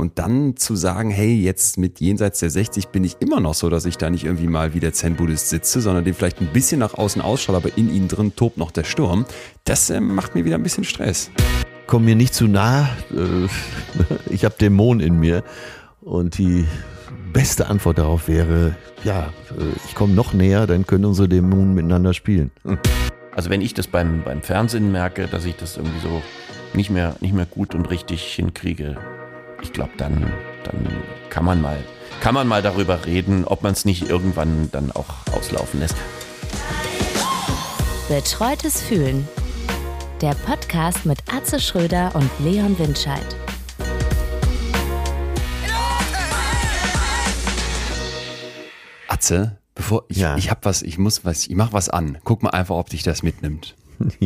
und dann zu sagen, hey, jetzt mit jenseits der 60 bin ich immer noch so, dass ich da nicht irgendwie mal wie der Zen-Buddhist sitze, sondern dem vielleicht ein bisschen nach außen ausschaut, aber in ihnen drin tobt noch der Sturm. Das macht mir wieder ein bisschen Stress. Komm mir nicht zu nah, ich habe Dämonen in mir und die beste Antwort darauf wäre, ich komme noch näher, dann können unsere Dämonen miteinander spielen. Also wenn ich das beim Fernsehen merke, dass ich das irgendwie so nicht mehr gut und richtig hinkriege, ich glaube, dann kann man mal darüber reden, ob man es nicht irgendwann dann auch auslaufen lässt. Betreutes Fühlen. Der Podcast mit Atze Schröder und Leon Windscheid. Atze, bevor ich mach was an. Guck mal einfach, ob dich das mitnimmt. Ja.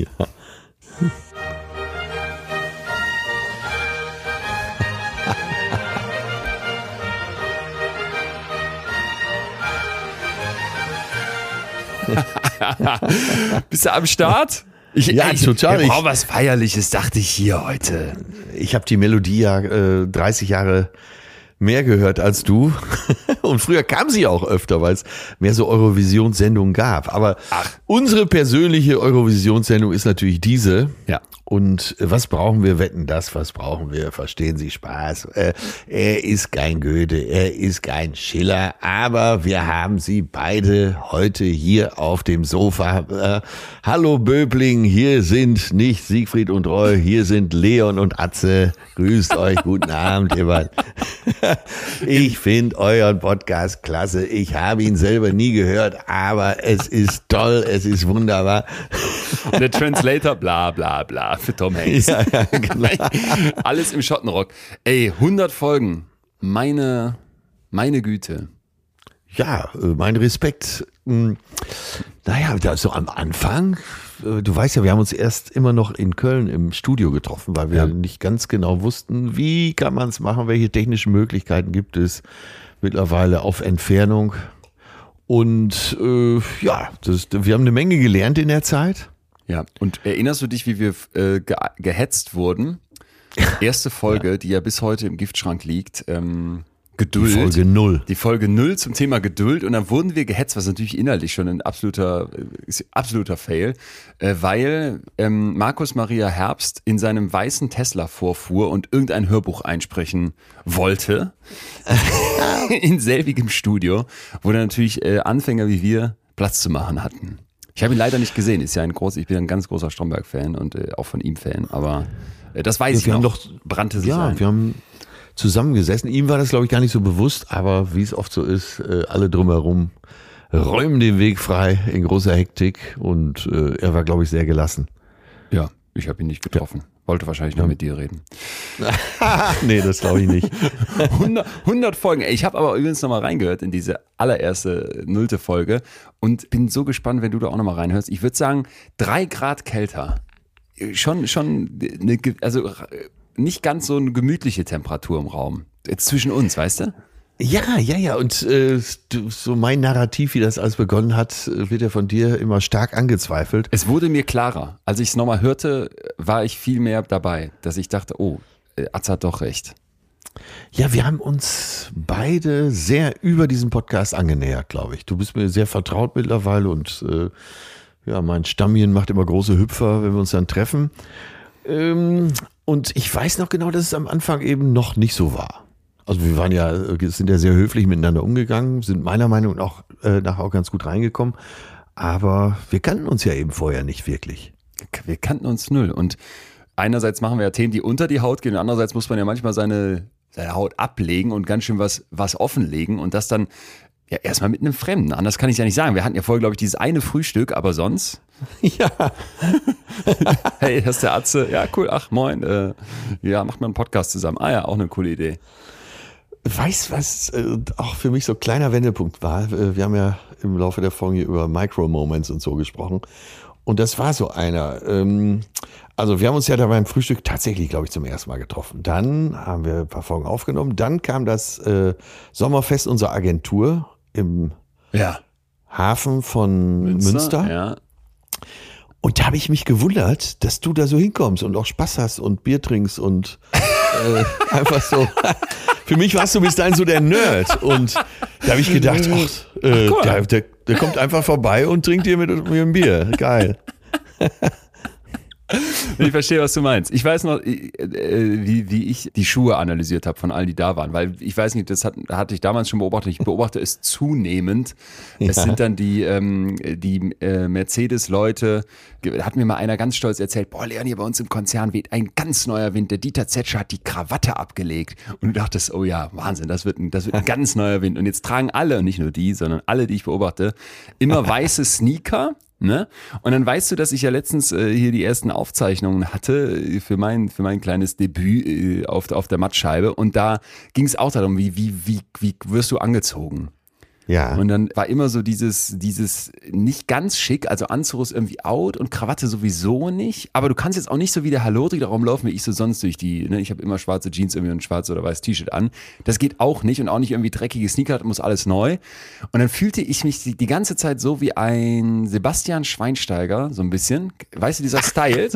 Bist du am Start? Total. Ich brauche was Feierliches, dachte ich hier heute. Ich habe die Melodie 30 Jahre mehr gehört als du. Und früher kam sie auch öfter, weil es mehr so Eurovisionssendungen gab. Aber unsere persönliche Eurovisionssendung ist natürlich diese. Ja. Und was brauchen wir? Wetten das, was brauchen wir? Verstehen Sie Spaß? Er ist kein Goethe, er ist kein Schiller, aber wir haben sie beide heute hier auf dem Sofa. Hallo Böbling, hier sind nicht Siegfried und Roy, hier sind Leon und Atze. Grüßt euch, guten Abend, ihr beiden. Ich finde euren Podcast klasse. Ich habe ihn selber nie gehört, aber es ist toll, es ist wunderbar. Und der Translator, bla bla bla, für Tom Hanks. Ja, genau. Alles im Schottenrock. Ey, 100 Folgen. Meine Güte. Ja, mein Respekt. Naja, so am Anfang, du weißt ja, wir haben uns erst immer noch in Köln im Studio getroffen, weil wir nicht ganz genau wussten, wie kann man es machen, welche technischen Möglichkeiten gibt es mittlerweile auf Entfernung. Und wir haben eine Menge gelernt in der Zeit. Ja, und erinnerst du dich, wie wir gehetzt wurden? Erste Folge, die ja bis heute im Giftschrank liegt, Geduld. Die Folge 0 zum Thema Geduld. Und dann wurden wir gehetzt, was natürlich inhaltlich schon ein absoluter Fail, weil Markus Maria Herbst in seinem weißen Tesla vorfuhr und irgendein Hörbuch einsprechen wollte. In selbigem Studio, wo dann natürlich Anfänger wie wir Platz zu machen hatten. Ich habe ihn leider nicht gesehen. Ich bin ein ganz großer Stromberg-Fan und auch von ihm Fan. Aber das weiß ich noch. Brannte sich ein. Wir haben zusammengesessen. Ihm war das, glaube ich, gar nicht so bewusst, aber wie es oft so ist, alle drumherum räumen den Weg frei in großer Hektik und er war, glaube ich, sehr gelassen. Ja, ich habe ihn nicht getroffen. Wollte wahrscheinlich nur mit dir reden. Nee, das glaube ich nicht. 100 Folgen. Ich habe aber übrigens nochmal reingehört in diese allererste 0. Folge und bin so gespannt, wenn du da auch nochmal reinhörst. Ich würde sagen, 3 Grad kälter. Schon also nicht ganz so eine gemütliche Temperatur im Raum. Jetzt zwischen uns, weißt du? Ja. Und so mein Narrativ, wie das alles begonnen hat, wird ja von dir immer stark angezweifelt. Es wurde mir klarer. Als ich es nochmal hörte, war ich viel mehr dabei, dass ich dachte, Atze hat doch recht. Ja, wir haben uns beide sehr über diesen Podcast angenähert, glaube ich. Du bist mir sehr vertraut mittlerweile und mein Stammchen macht immer große Hüpfer, wenn wir uns dann treffen. Und ich weiß noch genau, dass es am Anfang eben noch nicht so war. Also wir sind ja sehr höflich miteinander umgegangen, sind meiner Meinung nach nachher auch ganz gut reingekommen. Aber wir kannten uns ja eben vorher nicht wirklich. Wir kannten uns null. Und einerseits machen wir ja Themen, die unter die Haut gehen, und andererseits muss man ja manchmal seine Haut ablegen und ganz schön was offenlegen und das dann ja erstmal mit einem Fremden. Anders kann ich ja nicht sagen. Wir hatten ja vorher, glaube ich, dieses eine Frühstück, aber sonst. Ja. Hey, das ist der Atze. Ja, cool. Ach, moin. Macht mal einen Podcast zusammen. Ah ja, auch eine coole Idee. Weißt du, was auch für mich so ein kleiner Wendepunkt war? Wir haben ja im Laufe der Folge über Micro-Moments und so gesprochen. Und das war so einer. Also wir haben uns ja da beim Frühstück tatsächlich, glaube ich, zum ersten Mal getroffen. Dann haben wir ein paar Folgen aufgenommen. Dann kam das Sommerfest unserer Agentur im Hafen von Münster. Ja. Und da habe ich mich gewundert, dass du da so hinkommst und auch Spaß hast und Bier trinkst und Einfach so. Für mich warst du bis dahin so der Nerd. Und da habe ich gedacht, der kommt einfach vorbei und trinkt dir mit mir ein Bier. Geil. Ich verstehe, was du meinst. Ich weiß noch, wie ich die Schuhe analysiert habe von allen, die da waren. Weil ich weiß nicht, das hatte ich damals schon beobachtet. Ich beobachte es zunehmend. Ja. Es sind dann die Mercedes-Leute. Hat mir mal einer ganz stolz erzählt, boah, Leon, hier bei uns im Konzern weht ein ganz neuer Wind. Der Dieter Zetscher hat die Krawatte abgelegt. Und du dachtest, oh ja, Wahnsinn, das wird ein ganz neuer Wind. Und jetzt tragen alle, nicht nur die, sondern alle, die ich beobachte, immer weiße Sneaker. Ne? Und dann weißt du, dass ich ja letztens hier die ersten Aufzeichnungen hatte für mein kleines Debüt auf der Mattscheibe, und da ging es auch darum, wie wirst du angezogen? Ja. Und dann war immer so dieses nicht ganz schick, also Anzug ist irgendwie out und Krawatte sowieso nicht, aber du kannst jetzt auch nicht so wie der Halotri da rumlaufen, wie ich so sonst durch die, ne? Ich habe immer schwarze Jeans irgendwie und ein schwarz oder weiß T-Shirt an. Das geht auch nicht, und auch nicht irgendwie dreckige Sneaker, muss alles neu. Und dann fühlte ich mich die ganze Zeit so wie ein Sebastian Schweinsteiger, so ein bisschen. Weißt du, dieser Style?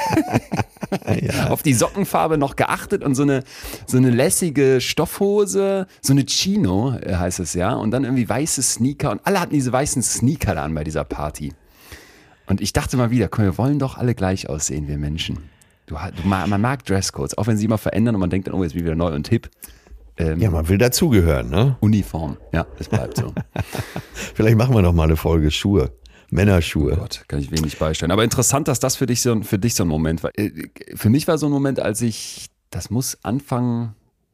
Ja. Auf die Sockenfarbe noch geachtet und so eine lässige Stoffhose, so eine Chino heißt es ja, und dann irgendwie weiße Sneaker, und alle hatten diese weißen Sneaker da an bei dieser Party. Und ich dachte mal wieder, komm, wir wollen doch alle gleich aussehen, wir Menschen. Man mag Dresscodes, auch wenn sie immer verändern und man denkt dann, oh, jetzt bin ich wieder neu und hip. Ja, man will dazugehören, ne? Uniform, ja, es bleibt so. Vielleicht machen wir noch mal eine Folge Schuhe. Männerschuhe. Oh Gott, kann ich wenig beistellen. Aber interessant, dass das für dich so ein Moment war. Für mich war so ein Moment, das muss Anfang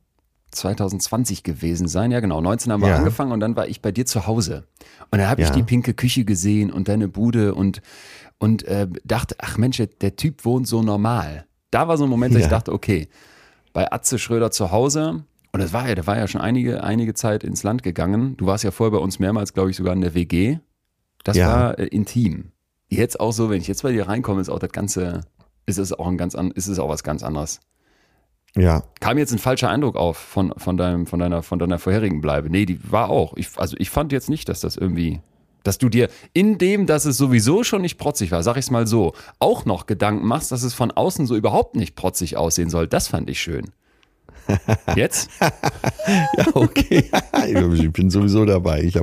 2020 gewesen sein. Ja, genau. 19 haben wir angefangen, und dann war ich bei dir zu Hause. Und dann habe ich die pinke Küche gesehen und deine Bude und dachte, ach Mensch, der Typ wohnt so normal. Da war so ein Moment, dass ich dachte, okay, bei Atze Schröder zu Hause, und der war ja schon einige Zeit ins Land gegangen. Du warst ja vorher bei uns mehrmals, glaube ich, sogar in der WG. Das war intim. Jetzt auch so, wenn ich jetzt bei dir reinkomme, ist auch das Ganze, ist es auch was ganz anderes. Ja. Kam jetzt ein falscher Eindruck auf von deiner vorherigen Bleibe? Nee, die war auch. Ich fand jetzt nicht, dass das irgendwie, dass du dir in dem, dass es sowieso schon nicht protzig war, sag ich es mal so, auch noch Gedanken machst, dass es von außen so überhaupt nicht protzig aussehen soll. Das fand ich schön. Jetzt? Ja, okay. Ich bin sowieso dabei. Ich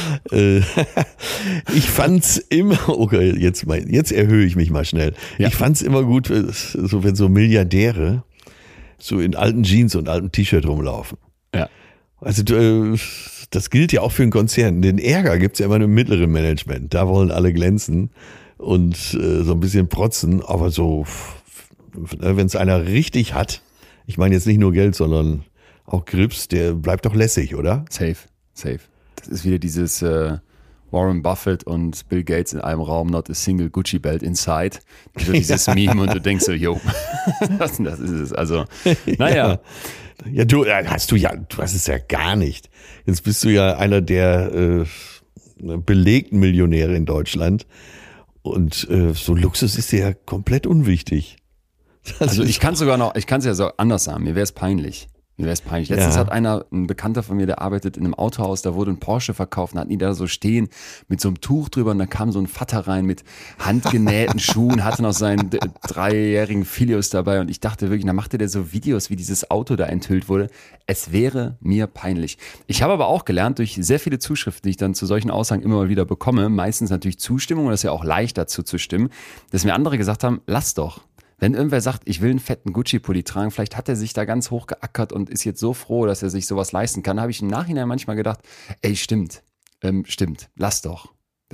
fand's immer, okay, jetzt erhöhe ich mich mal schnell. Ja. Ich fand's immer gut, so wenn so Milliardäre so in alten Jeans und altem T-Shirt rumlaufen. Ja. Also das gilt ja auch für einen Konzern. Den Ärger gibt's ja immer im mittleren Management. Da wollen alle glänzen und so ein bisschen protzen. Aber so, wenn es einer richtig hat, ich meine jetzt nicht nur Geld, sondern auch Grips, der bleibt doch lässig, oder? Safe. Das ist wieder dieses Warren Buffett und Bill Gates in einem Raum, not a single Gucci belt inside. So dieses Meme, und du denkst so, yo, das ist es. Also, naja. Ja, du hast es ja gar nicht. Jetzt bist du ja einer der belegten Millionäre in Deutschland, und so Luxus ist dir ja komplett unwichtig. Also ich kann es ja so anders sagen, mir wäre es peinlich. Letztens hat ein Bekannter von mir, der arbeitet in einem Autohaus, da wurde ein Porsche verkauft, und hatten die da so stehen mit so einem Tuch drüber, und da kam so ein Vater rein mit handgenähten Schuhen, hatte noch seinen 3-jährigen Filius dabei, und ich dachte wirklich, da machte der so Videos, wie dieses Auto da enthüllt wurde. Es wäre mir peinlich. Ich habe aber auch gelernt, durch sehr viele Zuschriften, die ich dann zu solchen Aussagen immer mal wieder bekomme, meistens natürlich Zustimmung, und das ist ja auch leicht dazu zu stimmen, dass mir andere gesagt haben, lass doch. Wenn irgendwer sagt, ich will einen fetten Gucci-Pulli tragen, vielleicht hat er sich da ganz hoch geackert und ist jetzt so froh, dass er sich sowas leisten kann, habe ich im Nachhinein manchmal gedacht, ey, stimmt, lass doch.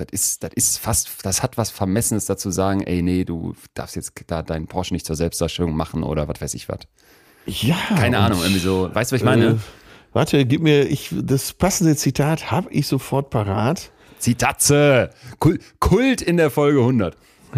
Das hat was Vermessenes dazu sagen, ey, nee, du darfst jetzt da deinen Porsche nicht zur Selbstdarstellung machen oder was weiß ich was. Ja. Keine Ahnung, irgendwie so, weißt du, was ich meine? Warte, gib mir, das passende Zitat habe ich sofort parat. Zitatze, Kult in der Folge 100.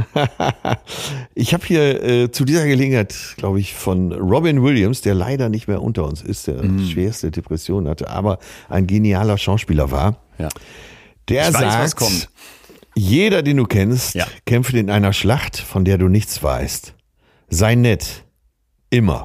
Ich habe hier zu dieser Gelegenheit, glaube ich, von Robin Williams, der leider nicht mehr unter uns ist, der schwerste Depression hatte, aber ein genialer Schauspieler war. Ja. Der sagt, was kommt. Jeder, den du kennst, kämpft in einer Schlacht, von der du nichts weißt. Sei nett. Immer.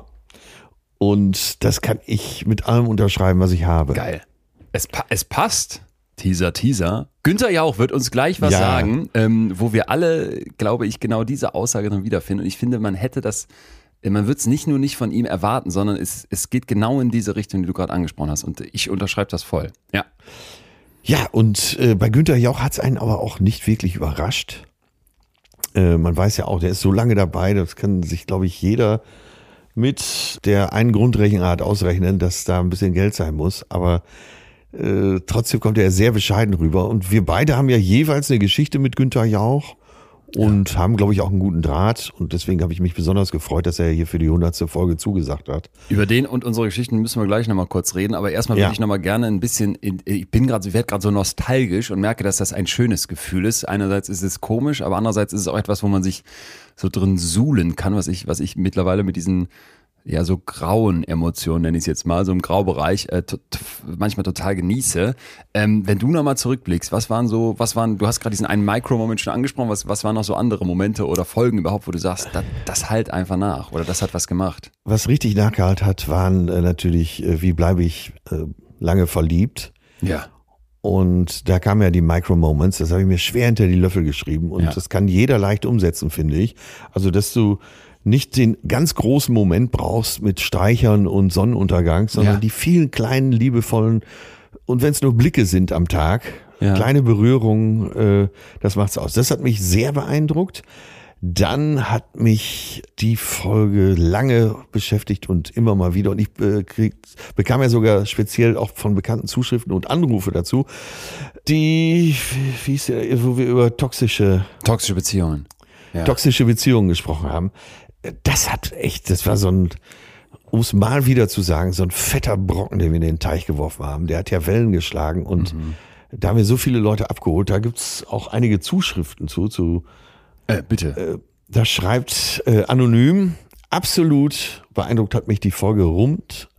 Und das kann ich mit allem unterschreiben, was ich habe. Geil. Es passt. Teaser. Günther Jauch wird uns gleich was sagen, wo wir alle, glaube ich, genau diese Aussage dann wiederfinden. Und ich finde, man hätte das man wird es nicht von ihm erwarten, sondern es geht genau in diese Richtung, die du gerade angesprochen hast. Und ich unterschreibe das voll. Ja. Ja, und bei Günther Jauch hat es einen aber auch nicht wirklich überrascht. Man weiß ja auch, der ist so lange dabei, das kann sich, glaube ich, jeder mit der einen Grundrechenart ausrechnen, dass da ein bisschen Geld sein muss. Aber trotzdem kommt er sehr bescheiden rüber. Und wir beide haben ja jeweils eine Geschichte mit Günther Jauch. Und haben, glaube ich, auch einen guten Draht. Und deswegen habe ich mich besonders gefreut, dass er hier für die 100. Folge zugesagt hat. Über den und unsere Geschichten müssen wir gleich nochmal kurz reden. Aber erstmal würde ich nochmal gerne ein bisschen, ich werde gerade so nostalgisch und merke, dass das ein schönes Gefühl ist. Einerseits ist es komisch, aber andererseits ist es auch etwas, wo man sich so drin suhlen kann, was ich mittlerweile mit diesen so grauen Emotionen, nenne ich es jetzt mal, so im Graubereich, manchmal total genieße. Wenn du nochmal zurückblickst, du hast gerade diesen einen Micro-Moment schon angesprochen, was waren noch so andere Momente oder Folgen überhaupt, wo du sagst, das halt einfach nach oder das hat was gemacht? Was richtig nachgehalten hat, waren natürlich, wie bleibe ich lange verliebt? Ja. Und da kamen ja die Micro-Moments, das habe ich mir schwer hinter die Löffel geschrieben und das kann jeder leicht umsetzen, finde ich. Also, dass du nicht den ganz großen Moment brauchst mit Streichern und Sonnenuntergang, sondern die vielen kleinen, liebevollen, und wenn es nur Blicke sind am Tag, kleine Berührungen, das macht's aus. Das hat mich sehr beeindruckt. Dann hat mich die Folge lange beschäftigt und immer mal wieder, und ich bekam ja sogar speziell auch von bekannten Zuschriften und Anrufe dazu, wie hieß der, wo wir über toxische Beziehungen. Ja. Toxische Beziehungen gesprochen haben. Das war so ein, um es mal wieder zu sagen, so ein fetter Brocken, den wir in den Teich geworfen haben. Der hat ja Wellen geschlagen und da haben wir so viele Leute abgeholt. Da gibt's auch einige Zuschriften zu. Bitte. Da schreibt anonym, absolut beeindruckt hat mich die Folge rund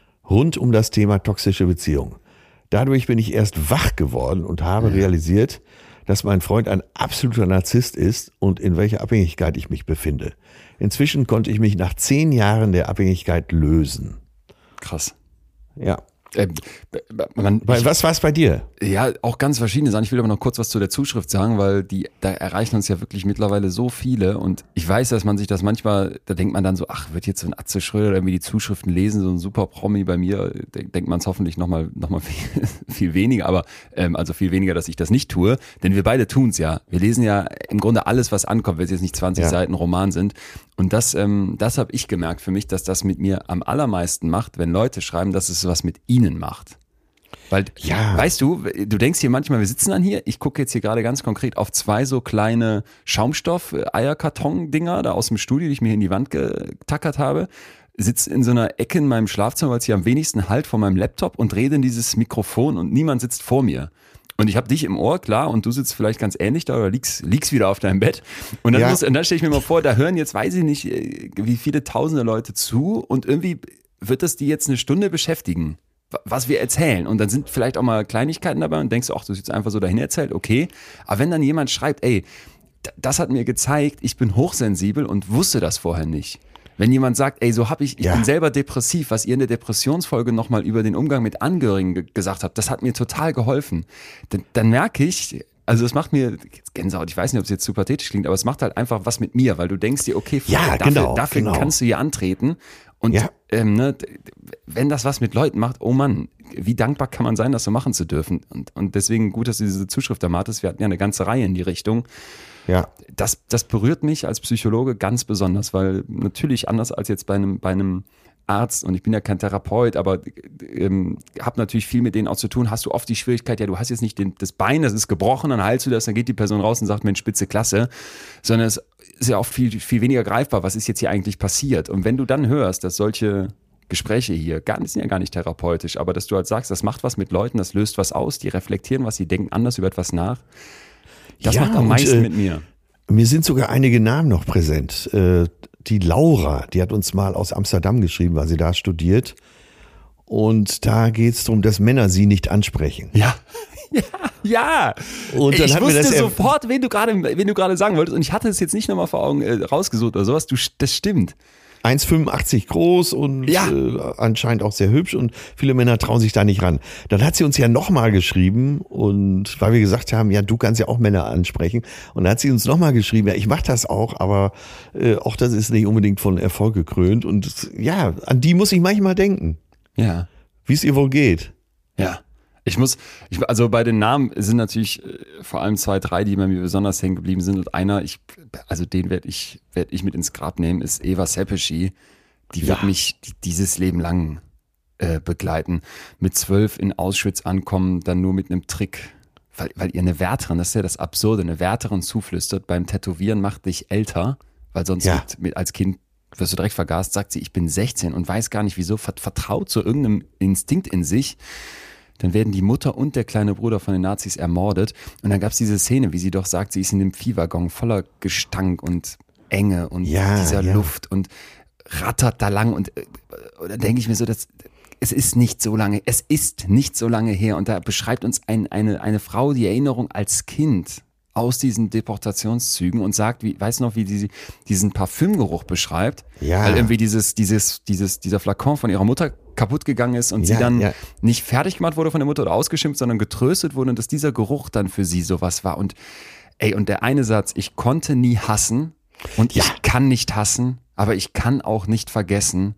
um das Thema toxische Beziehung. Dadurch bin ich erst wach geworden und habe realisiert, dass mein Freund ein absoluter Narzisst ist und in welcher Abhängigkeit ich mich befinde. Inzwischen konnte ich mich nach 10 Jahren der Abhängigkeit lösen. Krass. Ja. Was war es bei dir? Ja, auch ganz verschiedene Sachen. Ich will aber noch kurz was zu der Zuschrift sagen, weil da erreichen uns ja wirklich mittlerweile so viele und ich weiß, dass man sich das manchmal, da denkt man dann so, ach, wird jetzt so ein Atze Schröder irgendwie die Zuschriften lesen, so ein super Promi bei mir, denkt man es hoffentlich noch mal viel weniger, aber also viel weniger, dass ich das nicht tue, denn wir beide tun es ja. Wir lesen ja im Grunde alles, was ankommt, wenn es jetzt nicht 20 Seiten Roman sind. Und das habe ich gemerkt für mich, dass das mit mir am allermeisten macht, wenn Leute schreiben, dass es was mit ihnen macht. Weil, weißt du denkst hier manchmal, wir sitzen dann hier, ich gucke jetzt hier gerade ganz konkret auf 2 so kleine Schaumstoff-Eierkarton-Dinger da aus dem Studio, die ich mir in die Wand getackert habe, sitze in so einer Ecke in meinem Schlafzimmer, weil es hier am wenigsten halt von meinem Laptop und rede in dieses Mikrofon und niemand sitzt vor mir. Und ich habe dich im Ohr, klar, und du sitzt vielleicht ganz ähnlich da oder liegst wieder auf deinem Bett. Und dann, und dann stelle ich mir mal vor, da hören jetzt, weiß ich nicht, wie viele tausende Leute zu und irgendwie wird das die jetzt eine Stunde beschäftigen, was wir erzählen. Und dann sind vielleicht auch mal Kleinigkeiten dabei und denkst, ach, du hast jetzt einfach so dahin erzählt, okay. Aber wenn dann jemand schreibt, ey, das hat mir gezeigt, ich bin hochsensibel und wusste das vorher nicht. Wenn jemand sagt, ey, so habe ich bin selber depressiv, was ihr in der Depressionsfolge nochmal über den Umgang mit Angehörigen gesagt habt, das hat mir total geholfen. Dann merke ich, also es macht mir Gänsehaut, ich weiß nicht, ob es jetzt zu pathetisch klingt, aber es macht halt einfach was mit mir, weil du denkst dir, okay, dafür kannst du hier antreten. Und wenn das was mit Leuten macht, oh Mann, wie dankbar kann man sein, das so machen zu dürfen. Und deswegen gut, dass du diese Zuschrift da hattest. Wir hatten ja eine ganze Reihe in die Richtung. Ja. Das berührt mich als Psychologe ganz besonders, weil natürlich anders als jetzt bei einem Arzt, und ich bin ja kein Therapeut, aber habe natürlich viel mit denen auch zu tun, hast du oft die Schwierigkeit, ja, du hast jetzt nicht das Bein, das ist gebrochen, dann heilst du das, dann geht die Person raus und sagt, Mensch, spitze Klasse, sondern es ist ja auch viel, viel weniger greifbar, was ist jetzt hier eigentlich passiert. Und wenn du dann hörst, dass solche Gespräche hier sind ja gar nicht therapeutisch, aber dass du halt sagst, das macht was mit Leuten, das löst was aus, die reflektieren was, die denken anders über etwas nach, das macht am meisten mit mir. Mir sind sogar einige Namen noch präsent. Die Laura, die hat uns mal aus Amsterdam geschrieben, weil sie da studiert. Und da geht es darum, dass Männer sie nicht ansprechen. Ja. Und dann ich wusste sofort, wen du gerade sagen wolltest. Und ich hatte es jetzt nicht nochmal vor Augen rausgesucht oder sowas. Das stimmt. 1,85 groß und anscheinend auch sehr hübsch und viele Männer trauen sich da nicht ran. Dann hat sie uns ja nochmal geschrieben und weil wir gesagt haben, ja, du kannst ja auch Männer ansprechen und dann hat sie uns nochmal geschrieben, ja, ich mache das auch, aber auch das ist nicht unbedingt von Erfolg gekrönt und ja, an die muss ich manchmal denken. Ja. Wie es ihr wohl geht. Ja. Also bei den Namen sind natürlich vor allem 2, 3, die bei mir besonders hängen geblieben sind. Und einer, den werde ich mit ins Grab nehmen, ist Eva Sepeschi. Die wird mich dieses Leben lang begleiten. Mit 12 in Auschwitz ankommen, dann nur mit einem Trick. Weil ihr eine Wärterin, das ist ja das Absurde, eine Wärterin zuflüstert, beim Tätowieren macht dich älter, weil sonst als Kind wirst du direkt vergast, sagt sie, ich bin 16 und weiß gar nicht wieso, vertraut so irgendeinem Instinkt in sich. Dann werden die Mutter und der kleine Bruder von den Nazis ermordet. Und dann gab es diese Szene, wie sie doch sagt, sie ist in dem Viehwaggon voller Gestank und Enge und dieser Luft und rattert da lang. Und dann denke ich mir so, es ist nicht so lange her. Und da beschreibt uns eine Frau die Erinnerung als Kind aus diesen Deportationszügen und sagt, weißt du noch, wie sie diesen Parfümgeruch beschreibt? Ja. Weil irgendwie dieser Flakon von ihrer Mutter kaputt gegangen ist und sie dann nicht fertig gemacht wurde von der Mutter oder ausgeschimpft, sondern getröstet wurde und dass dieser Geruch dann für sie sowas war. Und und der eine Satz, ich konnte nie hassen und ich kann nicht hassen, aber ich kann auch nicht vergessen.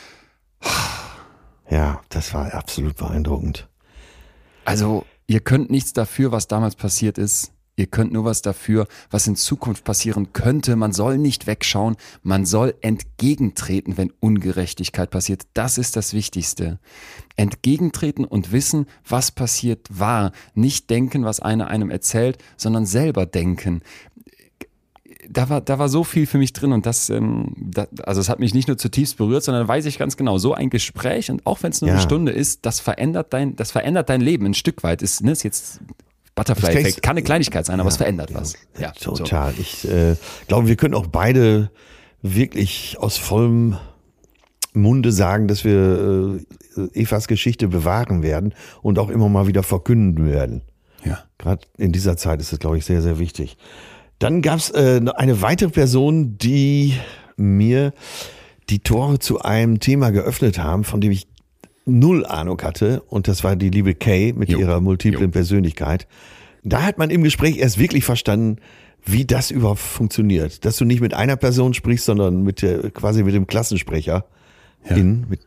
Ja, das war absolut beeindruckend. Also, ihr könnt nichts dafür, was damals passiert ist. Ihr könnt nur was dafür, was in Zukunft passieren könnte. Man soll nicht wegschauen, man soll entgegentreten, wenn Ungerechtigkeit passiert. Das ist das Wichtigste. Entgegentreten und wissen, was passiert war. Nicht denken, was einer einem erzählt, sondern selber denken. Da war so viel für mich drin und also es hat mich nicht nur zutiefst berührt, sondern weiß ich ganz genau, so ein Gespräch und auch wenn es nur eine Stunde ist, das verändert dein Leben ein Stück weit. Ist jetzt Butterfly-Effekt, kann eine Kleinigkeit sein, aber es verändert was. Ja, total. So. Ich glaube, wir können auch beide wirklich aus vollem Munde sagen, dass wir Evas Geschichte bewahren werden und auch immer mal wieder verkünden werden. Ja. Gerade in dieser Zeit ist es, glaube ich, sehr, sehr wichtig. Dann gab es eine weitere Person, die mir die Tore zu einem Thema geöffnet haben, von dem ich null Ahnung hatte. Und das war die liebe Kay mit ihrer multiplen Persönlichkeit. Da hat man im Gespräch erst wirklich verstanden, wie das überhaupt funktioniert. Dass du nicht mit einer Person sprichst, sondern quasi mit dem Klassensprecher. Ja.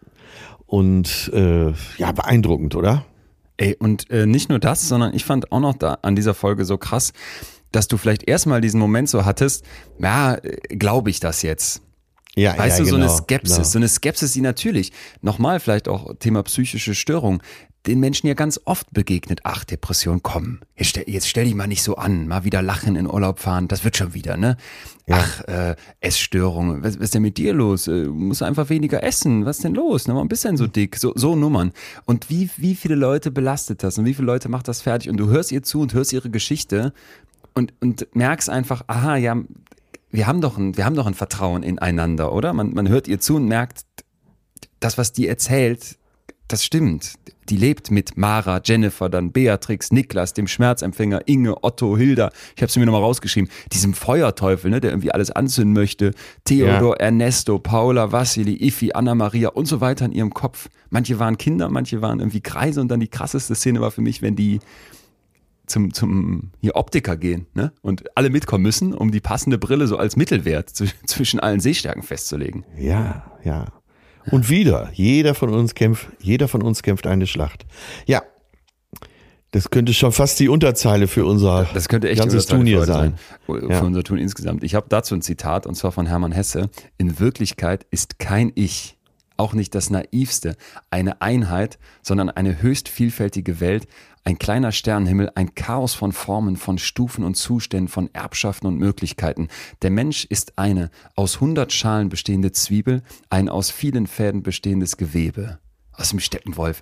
Beeindruckend, oder? Und nicht nur das, sondern ich fand auch noch da an dieser Folge so krass, dass du vielleicht erstmal diesen Moment so hattest, glaube ich das jetzt? Weißt du, so eine Skepsis, die natürlich, nochmal vielleicht auch Thema psychische Störung, den Menschen ja ganz oft begegnet. Ach, Depression, komm, jetzt stell dich mal nicht so an, mal wieder lachen, in Urlaub fahren, das wird schon wieder, ne? Ja. Ach, Essstörung, was ist denn mit dir los? Musst du einfach weniger essen, was ist denn los? Mal ein bisschen so dick, so Nummern. Und wie viele Leute belastet das und wie viele Leute macht das fertig? Und du hörst ihr zu und hörst ihre Geschichte und merkst einfach, aha, ja, wir haben doch ein Vertrauen ineinander, oder? Man hört ihr zu und merkt, das, was die erzählt, das stimmt. Die lebt mit Mara, Jennifer, dann Beatrix, Niklas, dem Schmerzempfänger, Inge, Otto, Hilda. Ich habe sie mir nochmal rausgeschrieben. Diesem Feuerteufel, ne, der irgendwie alles anzünden möchte. Theodor, Ernesto, Paula, Vassili, Iffi, Anna-Maria und so weiter in ihrem Kopf. Manche waren Kinder, manche waren irgendwie Kreise und dann die krasseste Szene war für mich, wenn die zum hier Optiker gehen, ne? Und alle mitkommen müssen, um die passende Brille so als Mittelwert zwischen allen Sehstärken festzulegen. Ja. Und wieder, jeder von uns kämpft eine Schlacht. Ja, das könnte schon fast die Unterzeile für unser ganzes Tun hier sein. Für unser Tun insgesamt. Ich habe dazu ein Zitat, und zwar von Hermann Hesse. In Wirklichkeit ist kein Ich, auch nicht das Naivste, eine Einheit, sondern eine höchst vielfältige Welt, ein kleiner Sternenhimmel, ein Chaos von Formen, von Stufen und Zuständen, von Erbschaften und Möglichkeiten. Der Mensch ist eine aus 100 Schalen bestehende Zwiebel, ein aus vielen Fäden bestehendes Gewebe. Aus dem Steppenwolf.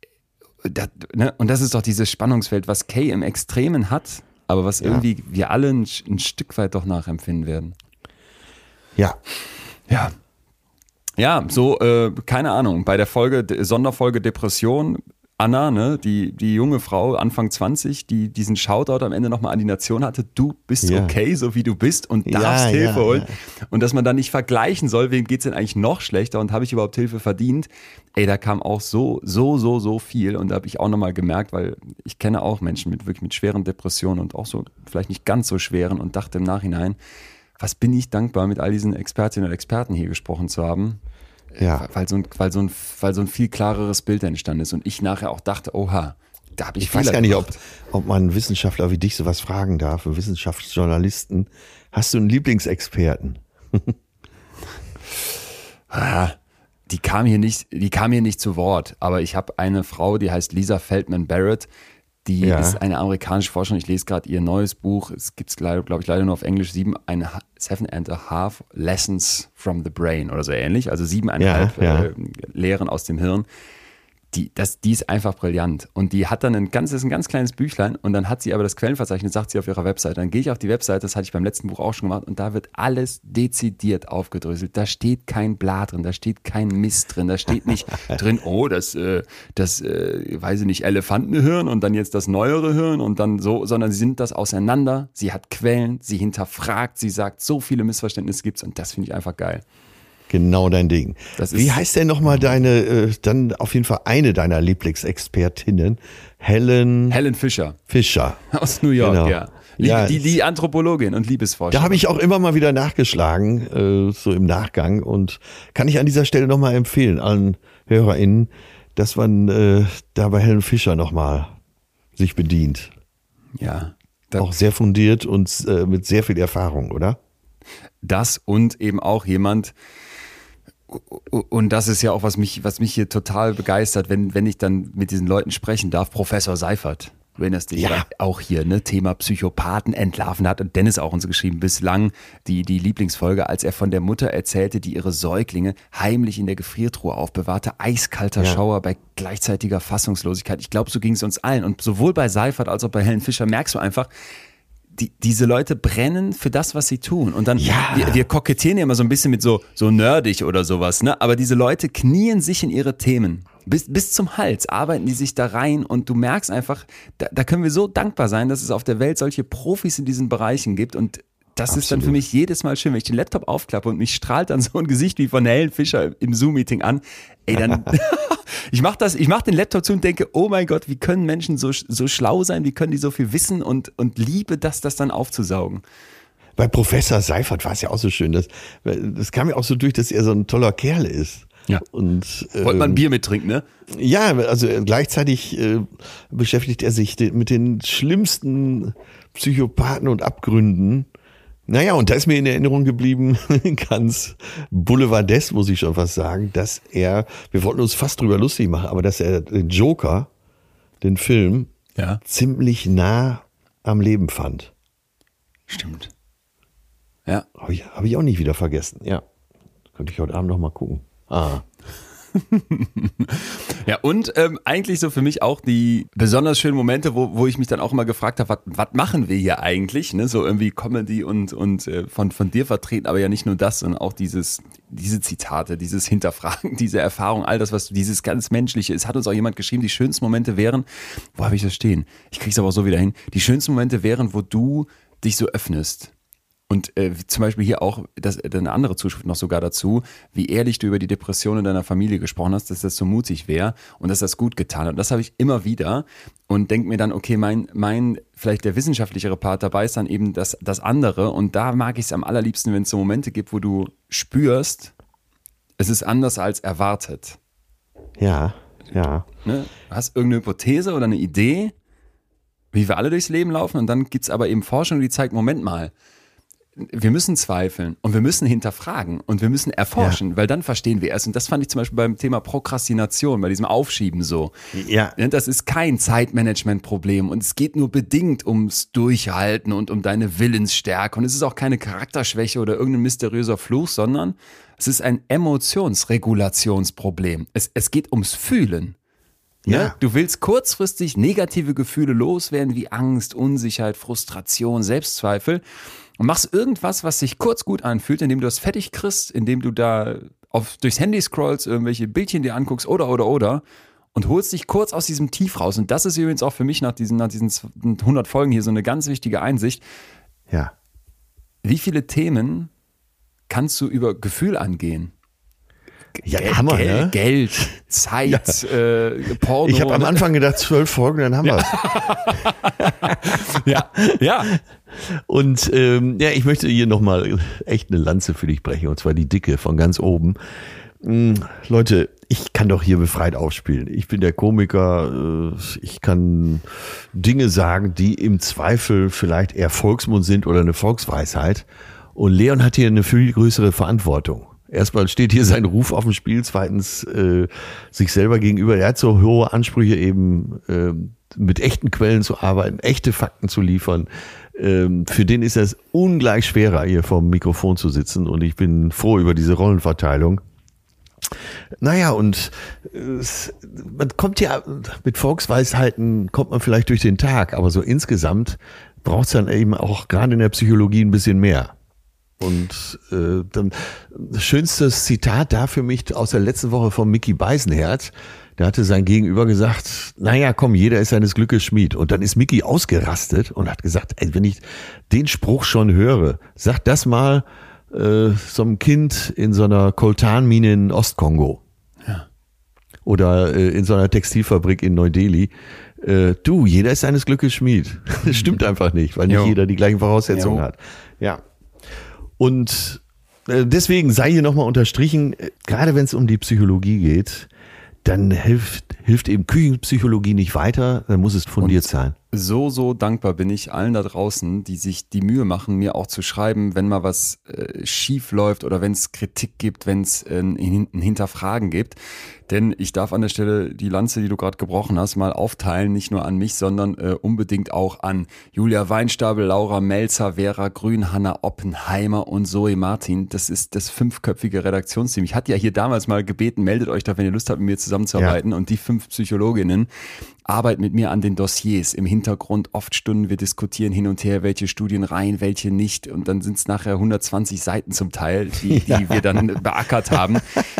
Und das ist doch dieses Spannungsfeld, was Kay im Extremen hat, aber was irgendwie wir alle ein Stück weit doch nachempfinden werden. Ja, so, keine Ahnung, bei der Sonderfolge Depression Anna, ne, die junge Frau, Anfang 20, die diesen Shoutout am Ende nochmal an die Nation hatte, du bist okay, so wie du bist und darfst Hilfe holen. Ja. Und dass man dann nicht vergleichen soll, wem geht's denn eigentlich noch schlechter und habe ich überhaupt Hilfe verdient? Ey, da kam auch so viel und da habe ich auch nochmal gemerkt, weil ich kenne auch Menschen mit schweren Depressionen und auch so vielleicht nicht ganz so schweren und dachte im Nachhinein, was bin ich dankbar, mit all diesen Expertinnen und Experten hier gesprochen zu haben. Ja. Weil so ein viel klareres Bild entstanden ist und ich nachher auch dachte, oha, da habe ich weiß gar nicht, ob man einen Wissenschaftler wie dich sowas fragen darf, einen Wissenschaftsjournalisten. Hast du einen Lieblingsexperten? Die kam hier nicht zu Wort, aber ich habe eine Frau, die heißt Lisa Feldman Barrett. Die ist eine amerikanische Forscherin. Ich lese gerade ihr neues Buch. Es gibt es, glaube ich, leider nur auf Englisch. 7,5 Lessons from the Brain oder so ähnlich. Also 7,5 Lehren aus dem Hirn. Die ist einfach brillant. Und die hat dann ein ganz kleines Büchlein und dann hat sie aber das Quellenverzeichnis, sagt sie auf ihrer Webseite. Dann gehe ich auf die Webseite, das hatte ich beim letzten Buch auch schon gemacht und da wird alles dezidiert aufgedröselt. Da steht kein Blatt drin, da steht kein Mist drin, da steht nicht drin, weiß ich nicht, Elefantenhirn und dann jetzt das neuere Hirn und dann so, sondern sie sind das auseinander. Sie hat Quellen, sie hinterfragt, sie sagt, so viele Missverständnisse gibt's und das finde ich einfach geil. Genau dein Ding. Wie heißt denn nochmal dann auf jeden Fall eine deiner Lieblingsexpertinnen? Helen Fisher. Aus New York, genau. Ja. Die Anthropologin und Liebesforscherin. Da habe ich auch immer mal wieder nachgeschlagen, so im Nachgang und kann ich an dieser Stelle nochmal empfehlen, allen HörerInnen, dass man da bei Helen Fisher nochmal sich bedient. Ja. Auch sehr fundiert und mit sehr viel Erfahrung, oder? Das und eben auch jemand, und das ist ja auch, was mich hier total begeistert, wenn ich dann mit diesen Leuten sprechen darf, Professor Seifert, du erinnerst dich, auch hier, ne, Thema Psychopathen entlarven hat und Dennis auch uns geschrieben, bislang die Lieblingsfolge, als er von der Mutter erzählte, die ihre Säuglinge heimlich in der Gefriertruhe aufbewahrte, eiskalter Schauer bei gleichzeitiger Fassungslosigkeit. Ich glaube, so ging es uns allen und sowohl bei Seifert als auch bei Helen Fisher merkst du einfach, diese Leute brennen für das, was sie tun. Und dann, wir kokettieren ja immer so ein bisschen mit so nerdig oder sowas, ne? Aber diese Leute knien sich in ihre Themen. Bis zum Hals arbeiten die sich da rein und du merkst einfach, da können wir so dankbar sein, dass es auf der Welt solche Profis in diesen Bereichen gibt und das Absolut. Ist dann für mich jedes Mal schön, wenn ich den Laptop aufklappe und mich strahlt dann so ein Gesicht wie von Helen Fisher im Zoom-Meeting an. Ey, dann, ich mach den Laptop zu und denke, oh mein Gott, wie können Menschen so schlau sein, wie können die so viel wissen und liebe das dann aufzusaugen. Bei Professor Seifert war es ja auch so schön, das kam ja auch so durch, dass er so ein toller Kerl ist. Ja. Und wollte man ein Bier mittrinken, ne? Ja, also gleichzeitig beschäftigt er sich mit den schlimmsten Psychopathen und Abgründen. Naja, und da ist mir in Erinnerung geblieben, ganz boulevardesk, muss ich schon fast sagen, dass wir wollten uns fast drüber lustig machen, aber dass er den Joker, den Film, ziemlich nah am Leben fand. Stimmt. Ja. Habe ich auch nicht wieder vergessen, ja. Könnte ich heute Abend noch mal gucken. Ja, und eigentlich so für mich auch die besonders schönen Momente, wo ich mich dann auch immer gefragt habe, was machen wir hier eigentlich? Ne? So irgendwie Comedy und von dir vertreten, aber ja nicht nur das, sondern auch diese Zitate, dieses Hinterfragen, diese Erfahrung, all das, was dieses ganz Menschliche ist. Hat uns auch jemand geschrieben, die schönsten Momente wären, wo habe ich das stehen? Ich krieg's aber auch so wieder hin. Die schönsten Momente wären, wo du dich so öffnest. Und zum Beispiel hier auch eine andere Zuschrift noch sogar dazu, wie ehrlich du über die Depression in deiner Familie gesprochen hast, dass das so mutig wäre und dass das gut getan hat. Und das habe ich immer wieder und denke mir dann, okay, mein vielleicht der wissenschaftlichere Part dabei ist dann eben das andere. Und da mag ich es am allerliebsten, wenn es so Momente gibt, wo du spürst, es ist anders als erwartet. Ja. Ne? Du hast irgendeine Hypothese oder eine Idee, wie wir alle durchs Leben laufen und dann gibt es aber eben Forschung, die zeigt, Moment mal, wir müssen zweifeln und wir müssen hinterfragen und wir müssen erforschen, weil dann verstehen wir es. Und das fand ich zum Beispiel beim Thema Prokrastination, bei diesem Aufschieben so. Ja. Das ist kein Zeitmanagement-Problem und es geht nur bedingt ums Durchhalten und um deine Willensstärke. Und es ist auch keine Charakterschwäche oder irgendein mysteriöser Fluch, sondern es ist ein Emotionsregulationsproblem. Es geht ums Fühlen. Ja. Ne? Du willst kurzfristig negative Gefühle loswerden wie Angst, Unsicherheit, Frustration, Selbstzweifel. Und machst irgendwas, was sich kurz gut anfühlt, indem du das fertig kriegst, indem du da durchs Handy scrollst, irgendwelche Bildchen dir anguckst oder. und holst dich kurz aus diesem Tief raus. Und das ist übrigens auch für mich nach diesen 100 Folgen hier so eine ganz wichtige Einsicht. Ja. Wie viele Themen kannst du über Gefühl angehen? Ja, Hammer, ne? Geld, Zeit, Porno. Ich habe am Anfang gedacht, 12 Folgen, dann haben wir es. Ja. Und ich möchte hier nochmal echt eine Lanze für dich brechen, und zwar die dicke von ganz oben. Leute, ich kann doch hier befreit aufspielen. Ich bin der Komiker, ich kann Dinge sagen, die im Zweifel vielleicht eher Volksmund sind oder eine Volksweisheit. Und Leon hat hier eine viel größere Verantwortung. Erstmal steht hier sein Ruf auf dem Spiel, zweitens sich selber gegenüber. Er hat so hohe Ansprüche, eben mit echten Quellen zu arbeiten, echte Fakten zu liefern. Für den ist es ungleich schwerer, hier vor dem Mikrofon zu sitzen, und ich bin froh über diese Rollenverteilung. Naja, und man kommt ja mit Volksweisheiten, kommt man vielleicht durch den Tag, aber so insgesamt braucht es dann eben auch gerade in der Psychologie ein bisschen mehr. Und dann das schönste Zitat da für mich aus der letzten Woche von Micky Beisenherz. Da hatte sein Gegenüber gesagt, naja, komm, jeder ist seines Glückes Schmied. Und dann ist Micky ausgerastet und hat gesagt, ey, wenn ich den Spruch schon höre, sag das mal so einem Kind in so einer Koltanmine in Ostkongo. Ja. Oder in so einer Textilfabrik in Neu-Delhi. Du, jeder ist seines Glückes Schmied. Das stimmt einfach nicht, weil nicht jeder die gleichen Voraussetzungen hat. Ja. Und deswegen sei hier nochmal unterstrichen, gerade wenn es um die Psychologie geht, dann hilft eben Küchenpsychologie nicht weiter, dann muss es fundiert sein. So dankbar bin ich allen da draußen, die sich die Mühe machen, mir auch zu schreiben, wenn mal was schief läuft oder wenn es Kritik gibt, wenn es ein Hinterfragen gibt. Denn ich darf an der Stelle die Lanze, die du gerade gebrochen hast, mal aufteilen, nicht nur an mich, sondern unbedingt auch an Julia Weinstapel, Laura Melzer, Vera Grün, Hanna Oppenheimer und Zoe Martin. Das ist das 5-köpfige Redaktionsteam. Ich hatte ja hier damals mal gebeten, meldet euch doch, wenn ihr Lust habt, mit mir zusammenzuarbeiten. Ja. Und die 5 Psychologinnen arbeiten mit mir an den Dossiers im Hintergrund. Oft Stunden, wir diskutieren hin und her, welche Studien rein, welche nicht. Und dann sind es nachher 120 Seiten zum Teil, die wir dann beackert haben.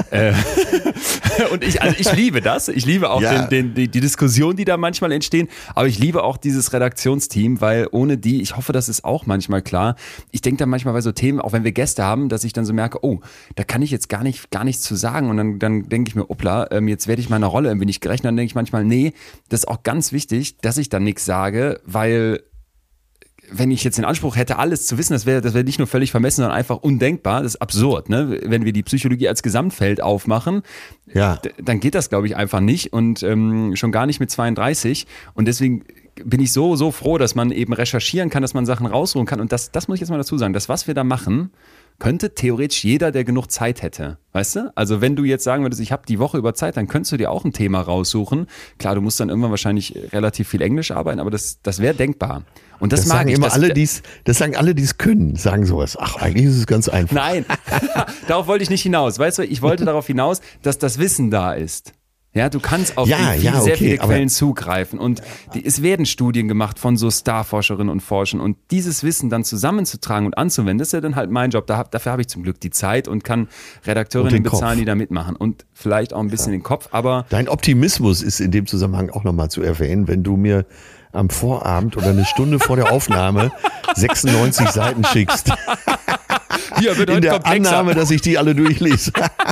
Und ich liebe das. Ich liebe auch die Diskussion, die da manchmal entstehen. Aber ich liebe auch dieses Redaktionsteam, weil ohne die, ich hoffe, das ist auch manchmal klar. Ich denke dann manchmal bei so Themen, auch wenn wir Gäste haben, dass ich dann so merke, oh, da kann ich jetzt gar nichts zu sagen. Und dann denke ich mir, hoppla, jetzt werde ich meiner Rolle irgendwie nicht gerecht. Und dann denke ich manchmal, nee, das ist auch ganz wichtig, dass ich dann nichts sage, weil wenn ich jetzt den Anspruch hätte, alles zu wissen, das wäre nicht nur völlig vermessen, sondern einfach undenkbar. Das ist absurd, ne? Wenn wir die Psychologie als Gesamtfeld aufmachen, dann geht das, glaube ich, einfach nicht und schon gar nicht mit 32. Und deswegen bin ich so froh, dass man eben recherchieren kann, dass man Sachen rausholen kann. Und das muss ich jetzt mal dazu sagen, das, was wir da machen, könnte theoretisch jeder, der genug Zeit hätte, weißt du? Also wenn du jetzt sagen würdest, ich habe die Woche über Zeit, dann könntest du dir auch ein Thema raussuchen. Klar, du musst dann irgendwann wahrscheinlich relativ viel Englisch arbeiten, aber das wäre denkbar. Und das mag sagen ich. Das sagen alle, die es können, sagen sowas. Ach, eigentlich ist es ganz einfach. Nein, darauf wollte ich nicht hinaus. Weißt du, ich wollte darauf hinaus, dass das Wissen da ist. Ja, du kannst auf sehr viele Quellen zugreifen und es werden Studien gemacht von so Starforscherinnen und Forschern und dieses Wissen dann zusammenzutragen und anzuwenden, das ist ja dann halt mein Job. Dafür habe ich zum Glück die Zeit und kann Redakteurinnen bezahlen, die da mitmachen und vielleicht auch ein bisschen den Kopf, aber... Dein Optimismus ist in dem Zusammenhang auch nochmal zu erwähnen, wenn du mir am Vorabend oder eine Stunde vor der Aufnahme 96 Seiten schickst. Ja, wird in der komplexer. Annahme, dass ich die alle durchlese.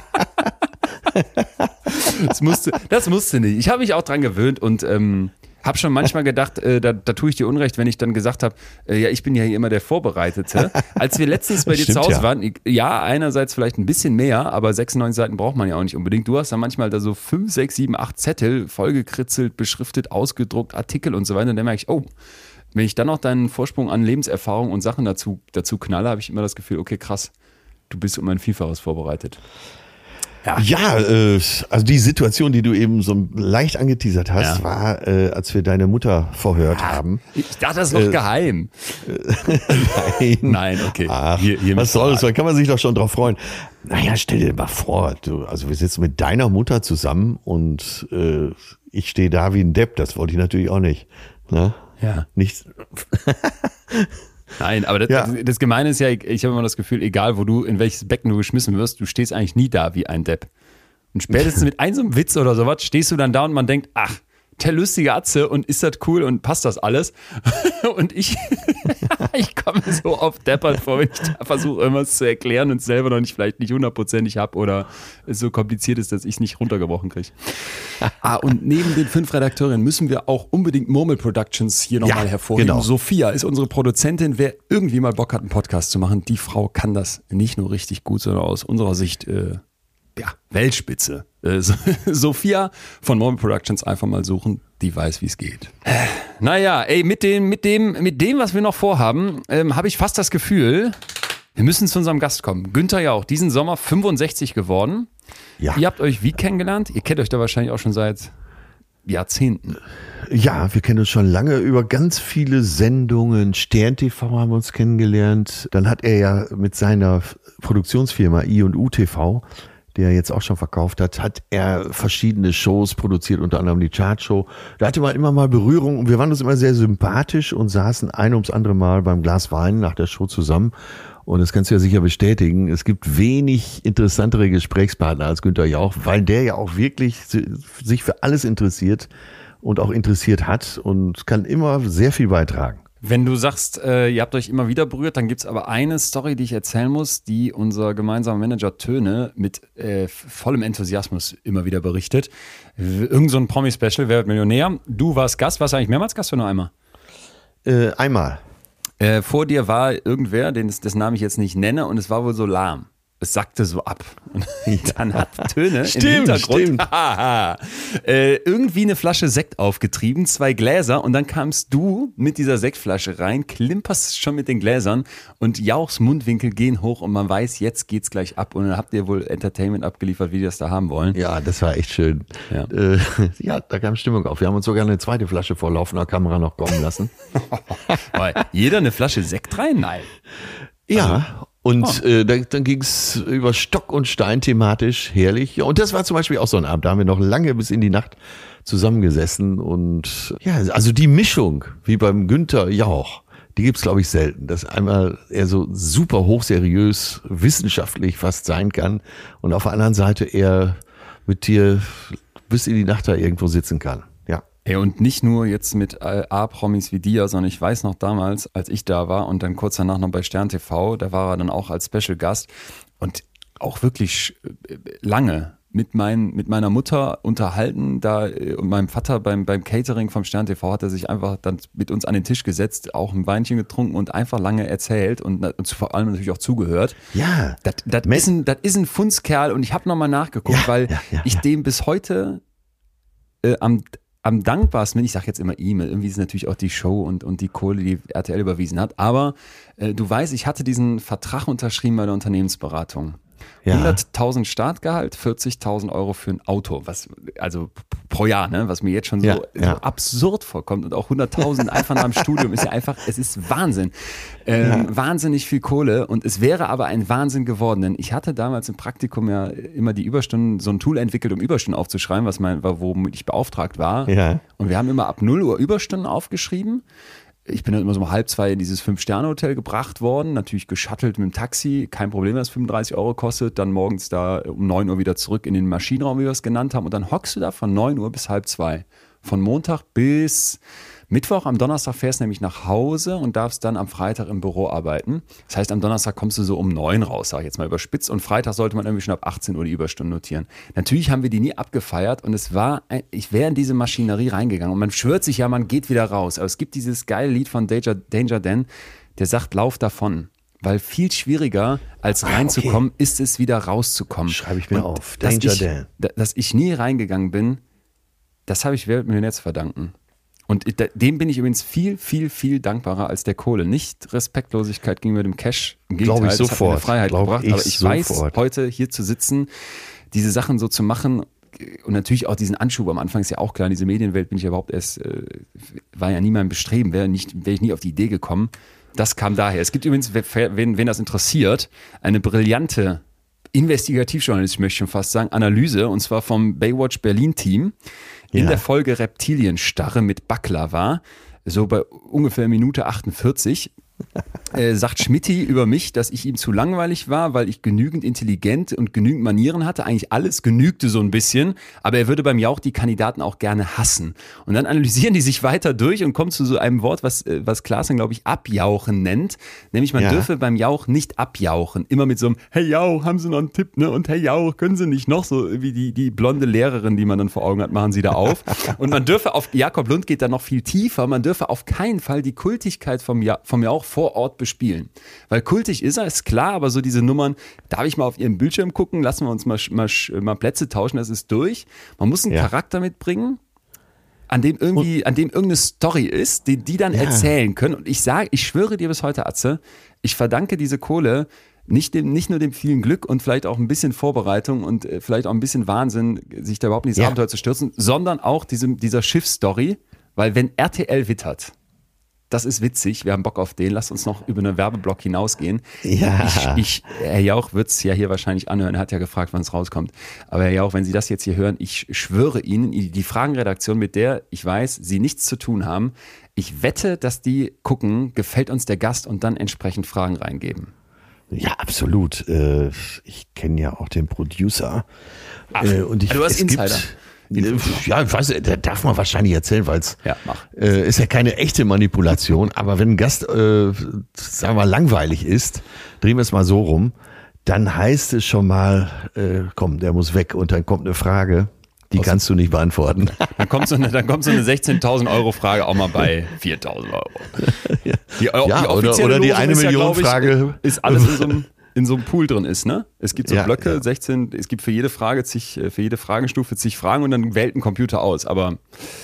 Das musste nicht. Ich habe mich auch dran gewöhnt und habe schon manchmal gedacht, da tue ich dir Unrecht, wenn ich dann gesagt habe, ich bin ja hier immer der Vorbereitete. Als wir letztens bei dir zu Hause waren, einerseits vielleicht ein bisschen mehr, aber 96 Seiten braucht man ja auch nicht unbedingt. Du hast dann manchmal da so 5, 6, 7, 8 Zettel vollgekritzelt, beschriftet, ausgedruckt, Artikel und so weiter. Und dann merke ich, wenn ich dann noch deinen Vorsprung an Lebenserfahrung und Sachen dazu knalle, habe ich immer das Gefühl, okay, krass, du bist um ein Vielfaches vorbereitet. Ja, also die Situation, die du eben so leicht angeteasert hast, war, als wir deine Mutter verhört haben. Ich dachte, das ist noch geheim. Nein, okay. Ach, was soll's, da kann man sich doch schon drauf freuen. Naja, stell dir mal vor, wir sitzen mit deiner Mutter zusammen und ich stehe da wie ein Depp, das wollte ich natürlich auch nicht. Ne? Ja. Nicht... Nein, aber das Gemeine ist ja, ich habe immer das Gefühl, egal wo in welches Becken du geschmissen wirst, du stehst eigentlich nie da wie ein Depp. Und spätestens mit einem so einem Witz oder sowas stehst du dann da und man denkt, ach, der lustige Atze und ist das cool und passt das alles? Und ich komme so oft deppert vor, wenn ich da versuche, irgendwas zu erklären und selber noch vielleicht nicht 100%ig habe oder es so kompliziert ist, dass ich es nicht runtergebrochen kriege. Und neben den 5 Redakteurinnen müssen wir auch unbedingt Murmel Productions hier nochmal hervorheben. Genau. Sophia ist unsere Produzentin. Wer irgendwie mal Bock hat, einen Podcast zu machen, die Frau kann das nicht nur richtig gut, sondern aus unserer Sicht Weltspitze. Sophia von Murmel Productions einfach mal suchen, die weiß, wie es geht. Naja, ey, mit dem, was wir noch vorhaben, habe ich fast das Gefühl, wir müssen zu unserem Gast kommen. Günther Jauch, diesen Sommer 65 geworden. Ja. Ihr habt euch wie kennengelernt? Ihr kennt euch da wahrscheinlich auch schon seit Jahrzehnten. Ja, wir kennen uns schon lange über ganz viele Sendungen. Stern TV haben wir uns kennengelernt. Dann hat er ja mit seiner Produktionsfirma I&U TV, der jetzt auch schon verkauft hat er verschiedene Shows produziert, unter anderem die Chartshow. Da hatte man immer mal Berührung und wir waren uns immer sehr sympathisch und saßen ein ums andere Mal beim Glas Wein nach der Show zusammen. Und das kannst du ja sicher bestätigen, es gibt wenig interessantere Gesprächspartner als Günther Jauch, weil der ja auch wirklich sich für alles interessiert und auch interessiert hat und kann immer sehr viel beitragen. Wenn du sagst, ihr habt euch immer wieder berührt, dann gibt es aber eine Story, die ich erzählen muss, die unser gemeinsamer Manager Töne mit vollem Enthusiasmus immer wieder berichtet. Irgend so ein Promi-Special, Wer wird Millionär? Du warst Gast, warst du eigentlich mehrmals Gast oder nur einmal? Einmal. Vor dir war irgendwer, dessen Namen ich jetzt nicht nenne, und es war wohl so lahm. Es sackte so ab. Und dann hat Töne im Hintergrund irgendwie eine Flasche Sekt aufgetrieben, 2 Gläser, und dann kamst du mit dieser Sektflasche rein, klimperst schon mit den Gläsern und Jauchs Mundwinkel gehen hoch und man weiß, jetzt geht's gleich ab, und dann habt ihr wohl Entertainment abgeliefert, wie die das da haben wollen. Ja, das war echt schön. Ja, da kam Stimmung auf. Wir haben uns sogar eine zweite Flasche vor laufender Kamera noch kommen lassen. Jeder eine Flasche Sekt rein? Nein. Ja, und dann ging es über Stock und Stein thematisch, herrlich. Ja, und das war zum Beispiel auch so ein Abend, da haben wir noch lange bis in die Nacht zusammengesessen. Und ja, also die Mischung, wie beim Günther Jauch, die gibt's glaube ich selten. Dass einmal er so super hochseriös, wissenschaftlich fast sein kann und auf der anderen Seite er mit dir bis in die Nacht da irgendwo sitzen kann. Ja. Ey, und nicht nur jetzt mit A-Promis wie dir, sondern ich weiß noch damals, als ich da war und dann kurz danach noch bei Stern TV, da war er dann auch als Special Gast und auch wirklich lange mit meiner Mutter unterhalten da und meinem Vater beim Catering vom Stern TV hat er sich einfach dann mit uns an den Tisch gesetzt, auch ein Weinchen getrunken und einfach lange erzählt und vor allem natürlich auch zugehört. Ja. Das ist ein Fundskerl, und ich habe nochmal nachgeguckt, weil ich dem bis heute am dankbarsten bin, ich sage jetzt immer ihm, irgendwie ist es natürlich auch die Show und die Kohle, die RTL überwiesen hat, aber du weißt, ich hatte diesen Vertrag unterschrieben bei der Unternehmensberatung. Ja. 100.000 Startgehalt, 40.000 Euro für ein Auto, also pro Jahr, ne, was mir jetzt schon so absurd vorkommt, und auch 100.000 einfach nach dem Studium ist ja einfach, es ist Wahnsinn, wahnsinnig viel Kohle, und es wäre aber ein Wahnsinn geworden, denn ich hatte damals im Praktikum ja immer die Überstunden, so ein Tool entwickelt, um Überstunden aufzuschreiben, womit ich beauftragt war, und wir haben immer ab 0 Uhr Überstunden aufgeschrieben. Ich bin dann immer so um 1:30 in dieses 5-Sterne-Hotel gebracht worden, natürlich geschuttelt mit dem Taxi, kein Problem, dass 35 Euro kostet, dann morgens da um 9 Uhr wieder zurück in den Maschinenraum, wie wir es genannt haben, und dann hockst du da von 9 Uhr bis 1:30, von Montag bis Mittwoch. Am Donnerstag fährst du nämlich nach Hause und darfst dann am Freitag im Büro arbeiten. Das heißt, am Donnerstag kommst du so um 9 raus, sag ich jetzt mal überspitzt, und Freitag sollte man irgendwie schon ab 18 Uhr die Überstunden notieren. Natürlich haben wir die nie abgefeiert, und ich wäre in diese Maschinerie reingegangen, und man schwört sich ja, man geht wieder raus. Aber es gibt dieses geile Lied von Danger Dan, der sagt, lauf davon. Weil viel schwieriger als reinzukommen, ist es wieder rauszukommen. Schreibe ich mir auf. Danger Dan. Dass ich nie reingegangen bin, das habe ich Wer wird Millionär zu verdanken. Und dem bin ich übrigens viel, viel, viel dankbarer als der Kohle. Nicht Respektlosigkeit gegenüber dem Cash. Im Gegenteil, glaube ich sofort. Das hat mir Freiheit gebracht. Aber ich weiß, heute hier zu sitzen, diese Sachen so zu machen, und natürlich auch diesen Anschub am Anfang ist ja auch klar, in diese Medienwelt bin ich ja überhaupt war ja nie mein Bestreben, wäre ich nie auf die Idee gekommen. Das kam daher. Es gibt übrigens, wen das interessiert, eine brillante Investigativjournalist, ich möchte schon fast sagen, Analyse, und zwar vom Baywatch Berlin-Team. In der Folge Reptilienstarre mit Baklava, so bei ungefähr Minute 48, sagt Schmitti über mich, dass ich ihm zu langweilig war, weil ich genügend intelligent und genügend Manieren hatte. Eigentlich alles genügte so ein bisschen, aber er würde beim Jauch die Kandidaten auch gerne hassen. Und dann analysieren die sich weiter durch und kommen zu so einem Wort, was Klaassen, glaube ich, abjauchen nennt. Nämlich man dürfe beim Jauch nicht abjauchen. Immer mit so einem, hey Jauch, haben Sie noch einen Tipp, ne? Und hey Jauch, können Sie nicht noch? So wie die blonde Lehrerin, die man dann vor Augen hat, machen sie da auf. Und man dürfe Jakob Lund geht da noch viel tiefer, man dürfe auf keinen Fall die Kultigkeit vom Jauch vor Ort bespielen. Weil kultig ist er, ist klar, aber so diese Nummern, darf ich mal auf ihren Bildschirm gucken, lassen wir uns mal Plätze tauschen, das ist durch. Man muss einen Charakter mitbringen, an dem irgendeine Story ist, die dann erzählen können. Und ich schwöre dir bis heute, Atze, ich verdanke diese Kohle nicht nur dem vielen Glück und vielleicht auch ein bisschen Vorbereitung und vielleicht auch ein bisschen Wahnsinn, sich da überhaupt in dieses Abenteuer zu stürzen, sondern auch dieser Schiffsstory, weil wenn RTL wittert, das ist witzig, wir haben Bock auf den, lasst uns noch über einen Werbeblock hinausgehen. Ja. Herr Jauch wird es ja hier wahrscheinlich anhören, er hat ja gefragt, wann es rauskommt. Aber Herr Jauch, wenn Sie das jetzt hier hören, ich schwöre Ihnen, die Fragenredaktion, mit der ich weiß, Sie nichts zu tun haben, ich wette, dass die gucken, gefällt uns der Gast und dann entsprechend Fragen reingeben. Ja, absolut. Ich kenne ja auch den Producer. Und du hast Insider. Ja, ich weiß, da darf man wahrscheinlich erzählen, weil es ist ja keine echte Manipulation, aber wenn ein Gast, sagen wir mal, langweilig ist, drehen wir es mal so rum, dann heißt es schon mal, komm, der muss weg und dann kommt eine Frage, die kannst du nicht beantworten. Dann kommt so eine 16.000 Euro Frage auch mal bei 4.000 Euro. Die oder die 1 Million Frage ist alles in so einem Pool drin ist, ne? Es gibt so Blöcke, 16, es gibt für jede Fragenstufe zig Fragen und dann wählt ein Computer aus, aber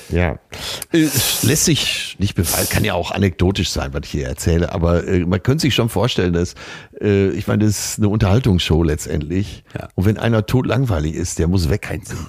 lässt sich nicht beweisen, kann ja auch anekdotisch sein, was ich hier erzähle, aber man könnte sich schon vorstellen, dass ich meine, das ist eine Unterhaltungsshow letztendlich und wenn einer totlangweilig ist, der muss weg. Kein Sinn.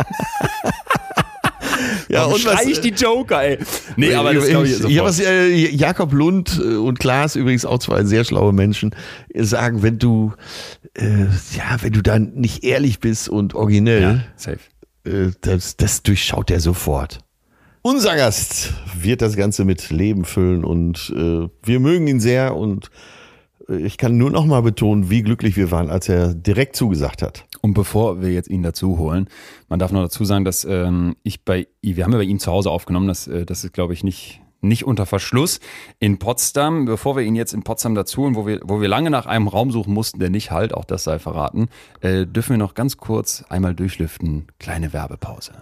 Ja, und ich die Joker, ey. Nee, aber das glaube ich sofort. Jakob Lund und Klaas, übrigens auch zwei sehr schlaue Menschen, sagen, wenn du dann nicht ehrlich bist und originell, das durchschaut der sofort. Unser Gast wird das Ganze mit Leben füllen und wir mögen ihn sehr und ich kann nur noch mal betonen, wie glücklich wir waren, als er direkt zugesagt hat. Und bevor wir jetzt ihn dazu holen, man darf noch dazu sagen, dass wir haben ja bei ihm zu Hause aufgenommen, das ist, glaube ich, nicht unter Verschluss in Potsdam. Bevor wir ihn jetzt in Potsdam dazu holen, wo wir lange nach einem Raum suchen mussten, der nicht halt, auch das sei verraten, dürfen wir noch ganz kurz einmal durchlüften. Kleine Werbepause.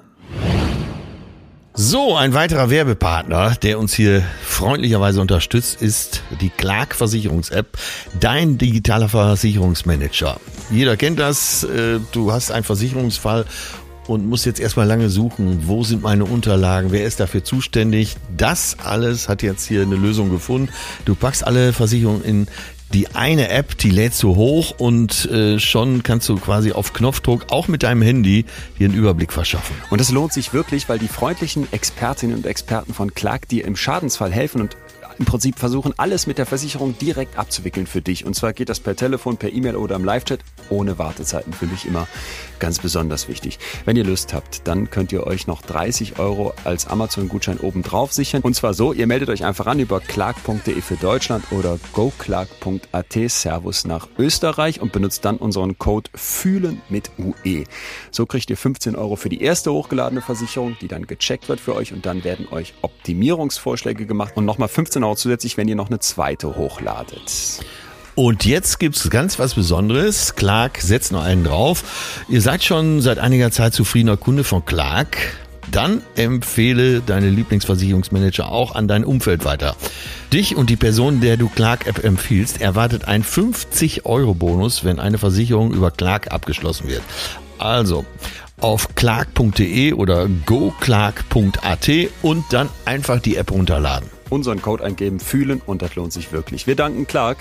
So, ein weiterer Werbepartner, der uns hier freundlicherweise unterstützt, ist die Clark Versicherungs-App, dein digitaler Versicherungsmanager. Jeder kennt das, du hast einen Versicherungsfall und musst jetzt erstmal lange suchen, wo sind meine Unterlagen, wer ist dafür zuständig. Das alles hat jetzt hier eine Lösung gefunden. Du packst alle Versicherungen in die eine App, die lädst du hoch und schon kannst du quasi auf Knopfdruck auch mit deinem Handy dir einen Überblick verschaffen. Und das lohnt sich wirklich, weil die freundlichen Expertinnen und Experten von Clark dir im Schadensfall helfen und im Prinzip versuchen, alles mit der Versicherung direkt abzuwickeln für dich. Und zwar geht das per Telefon, per E-Mail oder im Live-Chat ohne Wartezeiten. Für mich immer ganz besonders wichtig. Wenn ihr Lust habt, dann könnt ihr euch noch 30 Euro als Amazon-Gutschein obendrauf sichern. Und zwar so, ihr meldet euch einfach an über clark.de für Deutschland oder goclark.at Servus nach Österreich und benutzt dann unseren Code FÜHLEN mit UE. So kriegt ihr 15 Euro für die erste hochgeladene Versicherung, die dann gecheckt wird für euch und dann werden euch Optimierungsvorschläge gemacht und nochmal 15 Euro zusätzlich, wenn ihr noch eine zweite hochladet. Und jetzt gibt's ganz was Besonderes. Clark setzt noch einen drauf. Ihr seid schon seit einiger Zeit zufriedener Kunde von Clark. Dann empfehle deine Lieblingsversicherungsmanager auch an dein Umfeld weiter. Dich und die Person, der du Clark-App empfiehlst, erwartet ein 50-Euro-Bonus, wenn eine Versicherung über Clark abgeschlossen wird. Also auf clark.de oder goclark.at und dann einfach die App runterladen. Unseren Code eingeben, fühlen und das lohnt sich wirklich. Wir danken Clark.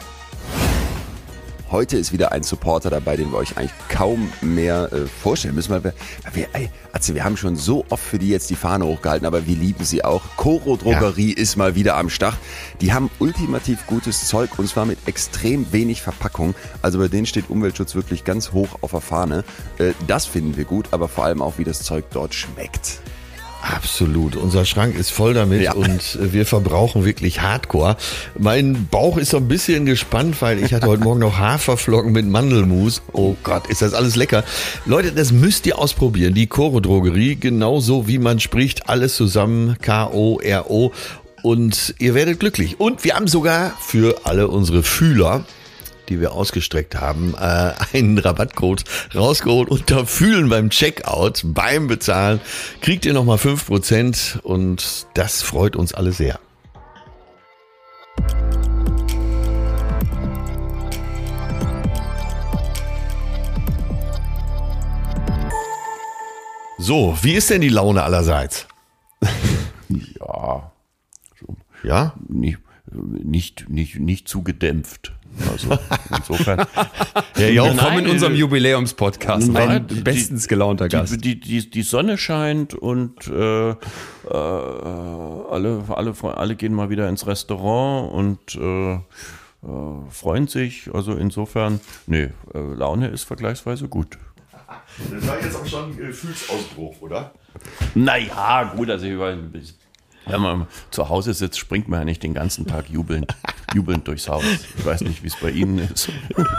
Heute ist wieder ein Supporter dabei, den wir euch eigentlich kaum mehr vorstellen müssen. Weil wir haben schon so oft für die jetzt die Fahne hochgehalten, aber wir lieben sie auch. Coro Drogerie ist mal wieder am Start. Die haben ultimativ gutes Zeug und zwar mit extrem wenig Verpackung. Also bei denen steht Umweltschutz wirklich ganz hoch auf der Fahne. Das finden wir gut, aber vor allem auch, wie das Zeug dort schmeckt. Absolut. Unser Schrank ist voll damit und wir verbrauchen wirklich Hardcore. Mein Bauch ist so ein bisschen gespannt, weil ich hatte heute Morgen noch Haferflocken mit Mandelmus. Oh Gott, ist das alles lecker. Leute, das müsst ihr ausprobieren. Die Koro Drogerie, genauso wie man spricht, alles zusammen, K-O-R-O. Und ihr werdet glücklich. Und wir haben sogar für alle unsere Fühler, die wir ausgestreckt haben, einen Rabattcode rausgeholt. Unter Fühlen beim Checkout, beim Bezahlen, kriegt ihr nochmal 5% und das freut uns alle sehr. So, wie ist denn die Laune allerseits? Ja. Ja? Nicht zu gedämpft. Also insofern. Willkommen in unserem Jubiläumspodcast. Ein bestens gelaunter Gast. Die Sonne scheint und alle gehen mal wieder ins Restaurant und freuen sich. Also insofern, Laune ist vergleichsweise gut. Das war jetzt auch schon ein Gefühlsausbruch, oder? Naja, gut, also wenn man zu Hause sitzt, springt man ja nicht den ganzen Tag jubelnd durchs Haus. Ich weiß nicht, wie es bei Ihnen ist.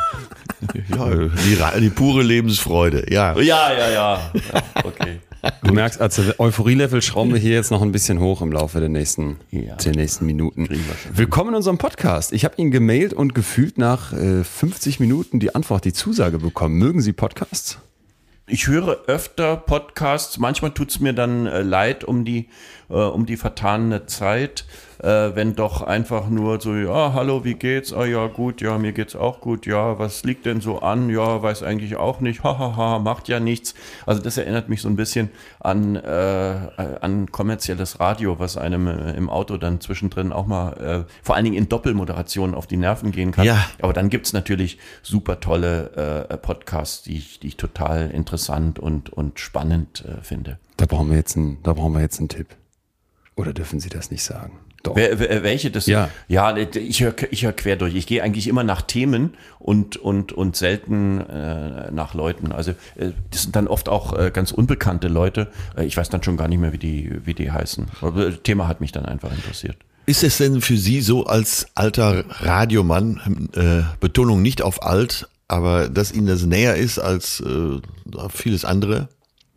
Ja, die pure Lebensfreude, ja. Ja, okay. Du merkst, also Euphorie-Level schrauben wir hier jetzt noch ein bisschen hoch im Laufe der nächsten Minuten. Willkommen in unserem Podcast. Ich habe Ihnen gemailt und gefühlt nach 50 Minuten die Antwort, die Zusage bekommen. Mögen Sie Podcasts? Ich höre öfter Podcasts. Manchmal tut es mir dann leid um die vertane Zeit, wenn doch einfach nur so, ja, hallo, wie geht's? Ah ja, gut, ja, mir geht's auch gut. Ja, was liegt denn so an? Ja, weiß eigentlich auch nicht. Hahaha, macht ja nichts. Also das erinnert mich so ein bisschen an kommerzielles Radio, was einem im Auto dann zwischendrin auch mal, vor allen Dingen in Doppelmoderation auf die Nerven gehen kann. Ja. Aber dann gibt's natürlich super tolle Podcasts, die ich total interessant und spannend finde. Da brauchen wir jetzt einen Tipp. Oder dürfen Sie das nicht sagen? Doch. Welche das? Ja, ich höre quer durch. Ich gehe eigentlich immer nach Themen und selten nach Leuten. Also das sind dann oft auch ganz unbekannte Leute. Ich weiß dann schon gar nicht mehr, wie die heißen. Aber das Thema hat mich dann einfach interessiert. Ist es denn für Sie so als alter Radiomann, Betonung nicht auf alt, aber dass Ihnen das näher ist als vieles andere?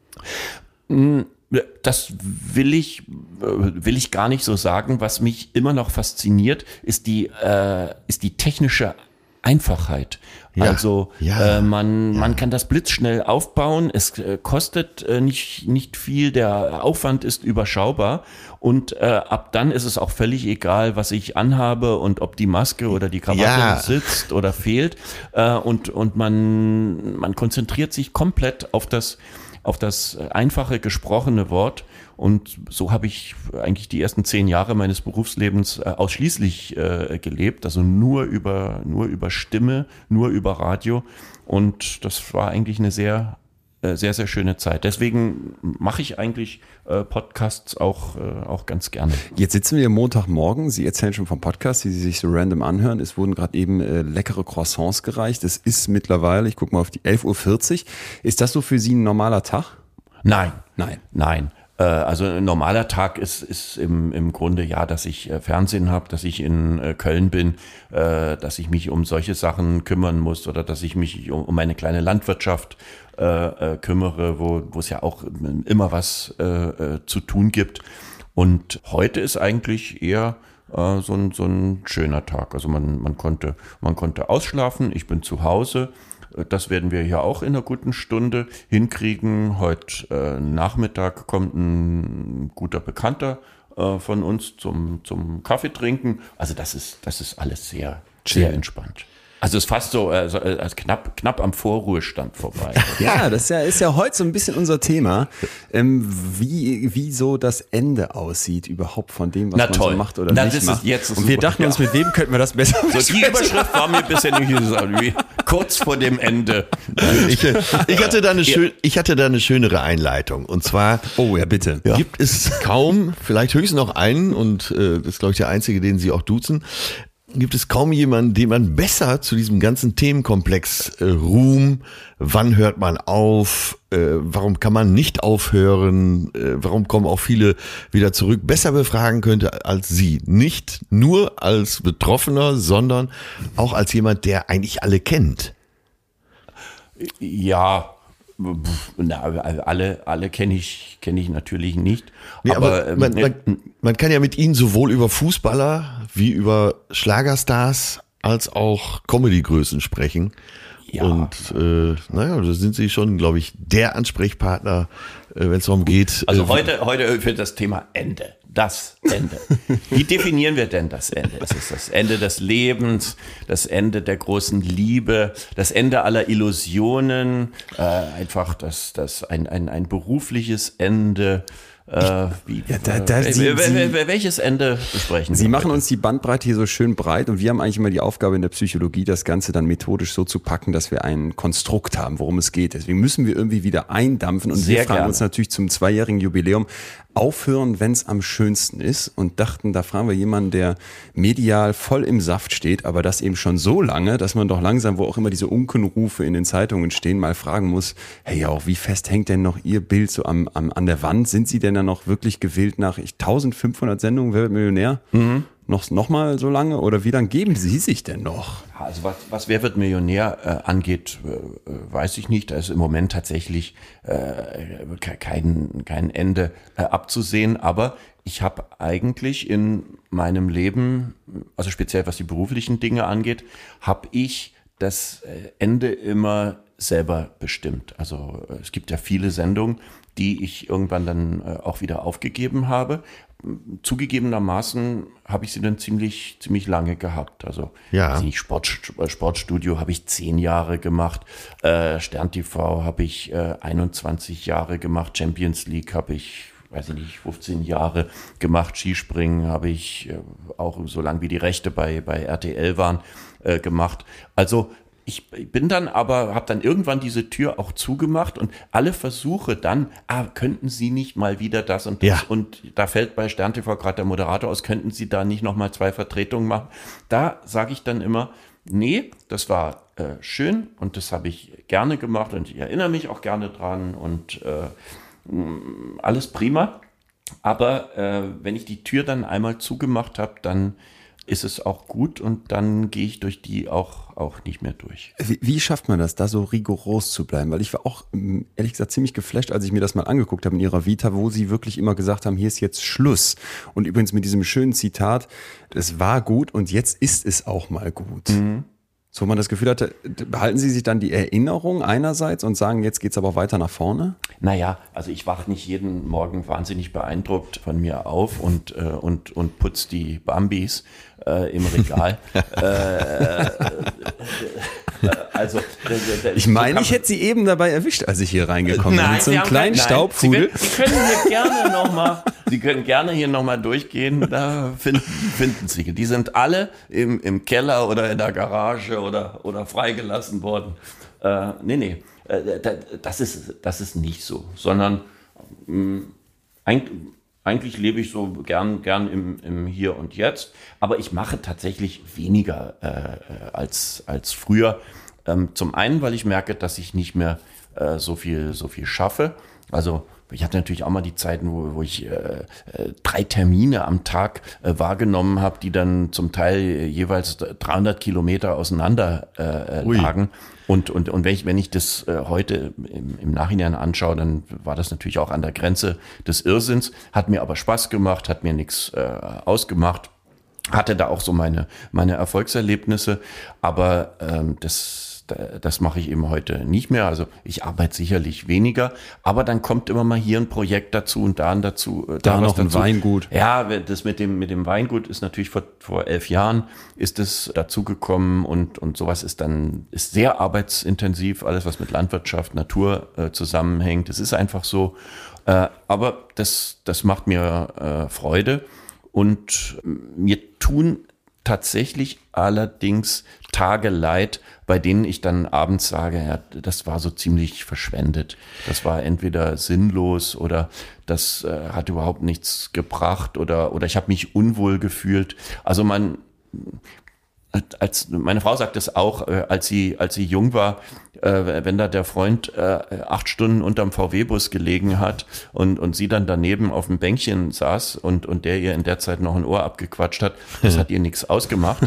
Das will ich gar nicht so sagen. Was mich immer noch fasziniert, ist die technische Einfachheit. Ja, also man kann das blitzschnell aufbauen. Es kostet nicht viel. Der Aufwand ist überschaubar. Und ab dann ist es auch völlig egal, was ich anhabe und ob die Maske oder die Krawatte sitzt oder fehlt. Und man konzentriert sich komplett auf das einfache gesprochene Wort. Und so habe ich eigentlich die ersten 10 Jahre meines Berufslebens ausschließlich gelebt. Also nur über Stimme, nur über Radio. Und das war eigentlich eine sehr, sehr, sehr schöne Zeit. Deswegen mache ich eigentlich Podcasts auch ganz gerne. Jetzt sitzen wir Montagmorgen. Sie erzählen schon vom Podcast, die Sie sich so random anhören. Es wurden gerade eben leckere Croissants gereicht. Es ist mittlerweile, ich gucke mal auf die 11.40 Uhr. Ist das so für Sie ein normaler Tag? Nein. Also ein normaler Tag ist im Grunde dass ich Fernsehen habe, dass ich in Köln bin, dass ich mich um solche Sachen kümmern muss oder dass ich mich um meine kleine Landwirtschaft kümmere, wo es ja auch immer was zu tun gibt. Und heute ist eigentlich eher so ein schöner Tag. Also man konnte ausschlafen, ich bin zu Hause. Das werden wir hier auch in einer guten Stunde hinkriegen. Heute Nachmittag kommt ein guter Bekannter von uns zum Kaffee trinken. Also das ist alles sehr, sehr entspannt. Also es ist fast so als knapp am Vorruhestand vorbei. Ja, das ist ja heute so ein bisschen unser Thema, wie so das Ende aussieht überhaupt von dem, was man so macht oder nicht macht. Und wir dachten uns, mit wem könnten wir das besser besprechen? Die Überschrift war mir bisher nicht gesagt, kurz vor dem Ende. Ich hatte da eine schönere Einleitung. Und zwar bitte. Gibt es kaum, vielleicht höchstens noch einen, und das ist, glaube ich, der einzige, den Sie auch duzen, gibt es kaum jemanden, den man besser zu diesem ganzen Themenkomplex Ruhm, wann hört man auf, warum kann man nicht aufhören, warum kommen auch viele wieder zurück, besser befragen könnte als Sie. Nicht nur als Betroffener, sondern auch als jemand, der eigentlich alle kennt. Ja, alle kenne ich natürlich nicht. Nee, aber man kann ja mit Ihnen sowohl über Fußballer wie über Schlagerstars als auch Comedy-Größen sprechen. Ja. Und da sind Sie schon, glaube ich, der Ansprechpartner, wenn es darum geht. Also heute für das Thema Ende. Das Ende. Wie definieren wir denn das Ende? Es ist das Ende des Lebens, das Ende der großen Liebe, das Ende aller Illusionen, einfach ein berufliches Ende. Welches Ende besprechen Sie machen uns die Bandbreite hier so schön breit und wir haben eigentlich immer die Aufgabe in der Psychologie, das Ganze dann methodisch so zu packen, dass wir ein Konstrukt haben, worum es geht. Deswegen müssen wir irgendwie wieder eindampfen und wir fragen uns natürlich zum 2-jährigen Jubiläum, aufhören, wenn es am schönsten ist und dachten, da fragen wir jemanden, der medial voll im Saft steht, aber das eben schon so lange, dass man doch langsam, wo auch immer diese Unkenrufe in den Zeitungen stehen, mal fragen muss, hey, auch wie fest hängt denn noch Ihr Bild so an der Wand? Sind Sie denn da noch wirklich gewillt nach 1500 Sendungen, Wer wird Millionär? Mhm. Noch mal so lange oder wie lange geben Sie sich denn noch? Also was Wer wird Millionär angeht, weiß ich nicht. Da ist im Moment tatsächlich kein Ende abzusehen. Aber ich habe eigentlich in meinem Leben, also speziell was die beruflichen Dinge angeht, habe ich das Ende immer selber bestimmt. Also es gibt ja viele Sendungen, die ich irgendwann dann auch wieder aufgegeben habe. Zugegebenermaßen habe ich sie dann ziemlich lange gehabt. Also Sportstudio habe ich 10 Jahre gemacht, Stern TV habe ich 21 Jahre gemacht, Champions League habe ich 15 Jahre gemacht, Skispringen habe ich auch so lange wie die Rechte bei RTL waren gemacht. Also ich bin dann aber, habe dann irgendwann diese Tür auch zugemacht und alle Versuche dann, könnten Sie nicht mal wieder das und das? Ja. Und da fällt bei Stern TV gerade der Moderator aus, könnten Sie da nicht nochmal 2 Vertretungen machen? Da sage ich dann immer, nee, das war schön und das habe ich gerne gemacht und ich erinnere mich auch gerne dran und alles prima. Aber wenn ich die Tür dann einmal zugemacht habe, dann ist es auch gut und dann gehe ich durch die auch nicht mehr durch. Wie schafft man das, da so rigoros zu bleiben? Weil ich war auch, ehrlich gesagt, ziemlich geflasht, als ich mir das mal angeguckt habe in Ihrer Vita, wo Sie wirklich immer gesagt haben, hier ist jetzt Schluss. Und übrigens mit diesem schönen Zitat, es war gut und jetzt ist es auch mal gut. Mhm. So, man das Gefühl hatte, behalten Sie sich dann die Erinnerung einerseits und sagen, jetzt geht's aber auch weiter nach vorne? Naja, also ich wache nicht jeden Morgen wahnsinnig beeindruckt von mir auf und putz die Bambis im Regal. Ich meine, ich hätte Sie eben dabei erwischt, als ich hier reingekommen bin. Mit so einem kleinen Staubpudel. Sie können gerne hier nochmal durchgehen, da finden Sie. Die sind alle im Keller oder in der Garage oder freigelassen worden. Nee, das ist nicht so, sondern eigentlich lebe ich so gern im Hier und Jetzt, aber ich mache tatsächlich weniger als früher. Zum einen, weil ich merke, dass ich nicht mehr so viel schaffe. Also ich hatte natürlich auch mal die Zeiten, wo ich 3 Termine am Tag wahrgenommen habe, die dann zum Teil jeweils 300 Kilometer auseinander lagen. Und wenn ich das heute im Nachhinein anschaue, dann war das natürlich auch an der Grenze des Irrsinns. Hat mir aber Spaß gemacht, hat mir nichts ausgemacht. Hatte da auch so meine Erfolgserlebnisse. Aber das mache ich eben heute nicht mehr. Also ich arbeite sicherlich weniger, aber dann kommt immer mal hier ein Projekt dazu und da dazu. Da noch ein Weingut. Ja, das mit dem Weingut ist natürlich vor 11 Jahren ist es dazugekommen und sowas ist sehr arbeitsintensiv, alles was mit Landwirtschaft, Natur zusammenhängt. Es ist einfach so. Aber das macht mir Freude und mir tun tatsächlich allerdings Tage leid, bei denen ich dann abends sage, ja, das war so ziemlich verschwendet. Das war entweder sinnlos oder das hat überhaupt nichts gebracht oder ich habe mich unwohl gefühlt. Also meine Frau sagt es auch, als sie jung war, wenn da der Freund 8 Stunden unterm VW-Bus gelegen hat und sie dann daneben auf dem Bänkchen saß und der ihr in der Zeit noch ein Ohr abgequatscht hat, das hat ihr nichts ausgemacht.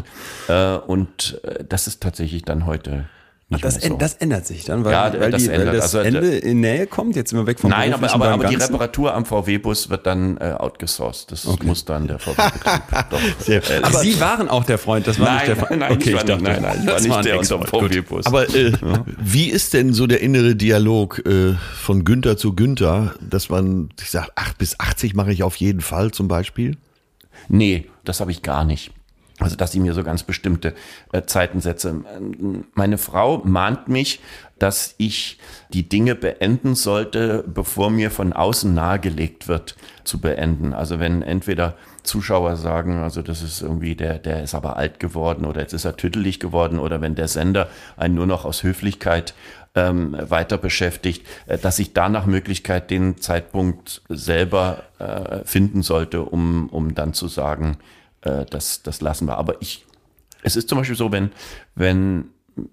Und das ist tatsächlich dann heute Das ändert sich dann, weil das also, Ende in Nähe kommt, jetzt sind wir weg vom Nein, aber die Reparatur am VW-Bus wird dann outgesourced. Das muss dann der VW-Betrieb. Aber Sie waren auch der Freund, das war nicht der Freund. Nein, okay, ich war nicht der unterm VW-Bus. Aber wie ist denn so der innere Dialog von Günther zu Günther, dass man sich sagt, 8 bis 80 mache ich auf jeden Fall zum Beispiel? Nee, das habe ich gar nicht. Also, dass ich mir so ganz bestimmte Zeiten setze. Meine Frau mahnt mich, dass ich die Dinge beenden sollte, bevor mir von außen nahegelegt wird, zu beenden. Also wenn entweder Zuschauer sagen, also das ist irgendwie, der ist aber alt geworden oder jetzt ist er tüttelig geworden, oder wenn der Sender einen nur noch aus Höflichkeit weiter beschäftigt, dass ich da nach Möglichkeit den Zeitpunkt selber finden sollte, um dann zu sagen, das lassen wir. Aber es ist zum Beispiel so, wenn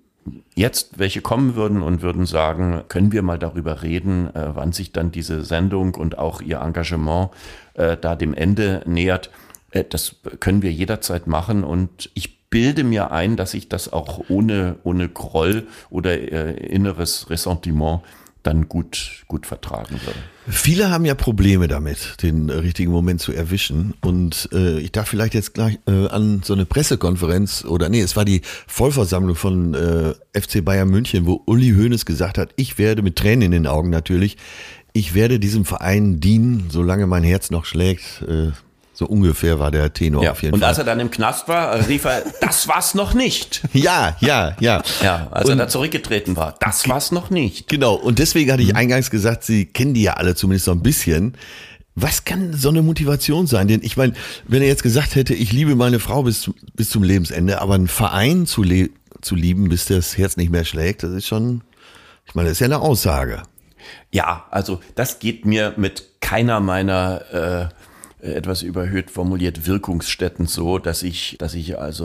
jetzt welche kommen würden und würden sagen, können wir mal darüber reden, wann sich dann diese Sendung und auch ihr Engagement da dem Ende nähert, das können wir jederzeit machen, und ich bilde mir ein, dass ich das auch ohne Groll oder inneres Ressentiment dann gut vertragen würde. Viele haben ja Probleme damit, den richtigen Moment zu erwischen. Und ich darf vielleicht jetzt gleich an so eine Pressekonferenz es war die Vollversammlung von FC Bayern München, wo Uli Hoeneß gesagt hat, ich werde mit Tränen in den Augen natürlich, ich werde diesem Verein dienen, solange mein Herz noch schlägt. So ungefähr war der Tenor auf jeden Fall. Und als er dann im Knast war, rief er, das war's noch nicht. Ja. Ja, als er da zurückgetreten war, das war's noch nicht. Genau, und deswegen hatte ich eingangs gesagt, Sie kennen die ja alle zumindest so ein bisschen. Was kann so eine Motivation sein? Denn ich meine, wenn er jetzt gesagt hätte, ich liebe meine Frau bis zum Lebensende, aber einen Verein zu lieben, bis das Herz nicht mehr schlägt, das ist schon, ich meine, das ist ja eine Aussage. Ja, also das geht mir mit keiner meiner etwas überhöht formuliert Wirkungsstätten so, dass ich also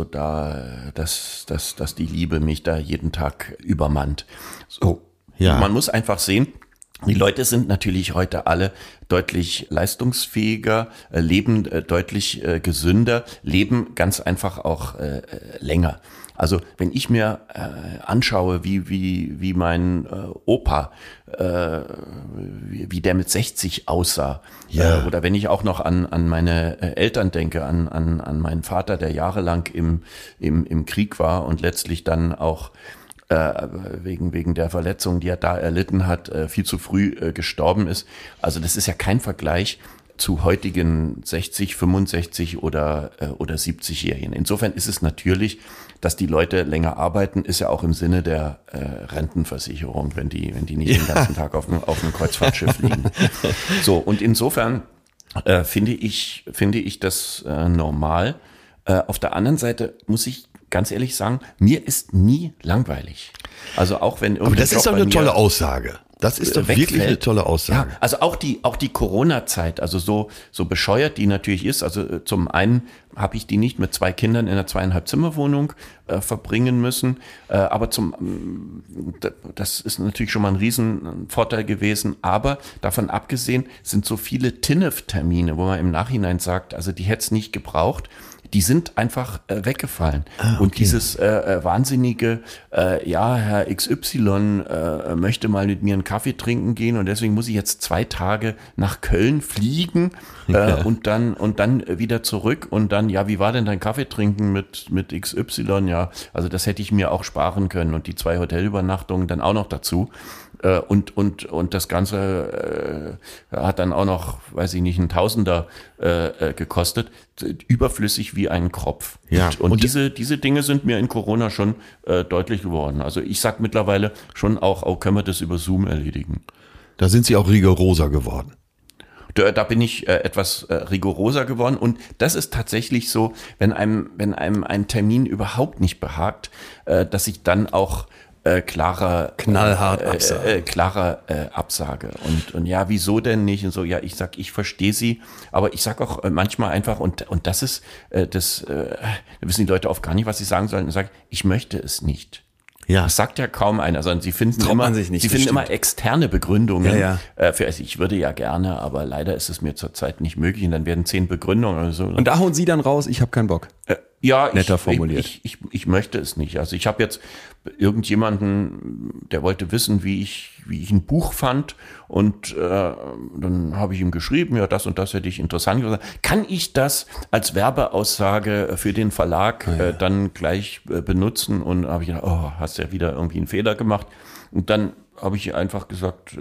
dass die Liebe mich da jeden Tag übermannt. So, ja. Man muss einfach sehen, die Leute sind natürlich heute alle deutlich leistungsfähiger, leben deutlich gesünder, leben ganz einfach auch länger. Also wenn ich mir anschaue, wie mein Opa, wie der mit 60 aussah, oder wenn ich auch noch an meine Eltern denke, an meinen Vater, der jahrelang im Krieg war und letztlich dann auch wegen der Verletzung, die er da erlitten hat, viel zu früh gestorben ist. Also das ist ja kein Vergleich zu heutigen 60, 65 oder 70-Jährigen. Insofern ist es natürlich, dass die Leute länger arbeiten, ist ja auch im Sinne der Rentenversicherung, wenn die nicht den ganzen Tag auf einem Kreuzfahrtschiff liegen. So, und insofern finde ich das normal. Auf der anderen Seite muss ich ganz ehrlich sagen, mir ist nie langweilig. Also auch wenn Aber das ist doch eine tolle Aussage. Das ist doch wirklich eine tolle Aussage. Ja, also auch die Corona-Zeit, also so bescheuert die natürlich ist. Also zum einen habe ich die nicht mit 2 Kindern in einer 2,5-Zimmer-Wohnung verbringen müssen. Aber das ist natürlich schon mal ein Riesenvorteil gewesen. Aber davon abgesehen sind so viele TINF-Termine, wo man im Nachhinein sagt, also die hätte es nicht gebraucht. Die sind einfach weggefallen. Okay. Und dieses wahnsinnige, Herr XY möchte mal mit mir einen Kaffee trinken gehen und deswegen muss ich jetzt 2 Tage nach Köln fliegen und dann wieder zurück und dann, wie war denn dein Kaffee trinken mit XY? Ja, also das hätte ich mir auch sparen können und die 2 Hotelübernachtungen dann auch noch dazu. Und das Ganze hat dann auch noch, weiß ich nicht, ein Tausender gekostet, überflüssig wie ein Kropf. Ja. Und diese Dinge sind mir in Corona schon deutlich geworden. Also ich sag mittlerweile schon auch können wir das über Zoom erledigen. Da sind Sie auch rigoroser geworden. Da bin ich etwas rigoroser geworden und das ist tatsächlich so, wenn einem ein Termin überhaupt nicht behagt, dass ich dann auch knallhart Absage. Und ja, wieso denn nicht? Und so, ja, ich sag, ich verstehe Sie, aber ich sag auch manchmal einfach, und das ist, da wissen die Leute oft gar nicht, was sie sagen sollen, und sagen, ich möchte es nicht. Ja. Das sagt ja kaum einer, sondern sie finden immer immer externe Begründungen. Ja. Also ich würde ja gerne, aber leider ist es mir zurzeit nicht möglich, und dann werden 10 Begründungen oder so. Und da hauen Sie dann raus, ich habe keinen Bock. Ja, netter formuliert. Ich möchte es nicht. Also ich habe jetzt irgendjemanden, der wollte wissen, wie ich ein Buch fand, und dann habe ich ihm geschrieben, ja, das und das hätte ich interessant gesagt. Kann ich das als Werbeaussage für den Verlag dann gleich benutzen? Und habe ich gedacht, oh, hast ja wieder irgendwie einen Fehler gemacht. Und dann habe ich einfach gesagt,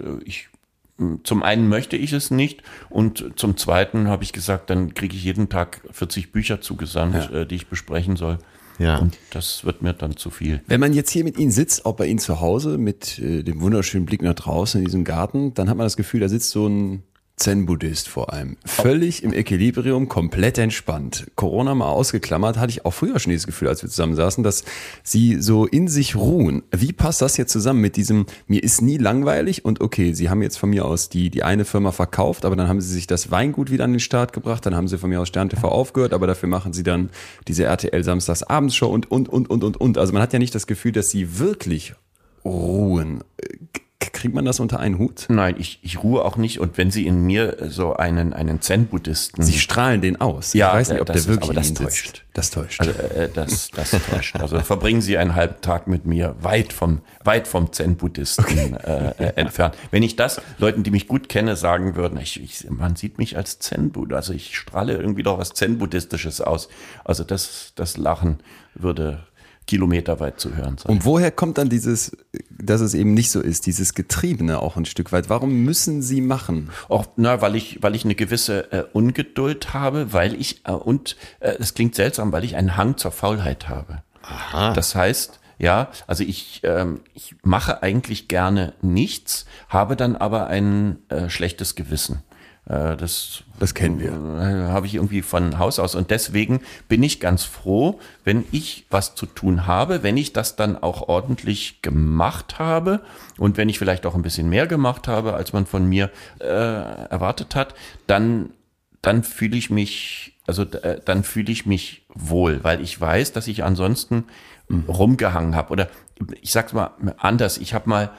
zum einen möchte ich es nicht, und zum zweiten habe ich gesagt, dann kriege ich jeden Tag 40 Bücher zugesandt, die ich besprechen soll. Ja. Und das wird mir dann zu viel. Wenn man jetzt hier mit Ihnen sitzt, auch bei Ihnen zu Hause, mit dem wunderschönen Blick nach draußen in diesem Garten, dann hat man das Gefühl, da sitzt so ein Zen-Buddhist vor allem. Völlig im Equilibrium, komplett entspannt. Corona mal ausgeklammert, hatte ich auch früher schon dieses Gefühl, als wir zusammen saßen, dass Sie so in sich ruhen. Wie passt das jetzt zusammen mit diesem, mir ist nie langweilig, und okay, Sie haben jetzt von mir aus die eine Firma verkauft, aber dann haben Sie sich das Weingut wieder an den Start gebracht, dann haben Sie von mir aus Stern TV aufgehört, aber dafür machen Sie dann diese RTL Samstags-Abendshow und. Also man hat ja nicht das Gefühl, dass Sie wirklich ruhen. Kriegt man das unter einen Hut? Nein, ich ruhe auch nicht. Und wenn Sie in mir so einen Zen-Buddhisten... Sie strahlen den aus. Ja, ich weiß nicht, ob der wirklich das in Ihnen täuscht. sitzt. Das täuscht. Also, das täuscht. Also verbringen Sie einen halben Tag mit mir weit vom Zen-Buddhisten entfernt. Wenn ich das Leuten, die mich gut kennen, sagen würden, man sieht mich als Zen-Buddha, also ich strahle irgendwie doch was Zen-Buddhistisches aus. Also das Lachen würde kilometerweit zu hören sein. Und woher kommt dann dieses, dass es eben nicht so ist, dieses Getriebene auch ein Stück weit? Warum müssen Sie machen? Weil ich eine gewisse Ungeduld habe, es klingt seltsam, weil ich einen Hang zur Faulheit habe. Aha. Das heißt, ja, also ich mache eigentlich gerne nichts, habe dann aber ein schlechtes Gewissen. Das kennen wir. Habe ich irgendwie von Haus aus. Und deswegen bin ich ganz froh, wenn ich was zu tun habe, wenn ich das dann auch ordentlich gemacht habe und wenn ich vielleicht auch ein bisschen mehr gemacht habe, als man von mir erwartet hat, dann fühle ich mich wohl, weil ich weiß, dass ich ansonsten rumgehangen habe. Oder ich sag's mal anders, ich habe mal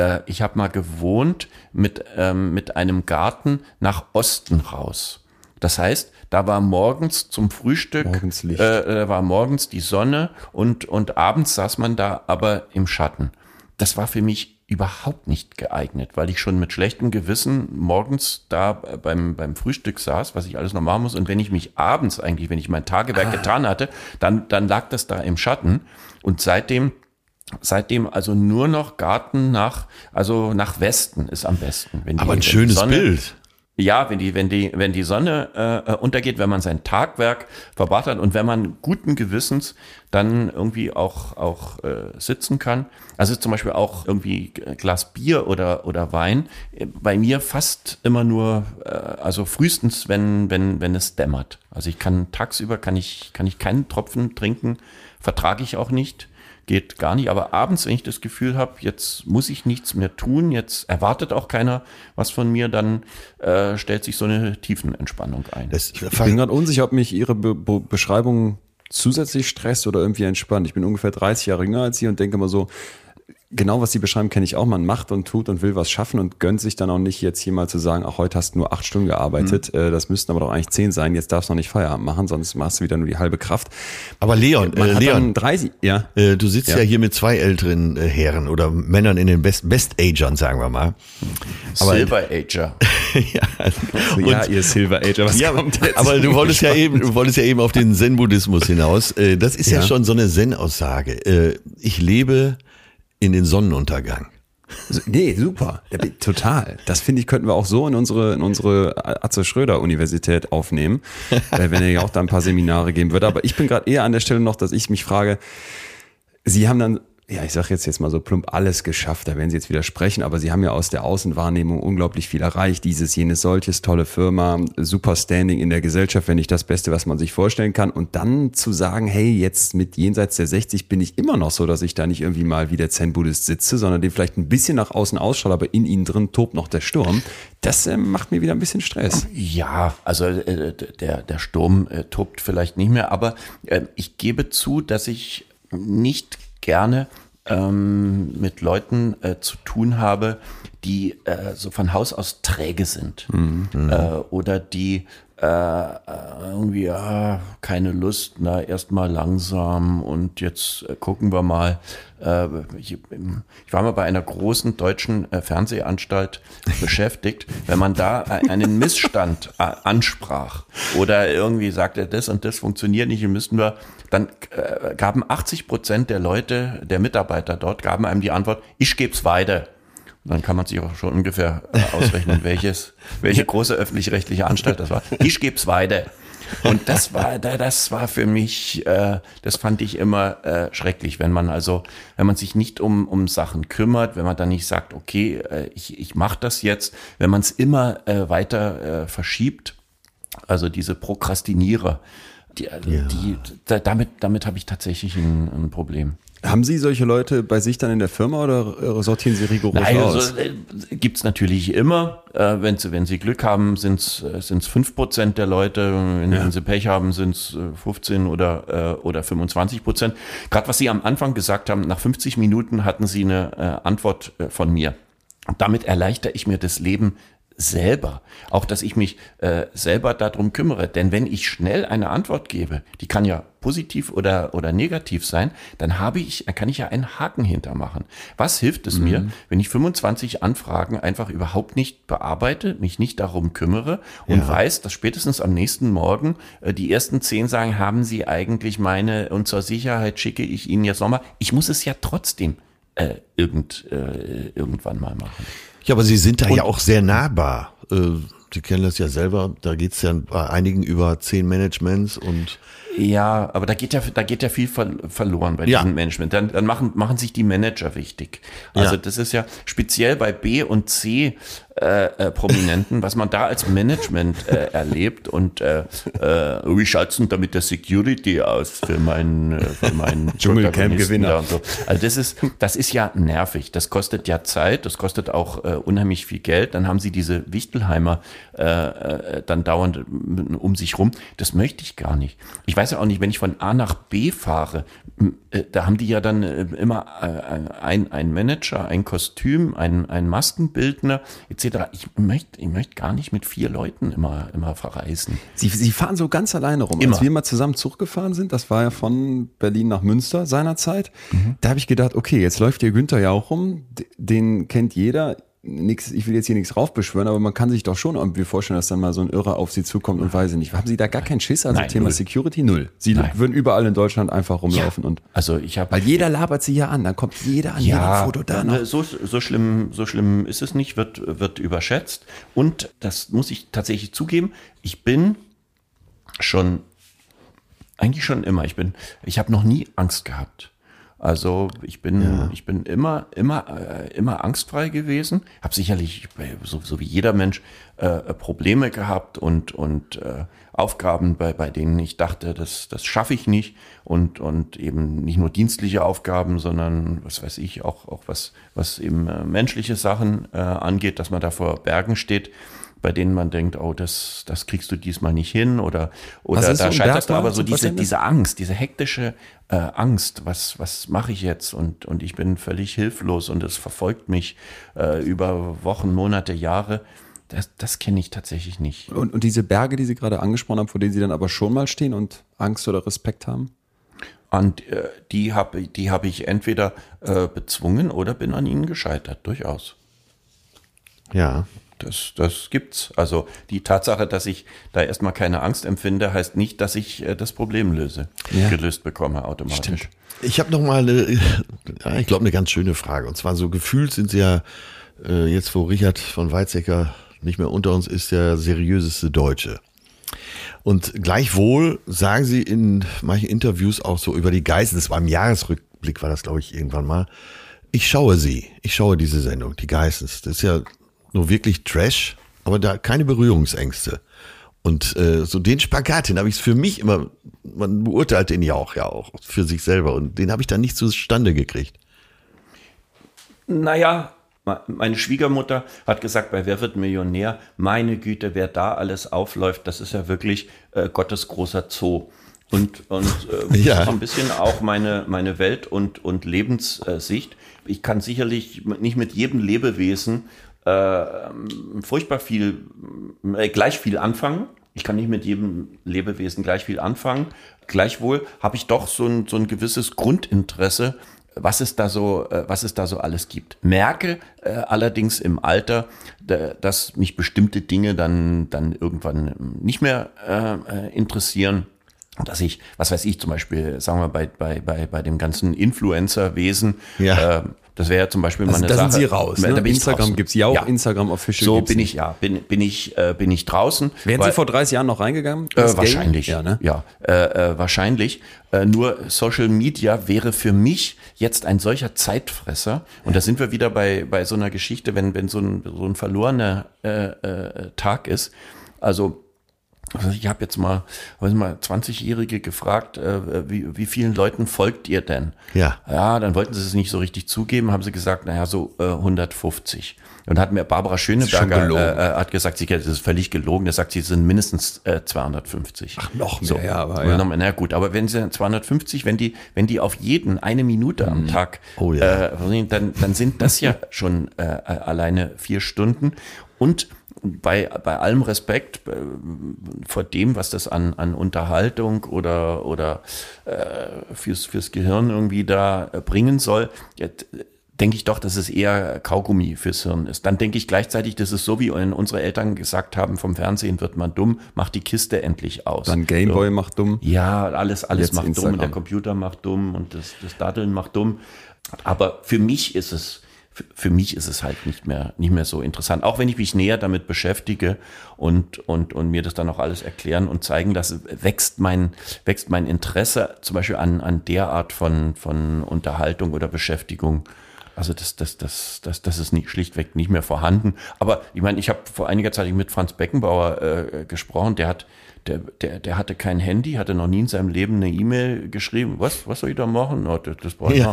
gewohnt mit einem Garten nach Osten raus. Das heißt, da war morgens zum Frühstück, war morgens die Sonne und abends saß man da aber im Schatten. Das war für mich überhaupt nicht geeignet, weil ich schon mit schlechtem Gewissen morgens da beim Frühstück saß, was ich alles noch machen muss. Und wenn ich mich abends eigentlich, wenn ich mein Tagewerk getan hatte, dann lag das da im Schatten. Und seitdem also nur noch Garten nach Westen ist am besten. Aber ein schönes Bild. Ja, wenn die Sonne untergeht, wenn man sein Tagwerk verbracht hat und wenn man guten Gewissens dann irgendwie auch sitzen kann. Also zum Beispiel auch irgendwie Glas Bier oder Wein. Bei mir fast immer nur, also frühestens, wenn es dämmert. Also tagsüber kann ich keinen Tropfen trinken, vertrage ich auch nicht. Geht gar nicht, aber abends, wenn ich das Gefühl habe, jetzt muss ich nichts mehr tun, jetzt erwartet auch keiner was von mir, dann stellt sich so eine Tiefenentspannung ein. Ich bin gerade unsicher, ob mich Ihre Beschreibung zusätzlich stresst oder irgendwie entspannt. Ich bin ungefähr 30 Jahre jünger als Sie und denke immer so, genau was Sie beschreiben, kenne ich auch. Man macht und tut und will was schaffen und gönnt sich dann auch nicht, jetzt hier mal zu sagen, ach, heute hast du nur 8 Stunden gearbeitet. Das müssten aber doch eigentlich 10 sein. Jetzt darfst du noch nicht Feierabend machen, sonst machst du wieder nur die halbe Kraft. Aber Leon, 30, ja. Du sitzt ja hier mit 2 älteren Herren oder Männern in den Best-Agern, sagen wir mal. Silver-Ager. Ja, ihr Silver-Ager, was kommt jetzt? Aber du wolltest ja eben auf den Zen-Buddhismus hinaus. Das ist ja schon so eine Zen-Aussage. Ich lebe in den Sonnenuntergang. Nee, super. Total. Das finde ich, könnten wir auch so in unsere Atze Schröder Universität aufnehmen, wenn er ja auch da ein paar Seminare geben würde. Aber ich bin gerade eher an der Stelle noch, dass ich mich frage, Sie haben dann ja, ich sage jetzt mal so plump, alles geschafft, da werden Sie jetzt widersprechen, aber Sie haben ja aus der Außenwahrnehmung unglaublich viel erreicht, dieses, jenes, solches, tolle Firma, super Standing in der Gesellschaft, wenn nicht das Beste, was man sich vorstellen kann, und dann zu sagen, hey, jetzt mit jenseits der 60 bin ich immer noch so, dass ich da nicht irgendwie mal wie der Zen-Buddhist sitze, sondern dem vielleicht ein bisschen nach außen ausschaut, aber in Ihnen drin tobt noch der Sturm, das macht mir wieder ein bisschen Stress. Ja, also der Sturm tobt vielleicht nicht mehr, aber ich gebe zu, dass ich nicht gerne mit Leuten zu tun habe, die so von Haus aus träge sind oder die irgendwie keine Lust, erstmal langsam und jetzt gucken wir mal. Ich war mal bei einer großen deutschen Fernsehanstalt beschäftigt. Wenn man da einen Missstand ansprach oder irgendwie sagte, das und das funktioniert nicht, müssten wir, dann gaben 80% der Leute, der Mitarbeiter dort, gaben einem die Antwort, ich geb's weiter. Dann kann man sich auch schon ungefähr ausrechnen, welche große öffentlich-rechtliche Anstalt das war. Ich geb's weiter. Und das war für mich, das fand ich immer schrecklich, wenn man sich nicht um Sachen kümmert, wenn man dann nicht sagt, okay, ich mache das jetzt, wenn man es immer weiter verschiebt, also diese Prokrastinierer, damit habe ich tatsächlich ein Problem. Haben Sie solche Leute bei sich dann in der Firma oder sortieren Sie rigoros aus? Also, gibt's natürlich immer. Wenn Sie Glück haben, sind's 5% der Leute. Wenn Sie Pech haben, sind's 15 oder 25%. Gerade was Sie am Anfang gesagt haben, nach 50 Minuten hatten Sie eine Antwort von mir. Und damit erleichtere ich mir das Leben selber. Auch, dass ich mich selber darum kümmere. Denn wenn ich schnell eine Antwort gebe, die kann ja positiv oder negativ sein, dann kann ich ja einen Haken hintermachen. Was hilft es mir, wenn ich 25 Anfragen einfach überhaupt nicht bearbeite, mich nicht darum kümmere und weiß, dass spätestens am nächsten Morgen die ersten 10 sagen, haben Sie eigentlich und zur Sicherheit schicke ich Ihnen jetzt nochmal. Ich muss es ja trotzdem irgendwann mal machen. Ja, aber Sie sind da ja auch sehr nahbar. Sie kennen das ja selber. Da geht es ja bei einigen über 10 Managements und ja, aber da geht ja viel verloren bei diesem Management. Dann machen sich die Manager wichtig. Also das ist ja speziell bei B und C Prominenten, was man da als Management erlebt und wie schaut's denn da mit der Security aus für meinen Dschungelcamp-Gewinner und so. Also das ist ja nervig. Das kostet ja Zeit, das kostet auch unheimlich viel Geld. Dann haben sie diese Wichtelheimer dann dauernd um sich rum. Das möchte ich gar nicht. Ich weiß ja auch nicht, wenn ich von A nach B fahre, da haben die ja dann immer ein Manager, ein Kostüm, ein Maskenbildner etc. Ich möchte gar nicht mit 4 Leuten immer verreisen. Sie fahren so ganz alleine rum. Immer. Als wir mal zusammen Zug gefahren sind, das war ja von Berlin nach Münster seinerzeit, da habe ich gedacht, okay, jetzt läuft hier Günther ja auch rum, den kennt jeder. Ich will jetzt hier nichts raufbeschwören, aber man kann sich doch schon irgendwie vorstellen, dass dann mal so ein Irrer auf Sie zukommt und weiß ich nicht. Haben Sie da gar keinen Schiss? Also Nein, Thema null. Security, null. Sie würden überall in Deutschland einfach rumlaufen und. Also weil jeder labert Sie ja an, dann kommt jeder an jedem Foto da noch. So schlimm ist es nicht, wird überschätzt. Und das muss ich tatsächlich zugeben, ich bin eigentlich schon immer, ich habe noch nie Angst gehabt. Also ich bin immer angstfrei gewesen, habe sicherlich so wie jeder Mensch Probleme gehabt und Aufgaben, bei denen ich dachte, das schaffe ich nicht und eben nicht nur dienstliche Aufgaben, sondern was weiß ich auch was eben menschliche Sachen angeht, dass man da vor Bergen steht, bei denen man denkt, oh, das kriegst du diesmal nicht hin oder da scheiterst du, aber so diese Angst, diese hektische Angst, was mache ich jetzt und ich bin völlig hilflos und es verfolgt mich über Wochen, Monate, Jahre. Das kenne ich tatsächlich nicht. Und diese Berge, die Sie gerade angesprochen haben, vor denen Sie dann aber schon mal stehen und Angst oder Respekt haben? Und die habe ich entweder bezwungen oder bin an ihnen gescheitert, durchaus. ja. Das gibt's. Also die Tatsache, dass ich da erstmal keine Angst empfinde, heißt nicht, dass ich das Problem gelöst bekomme automatisch. Stimmt. Ich habe noch mal eine ganz schöne Frage. Und zwar so gefühlt sind Sie ja jetzt, wo Richard von Weizsäcker nicht mehr unter uns ist, der seriöseste Deutsche. Und gleichwohl sagen Sie in manchen Interviews auch so über die Geißel, das war im Jahresrückblick Lichtblick war das, glaube ich, irgendwann mal. Ich schaue diese Sendung, die Geissens. Das ist ja nur wirklich Trash, aber da keine Berührungsängste. Und so den Spagat, den habe ich für mich immer, man beurteilt den ja auch für sich selber. Und den habe ich dann nicht zustande gekriegt. Naja, meine Schwiegermutter hat gesagt, bei Wer wird Millionär, meine Güte, wer da alles aufläuft, das ist ja wirklich Gottes großer Zoo. Und ja. Das ist so ein bisschen auch meine Welt- und Lebenssicht. Ich kann sicherlich nicht mit jedem Lebewesen furchtbar viel, gleich viel anfangen. Ich kann nicht mit jedem Lebewesen gleich viel anfangen. Gleichwohl habe ich doch so ein gewisses Grundinteresse, was es da so alles gibt. Merke allerdings im Alter, dass mich bestimmte Dinge dann irgendwann nicht mehr interessieren. Dass ich, was weiß ich, zum Beispiel, sagen wir bei dem ganzen Influencer-Wesen, das wäre ja zum Beispiel mal eine Sache. Da sind Sie raus, ne? Instagram gibt's ja auch, ja. Instagram Official. So bin ich draußen. Wären Sie vor 30 Jahren noch reingegangen? Wahrscheinlich, ja, ne? Wahrscheinlich. Nur Social Media wäre für mich jetzt ein solcher Zeitfresser. Und da sind wir wieder bei so einer Geschichte, wenn so ein verlorener Tag ist. Also ich habe jetzt mal 20-Jährige gefragt, wie vielen Leuten folgt ihr denn? Ja. Ja, dann wollten sie es nicht so richtig zugeben, haben sie gesagt, naja, so 150. Und hat mir Barbara Schöneberger hat gesagt, das ist völlig gelogen. Er sagt, sie sind mindestens 250. Ach, noch mehr, so. Ja. Aber ja. Na gut, aber wenn sie 250, wenn die auf jeden eine Minute am Tag, dann sind das ja schon alleine 4 Stunden. Und bei allem Respekt vor dem, was das an Unterhaltung oder fürs Gehirn irgendwie da bringen soll, denke ich doch, dass es eher Kaugummi fürs Hirn ist. Dann denke ich gleichzeitig, das ist so, wie unsere Eltern gesagt haben, vom Fernsehen wird man dumm, macht die Kiste endlich aus. Dann Gameboy macht dumm. Ja, alles jetzt macht Instagram. dumm und der Computer macht dumm und das Daddeln macht dumm. Aber für mich ist es halt nicht mehr so interessant. Auch wenn ich mich näher damit beschäftige und mir das dann auch alles erklären und zeigen lasse, wächst mein Interesse zum Beispiel an der Art von Unterhaltung oder Beschäftigung. Also das ist schlichtweg nicht mehr vorhanden. Aber ich meine, ich habe vor einiger Zeit mit Franz Beckenbauer gesprochen, der hatte kein Handy, hatte noch nie in seinem Leben eine E-Mail geschrieben. Was soll ich da machen? No, das brauche ich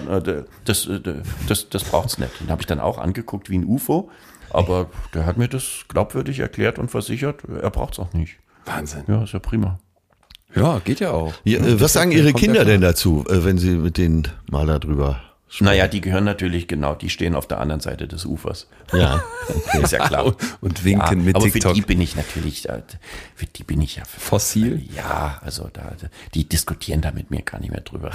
das braucht's nicht. Den habe ich dann auch angeguckt wie ein UFO, aber der hat mir das glaubwürdig erklärt und versichert, er braucht's auch nicht. Wahnsinn. Ja, ist ja prima. Ja, geht ja auch. Ja, was sagen Ihre Kinder denn dazu, wenn Sie mit denen mal darüber sprechen? Naja, die gehören natürlich, die stehen auf der anderen Seite des Ufers. Ja, okay. Ist ja klar. Und winken mit aber TikTok. Aber für die bin ich natürlich, fossil? Ja, also die diskutieren da mit mir gar nicht mehr drüber.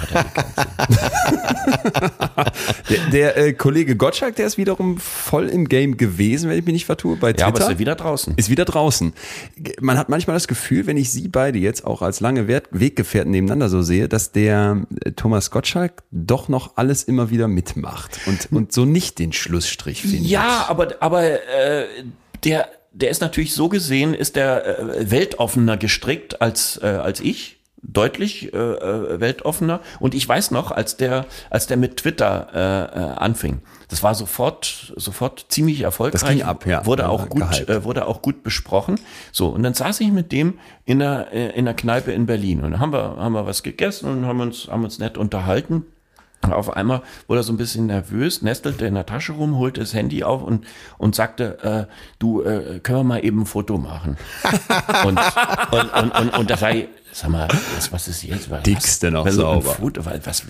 der Kollege Gottschalk, der ist wiederum voll im Game gewesen, wenn ich mich nicht vertue, bei Twitter. Ja, aber ist wieder draußen. Ist wieder draußen. Man hat manchmal das Gefühl, wenn ich Sie beide jetzt auch als lange Weggefährten nebeneinander so sehe, dass der Thomas Gottschalk doch noch alles immer wieder mitmacht und so nicht den Schlussstrich findet. Ja, aber der ist natürlich so gesehen, ist der weltoffener gestrickt als ich. Deutlich weltoffener. Und ich weiß noch, als der mit Twitter anfing, das war sofort ziemlich erfolgreich. Das ging ab, ja. Wurde auch gut besprochen. So, und dann saß ich mit dem in einer Kneipe in Berlin und dann haben wir was gegessen und haben uns nett unterhalten. Auf einmal wurde er so ein bisschen nervös, nestelte in der Tasche rum, holte das Handy auf und sagte, können wir mal eben ein Foto machen? und da sei, sag mal, was ist jetzt? Dickste noch sauber. Foto,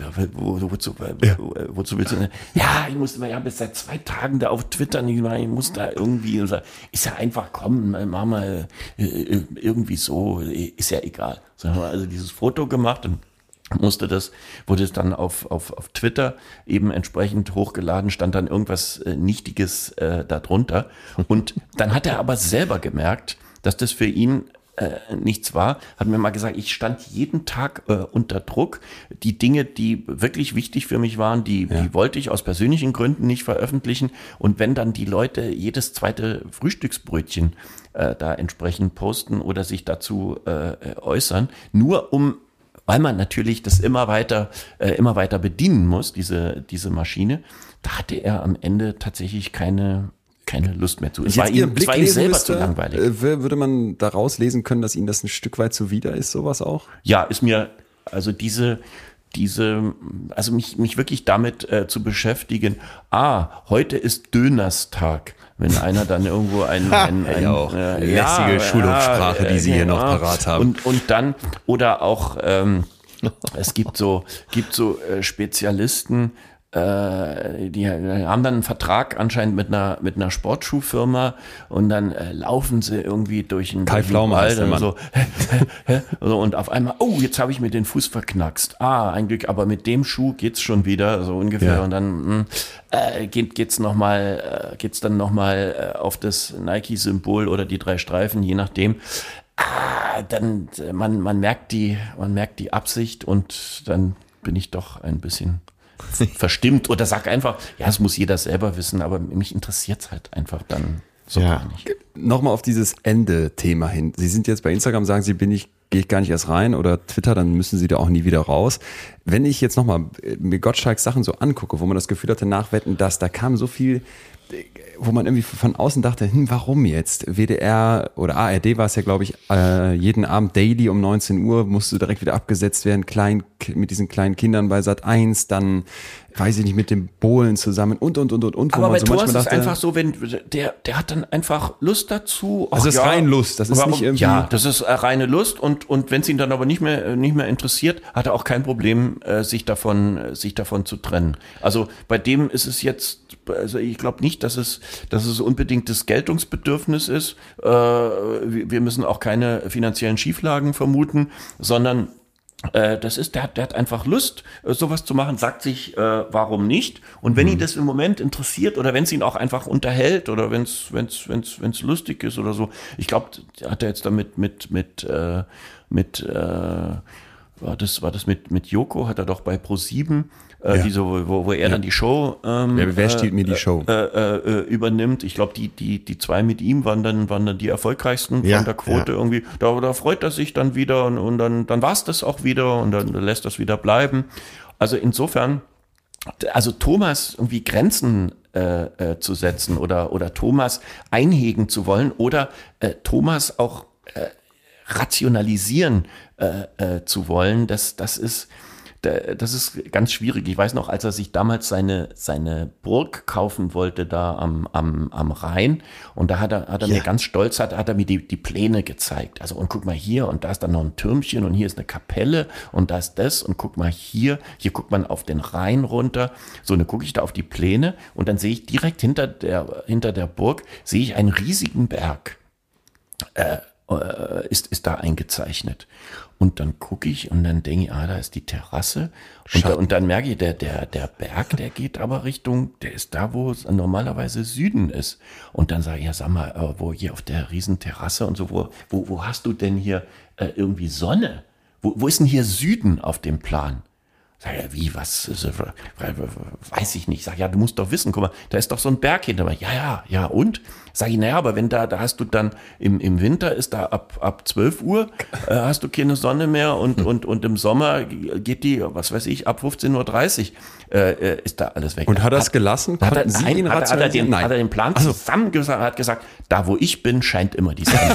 wozu willst du? Ja, ich habe jetzt seit 2 Tagen da auf Twitter, ich muss da irgendwie, ist ja einfach, komm, mach mal irgendwie so, ist ja egal. So haben wir also dieses Foto gemacht und wurde es dann auf Twitter eben entsprechend hochgeladen, stand dann irgendwas Nichtiges darunter. Und dann hat er aber selber gemerkt, dass das für ihn nichts war, hat mir mal gesagt, ich stand jeden Tag unter Druck. Die Dinge, die wirklich wichtig für mich waren, die wollte ich aus persönlichen Gründen nicht veröffentlichen. Und wenn dann die Leute jedes zweite Frühstücksbrötchen da entsprechend posten oder sich dazu äußern, nur um weil man natürlich das immer weiter bedienen muss, diese Maschine. Da hatte er am Ende tatsächlich keine Lust mehr zu. Es war ihm selber zu langweilig. Würde man daraus lesen können, dass Ihnen das ein Stück weit zuwider ist, sowas auch? Ja, ist mir, also also mich wirklich damit zu beschäftigen, heute ist Dönerstag. Wenn einer dann irgendwo lässige Schulhofsprache, die Sie hier noch parat haben. Und dann, oder auch, es gibt so Spezialisten, die haben dann einen Vertrag anscheinend mit einer Sportschuhfirma und dann laufen sie irgendwie durch einen Wald und so und auf einmal, jetzt habe ich mir den Fuß verknackst. Ein Glück, aber mit dem Schuh geht's schon wieder, so ungefähr. Ja. Und dann geht's dann nochmal auf das Nike-Symbol oder die 3 Streifen, je nachdem. Dann man merkt die Absicht und dann bin ich doch ein bisschen verstimmt oder sag einfach, es muss jeder selber wissen, aber mich interessiert es halt einfach dann so gar nicht. Nochmal auf dieses Ende-Thema hin. Sie sind jetzt bei Instagram, sagen Sie, gehe ich gar nicht erst rein, oder Twitter, dann müssen Sie da auch nie wieder raus. Wenn ich jetzt nochmal mir Gottschalks Sachen so angucke, wo man das Gefühl hatte, nach Wetten, da kam so viel, wo man irgendwie von außen dachte, warum jetzt? WDR oder ARD war es ja, glaube ich, jeden Abend daily um 19 Uhr musste direkt wieder abgesetzt werden, mit diesen kleinen Kindern bei Sat.1, dann, weiß ich nicht, mit dem Bohlen zusammen und. Aber bei Thomas ist es einfach so, wenn der hat dann einfach Lust dazu. Das ist rein Lust, das ist nicht irgendwie... Ja, das ist reine Lust und wenn es ihn dann aber nicht mehr interessiert, hat er auch kein Problem, sich davon zu trennen. Also bei dem ist es jetzt, also ich glaube nicht, dass es unbedingt das Geltungsbedürfnis ist. Wir müssen auch keine finanziellen Schieflagen vermuten, sondern der hat einfach Lust, sowas zu machen, sagt sich, warum nicht? Und wenn ihn das im Moment interessiert oder wenn es ihn auch einfach unterhält oder wenn es lustig ist oder so, ich glaube, hat er jetzt damit war das mit Joko, hat er doch bei Pro7, wo er dann die Show wer stiehlt mir die Show? Übernimmt. Ich glaube, die 2 mit ihm waren dann die erfolgreichsten von der Quote irgendwie. Da freut er sich dann wieder und dann war es das auch wieder und dann lässt das wieder bleiben. Also insofern, also Thomas irgendwie Grenzen zu setzen oder Thomas einhegen zu wollen oder Thomas auch rationalisieren zu wollen, das ist ganz schwierig. Ich weiß noch, als er sich damals seine Burg kaufen wollte da am Rhein und da hat er mir ganz stolz, hat er mir die Pläne gezeigt. Also und guck mal hier und da ist dann noch ein Türmchen und hier ist eine Kapelle und da ist das und guck mal hier guckt man auf den Rhein runter. So, dann gucke ich da auf die Pläne und dann sehe ich direkt hinter der Burg sehe ich einen riesigen Berg. Ist da eingezeichnet. Und dann gucke ich und dann denke ich, da ist die Terrasse. Und dann merke ich, der Berg, der geht aber der ist da, wo es normalerweise Süden ist. Und dann sage ich, sag mal, wo hier auf der Riesenterrasse und so, wo hast du denn hier irgendwie Sonne? Wo ist denn hier Süden auf dem Plan? Sag ja, wie, was? Weiß ich nicht. Sag ja, du musst doch wissen, guck mal, da ist doch so ein Berg hinter mir. Ja, und? Sag ich, aber wenn da hast du dann, im Winter ist da ab 12 Uhr, hast du keine Sonne mehr und im Sommer geht die, was weiß ich, ab 15.30 Uhr ist da alles weg. Und hat er es gelassen? Hat er den Plan zusammengesagt, hat gesagt, da wo ich bin, scheint immer die Sonne.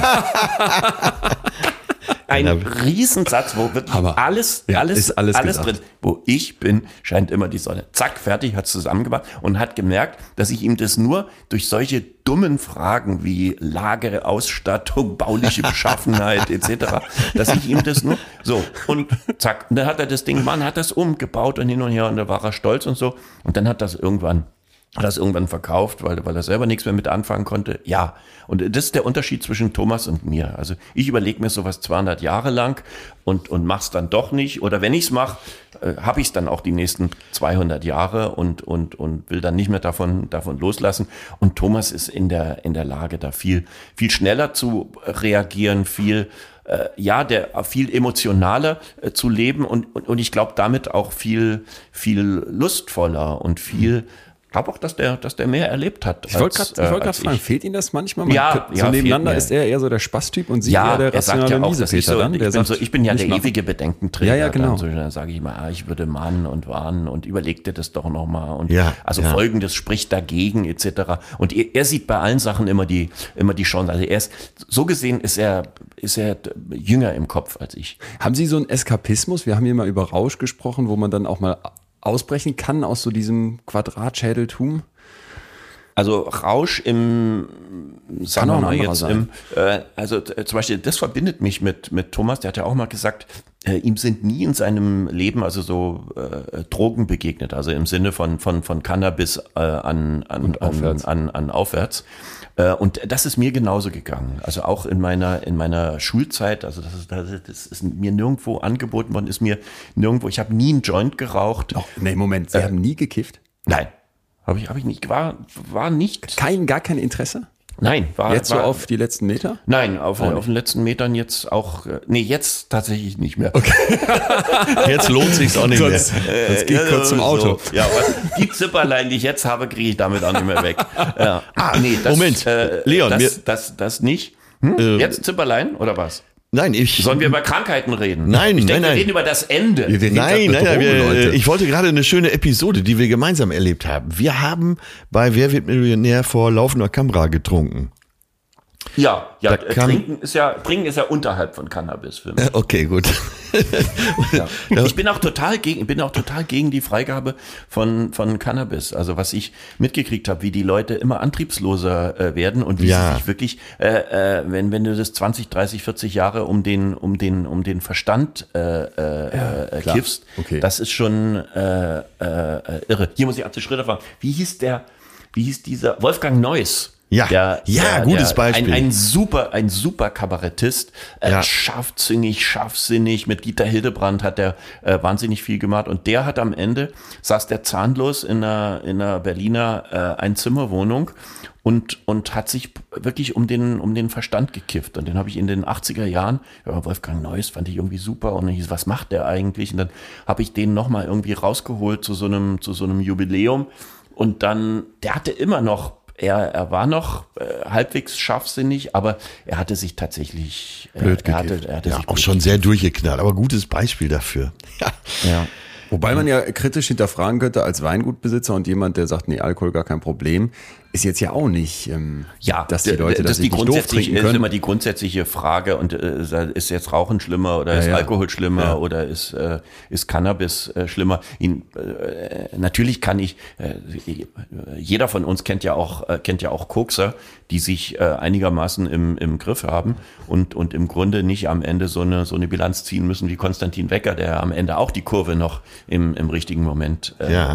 Ein Riesensatz, wo wirklich alles drin. Wo ich bin, scheint immer die Sonne. Zack, fertig, hat es zusammengebracht und hat gemerkt, dass ich ihm das nur durch solche dummen Fragen wie Lage, Ausstattung, bauliche Beschaffenheit etc., dass ich ihm das nur so und zack. Und dann hat er das Ding, hat das umgebaut und hin und her und da war er stolz und so. Und dann hat das irgendwann verkauft, weil er selber nichts mehr mit anfangen konnte. Ja, und das ist der Unterschied zwischen Thomas und mir. Also ich überlege mir sowas 200 Jahre lang und mach's dann doch nicht. Oder wenn ich's mache, habe ich es dann auch die nächsten 200 Jahre und will dann nicht mehr davon loslassen. Und Thomas ist in der Lage, da viel, viel schneller zu reagieren, viel emotionaler zu leben und ich glaube damit auch viel, viel lustvoller und viel glaube auch, dass der mehr erlebt hat. Ich wollte gerade fragen, fehlt Ihnen das manchmal? So nebeneinander ist er eher so der Spaßtyp und Sie eher der rationale Miesepeter dann? Ich bin ja der ewige Bedenkenträger. Ja, genau. Dann sage ich mal, ich würde mahnen und warnen und überleg dir das doch nochmal. Und Folgendes spricht dagegen etc. Und er sieht bei allen Sachen immer die Chance. Also er ist, so gesehen ist er jünger im Kopf als ich. Haben Sie so einen Eskapismus? Wir haben hier mal über Rausch gesprochen, wo man dann auch mal ausbrechen kann aus so diesem Quadratschädeltum? Also Rausch im, sagen wir mal jetzt, zum Beispiel, das verbindet mich mit Thomas, der hat ja auch mal gesagt, ihm sind nie in seinem Leben also so Drogen begegnet, also im Sinne von Cannabis an aufwärts. Und das ist mir genauso gegangen. Also auch in meiner Schulzeit, also das ist mir nirgendwo angeboten worden, ich habe nie einen Joint geraucht. Moment, Sie haben nie gekifft? Nein, habe ich nicht, war nicht. Gar kein Interesse? Nein, Jetzt so auf die letzten Meter? Nein, auf den letzten Metern jetzt auch, jetzt tatsächlich nicht mehr. Okay. Jetzt lohnt sich's auch nicht mehr. Sonst gehe ich kurz zum Auto. So. Ja, aber die Zipperlein, die ich jetzt habe, kriege ich damit auch nicht mehr weg. Ja. Moment, Leon. Das nicht. Jetzt Zipperlein oder was? Nein, Sollen wir über Krankheiten reden? Nein, wir reden über das Ende. Ich wollte gerade eine schöne Episode, die wir gemeinsam erlebt haben. Wir haben bei Wer wird Millionär vor laufender Kamera getrunken. Ja, Trinken ist ja unterhalb von Cannabis für mich. Okay, gut. Ja. Ich bin auch total gegen die Freigabe von Cannabis. Also was ich mitgekriegt habe, wie die Leute immer antriebsloser werden und wie sie sich wirklich, wenn du das 20, 30, 40 Jahre um den Verstand kiffst, das ist schon irre. Hier muss ich Atze Schröder fragen. Wie hieß dieser Wolfgang Neuss? Gutes Beispiel. Ein super Kabarettist, scharfsinnig, mit Dieter Hildebrand hat der wahnsinnig viel gemacht und der hat am Ende, saß der zahnlos in einer Berliner Einzimmerwohnung und hat sich wirklich um den Verstand gekifft. Und den habe ich in den 80er Jahren, Wolfgang Neuss fand ich irgendwie super und ich, was macht der eigentlich? Und dann habe ich den nochmal irgendwie rausgeholt zu so einem Jubiläum und dann, der hatte immer noch, er war noch halbwegs scharfsinnig, aber er hatte sich tatsächlich blöd gekifft. Auch schon sehr durchgeknallt, aber gutes Beispiel dafür. Ja. Wobei man ja kritisch hinterfragen könnte als Weingutbesitzer und jemand, der sagt, nee, Alkohol gar kein Problem, ist jetzt ja auch nicht, dass die Leute das nicht doof trinken können. Das ist immer die grundsätzliche Frage und ist jetzt Rauchen schlimmer oder ist Alkohol schlimmer oder ist Cannabis schlimmer? Natürlich kann ich, jeder von uns kennt ja auch Kokser, die sich einigermaßen im Griff haben und im Grunde nicht am Ende so eine Bilanz ziehen müssen wie Konstantin Wecker, der am Ende auch die Kurve noch im richtigen Moment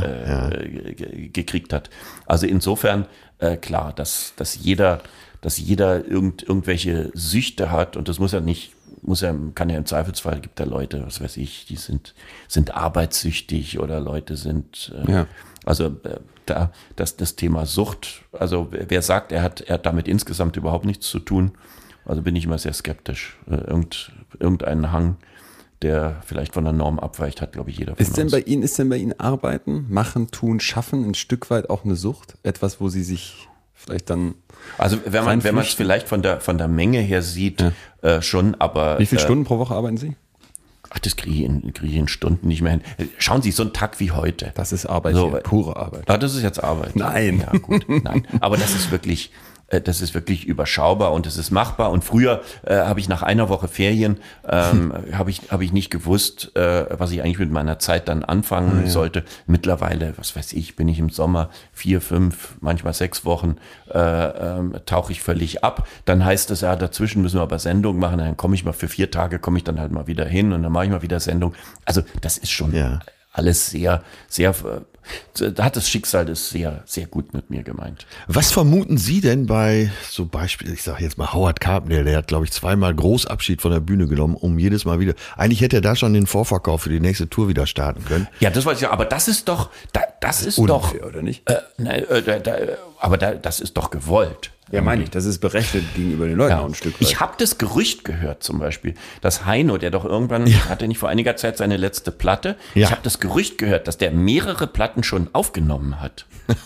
gekriegt hat. Also insofern klar, dass jeder irgendwelche Süchte hat und das kann ja im Zweifelsfall, gibt da Leute, was weiß ich, die sind arbeitssüchtig oder Leute sind also das Thema Sucht, also wer sagt, er hat damit insgesamt überhaupt nichts zu tun, also bin ich immer sehr skeptisch. Irgendeinen Hang, der vielleicht von der Norm abweicht, hat, glaube ich, jeder von uns. Ist denn bei Ihnen Arbeiten, Machen, Tun, Schaffen ein Stück weit auch eine Sucht? Etwas, wo Sie sich vielleicht dann... Also wenn man es vielleicht von der Menge her sieht, schon, aber... Wie viele Stunden pro Woche arbeiten Sie? Ach, das kriege ich in Stunden nicht mehr hin. Schauen Sie, so ein Tag wie heute. Das ist Arbeit, pure Arbeit. Ah, das ist jetzt Arbeit. Nein. Ja, gut, nein. Aber das ist wirklich überschaubar und es ist machbar. Und früher habe ich nach einer Woche Ferien habe ich nicht gewusst, was ich eigentlich mit meiner Zeit dann anfangen sollte. Mittlerweile, was weiß ich, bin ich im Sommer 4, 5, manchmal 6 Wochen tauche ich völlig ab. Dann heißt es dazwischen müssen wir aber Sendung machen. Dann komme ich mal für 4 Tage, komme ich dann halt mal wieder hin und dann mache ich mal wieder Sendung. Also das ist schon alles sehr, sehr, da hat das Schicksal das sehr, sehr gut mit mir gemeint. Was vermuten Sie denn bei so Beispiel, ich sage jetzt mal Howard Carpendale, der hat, glaube ich, 2-mal Großabschied von der Bühne genommen, um jedes Mal wieder, eigentlich hätte er da schon den Vorverkauf für die nächste Tour wieder starten können. Ja, das weiß ich ja, aber das ist doch, unfair, oder nicht? Das ist doch gewollt. Ja, meine ich, das ist berechnet gegenüber den Leuten auch ein Stück weit. Ich habe das Gerücht gehört zum Beispiel, dass Heino, der doch irgendwann, hatte nicht vor einiger Zeit seine letzte Platte, ich habe das Gerücht gehört, dass der mehrere Platten schon aufgenommen hat,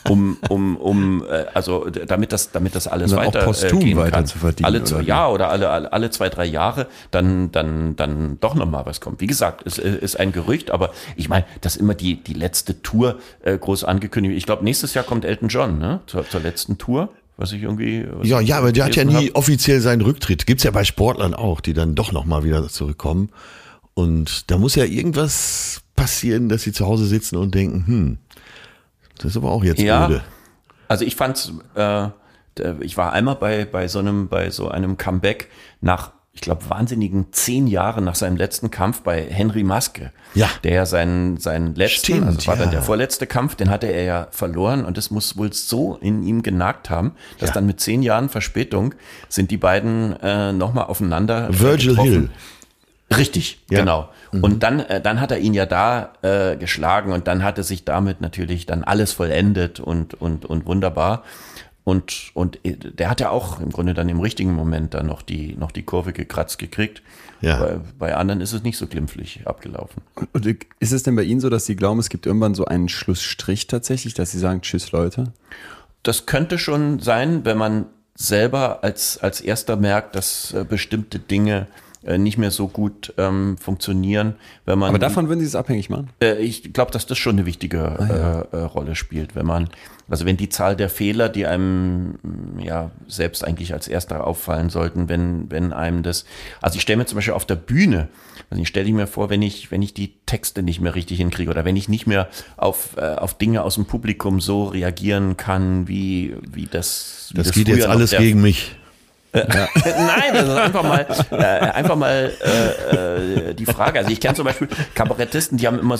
also damit das alles weiter auch posthum gehen weiter kann. zu verdienen. Alle 2-3 Jahre dann doch nochmal was kommt. Wie gesagt, es ist ein Gerücht, aber ich meine, dass immer die letzte Tour groß angekündigt. Ich glaube, nächstes Jahr kommt Elton John, ne? Zur letzten Tour. Was ich irgendwie. Ja, aber der hat ja nie offiziell seinen Rücktritt. Gibt's ja bei Sportlern auch, die dann doch nochmal wieder zurückkommen. Und da muss ja irgendwas passieren, dass sie zu Hause sitzen und denken, das ist aber auch jetzt blöde. Also ich fand's, ich war einmal bei so einem Comeback nach, ich glaube, wahnsinnigen 10 Jahre nach seinem letzten Kampf bei Henry Maske. Ja. Der seinen letzten, Stimmt, also das war dann der vorletzte Kampf, den hatte er ja verloren und das muss wohl so in ihm genagt haben, dass dann mit 10 Jahren Verspätung sind die beiden nochmal aufeinander Virgil getroffen. Hill. Richtig, genau. Und dann hat er ihn ja da geschlagen und dann hatte sich damit natürlich dann alles vollendet und wunderbar. Und der hat ja auch im Grunde dann im richtigen Moment dann noch die Kurve gekratzt gekriegt. Ja. Bei anderen ist es nicht so glimpflich abgelaufen. Und ist es denn bei Ihnen so, dass Sie glauben, es gibt irgendwann so einen Schlussstrich tatsächlich, dass Sie sagen, tschüss Leute? Das könnte schon sein, wenn man selber als erster merkt, dass bestimmte Dinge nicht mehr so gut funktionieren. Wenn man, aber davon würden Sie es abhängig machen? Ich glaube, dass das schon eine wichtige Rolle spielt, wenn die Zahl der Fehler, die einem ja selbst eigentlich als erster auffallen sollten, wenn einem das, also ich stelle mir zum Beispiel auf der Bühne, also ich stelle mir vor, wenn ich die Texte nicht mehr richtig hinkriege oder wenn ich nicht mehr auf Dinge aus dem Publikum so reagieren kann, wie das geht jetzt alles gegen mich. Nein, also einfach mal die Frage. Also ich kenne zum Beispiel Kabarettisten, die haben immer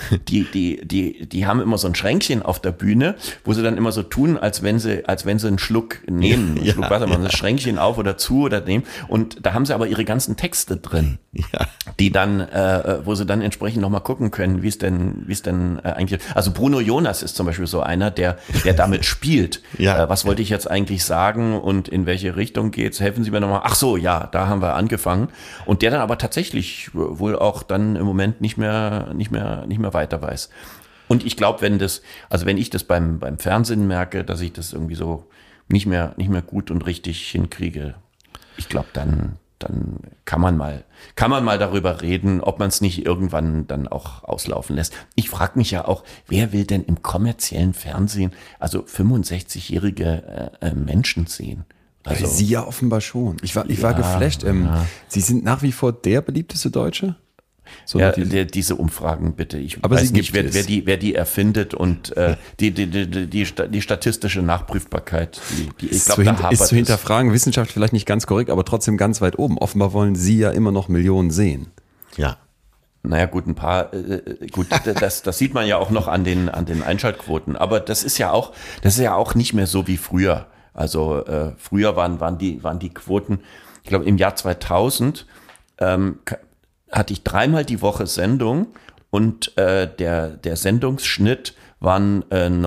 die haben immer so ein Schränkchen auf der Bühne, wo sie dann immer so tun, als wenn sie einen Schluck nehmen, einen Schluck Wasser, machen das Schränkchen auf oder zu oder nehmen. Und da haben sie aber ihre ganzen Texte drin, die dann, wo sie dann entsprechend nochmal gucken können, wie es denn eigentlich. Also Bruno Jonas ist zum Beispiel so einer, der damit spielt. Was wollte ich jetzt eigentlich sagen und in welche Richtung geht? Jetzt helfen Sie mir nochmal. Ach so, ja, da haben wir angefangen. Und der dann aber tatsächlich wohl auch dann im Moment nicht mehr weiter weiß. Und ich glaube, wenn ich das beim Fernsehen merke, dass ich das irgendwie so nicht mehr gut und richtig hinkriege, ich glaube, dann kann man mal darüber reden, ob man es nicht irgendwann dann auch auslaufen lässt. Ich frage mich ja auch, wer will denn im kommerziellen Fernsehen also 65-jährige Menschen sehen? Also, Sie ja offenbar schon. Ich war geflasht. Sie sind nach wie vor der beliebteste Deutsche? So diese Umfragen bitte. Ich weiß nicht, wer die erfindet und die statistische Nachprüfbarkeit. Ich glaube, da hapert es. Ist zu hinterfragen, Wissenschaft vielleicht nicht ganz korrekt, aber trotzdem ganz weit oben. Offenbar wollen Sie ja immer noch Millionen sehen. Ja. Naja, gut, ein paar, das sieht man ja auch noch an den Einschaltquoten. Aber das ist ja auch nicht mehr so wie früher. Also früher waren die Quoten, ich glaube im Jahr 2000 hatte ich 3-mal die Woche Sendung und der Sendungsschnitt waren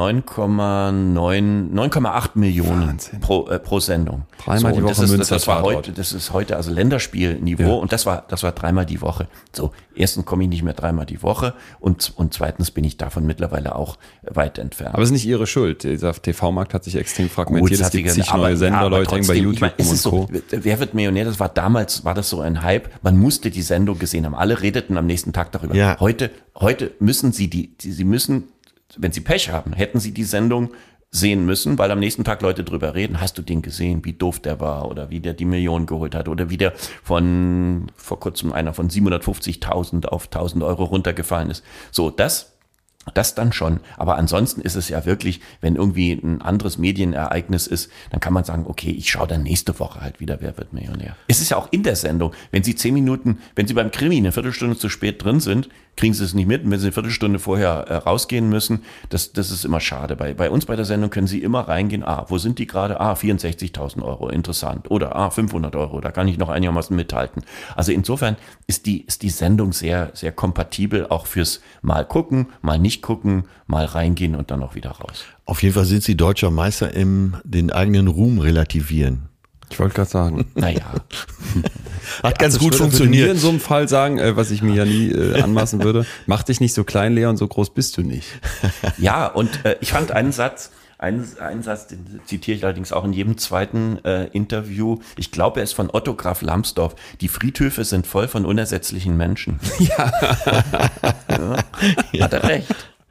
9,8 Millionen pro Sendung. 3-mal die Woche das ist heute also Länderspielniveau und das war 3-mal die Woche. So, erstens komme ich nicht mehr 3-mal die Woche und zweitens bin ich davon mittlerweile auch weit entfernt. Aber es ist nicht Ihre Schuld. Dieser TV-Markt hat sich extrem fragmentiert. Es gibt zig neue Sender, Leute hängen bei YouTube und so. Co. Wer wird Millionär? Damals war das so ein Hype. Man musste die Sendung gesehen haben. Alle redeten am nächsten Tag darüber. Ja. Heute müssen sie müssen, wenn sie Pech haben, hätten sie die Sendung sehen müssen, weil am nächsten Tag Leute drüber reden. Hast du den gesehen, wie doof der war oder wie der die Millionen geholt hat oder wie der vor kurzem einer von 750.000 auf 1.000 Euro runtergefallen ist. So, das dann schon. Aber ansonsten ist es ja wirklich, wenn irgendwie ein anderes Medienereignis ist, dann kann man sagen, okay, ich schaue dann nächste Woche halt wieder, wer wird Millionär. Es ist ja auch in der Sendung, wenn Sie beim Krimi eine Viertelstunde zu spät drin sind, kriegen Sie es nicht mit. Und wenn Sie eine Viertelstunde vorher rausgehen müssen, das ist immer schade. Bei uns bei der Sendung können Sie immer reingehen, wo sind die gerade? 64.000 Euro, interessant. Oder 500 Euro, da kann ich noch einigermaßen mithalten. Also insofern ist die Sendung sehr, sehr kompatibel, auch fürs Mal gucken, mal nicht nicht gucken, mal reingehen und dann auch wieder raus. Auf jeden Fall sind Sie deutscher Meister im den eigenen Ruhm relativieren. Ich wollte gerade sagen. Naja. Hat ganz gut funktioniert. Ich würde in so einem Fall sagen, was ich mir ja nie anmaßen würde, mach dich nicht so klein, Leon, so groß bist du nicht. Ja, und ich fand einen Satz, den zitiere ich allerdings auch in jedem zweiten Interview. Ich glaube, er ist von Otto Graf Lambsdorff. Die Friedhöfe sind voll von unersetzlichen Menschen. Ja. Hat er recht.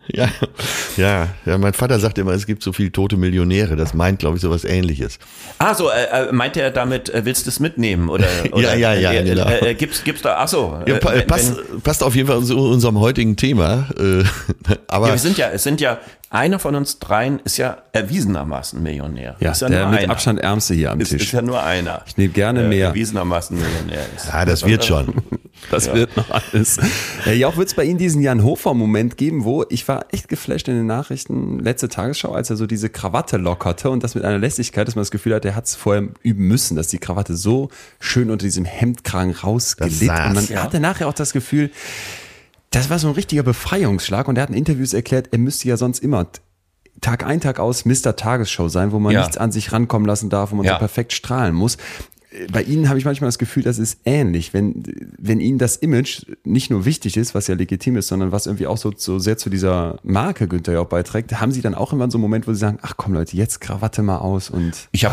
Ja, mein Vater sagt immer, es gibt so viele tote Millionäre. Das meint, glaube ich, sowas Ähnliches. Ah, so, meinte er damit, willst du es mitnehmen? Oder, ja, genau. Gibt's da, ach so. Ja, passt auf jeden Fall zu unserem heutigen Thema. Aber ja, es sind ja, einer von uns dreien ist ja erwiesenermaßen Millionär. Ja, ist ja der nur mit einer. Abstand Ärmste hier am Tisch. Ist ja nur einer. Ich nehme gerne mehr. Erwiesenermaßen Millionär ist. ja, das wird schon. Das wird noch alles. Ja, wird es bei Ihnen diesen Jan Hofer-Moment geben, wo ich war echt geflasht in den Nachrichten, letzte Tagesschau, als er so diese Krawatte lockerte und das mit einer Lässigkeit, dass man das Gefühl hat, er hat es vorher üben müssen, dass die Krawatte so schön unter diesem Hemdkragen rausglitt. Und man hatte nachher auch das Gefühl, das war so ein richtiger Befreiungsschlag und er hat in Interviews erklärt, er müsste ja sonst immer Tag ein, Tag aus Mr. Tagesschau sein, wo man nichts an sich rankommen lassen darf, wo man so perfekt strahlen muss. Bei Ihnen habe ich manchmal das Gefühl, das ist ähnlich. Wenn Ihnen das Image nicht nur wichtig ist, was ja legitim ist, sondern was irgendwie auch so sehr zu dieser Marke Günther Jauch beiträgt, haben Sie dann auch immer so einen Moment, wo Sie sagen, ach komm Leute, jetzt Krawatte mal aus und... Ich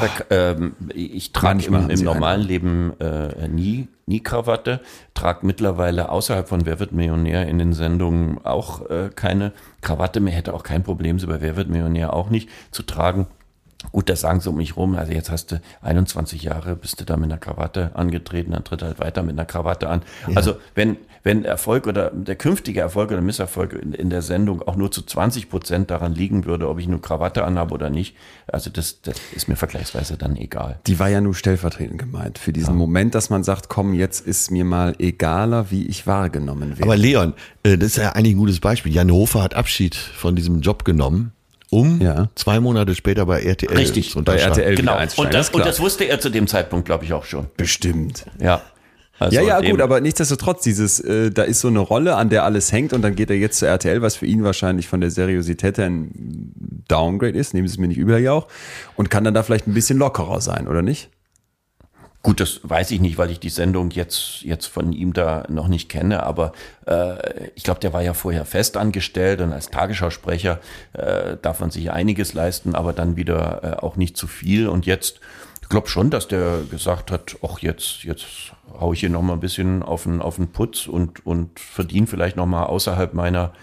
trage im normalen Leben nie Krawatte, trage mittlerweile außerhalb von Wer wird Millionär in den Sendungen auch keine Krawatte mehr, hätte auch kein Problem, sie bei Wer wird Millionär auch nicht zu tragen. Gut, das sagen sie um mich rum, also jetzt hast du 21 Jahre, bist du da mit einer Krawatte angetreten, dann tritt halt weiter mit einer Krawatte an. Ja. Also wenn Erfolg oder der künftige Erfolg oder Misserfolg in der Sendung auch nur zu 20% daran liegen würde, ob ich nur Krawatte anhabe oder nicht, also das ist mir vergleichsweise dann egal. Die war ja nur stellvertretend gemeint für diesen Moment, dass man sagt, komm, jetzt ist mir mal egaler, wie ich wahrgenommen werde. Aber Leon, das ist ja eigentlich ein gutes Beispiel. Jan Hofer hat Abschied von diesem Job genommen, 2 Monate später bei RTL. Richtig, bei RTL genau. einsteigen. Und das wusste er zu dem Zeitpunkt, glaube ich, auch schon. Bestimmt. Ja. Also ja, gut, aber nichtsdestotrotz, da ist so eine Rolle, an der alles hängt und dann geht er jetzt zu RTL, was für ihn wahrscheinlich von der Seriosität her ein Downgrade ist, nehmen Sie es mir nicht übel, Herr Jauch, und kann dann da vielleicht ein bisschen lockerer sein, oder nicht? Gut, das weiß ich nicht, weil ich die Sendung jetzt von ihm da noch nicht kenne, aber ich glaube, der war ja vorher festangestellt und als Tagesschausprecher darf man sich einiges leisten, aber dann wieder auch nicht zu viel. Und jetzt, ich glaube schon, dass der gesagt hat, ach jetzt hau ich hier noch mal ein bisschen auf den Putz und verdiene vielleicht noch mal außerhalb meiner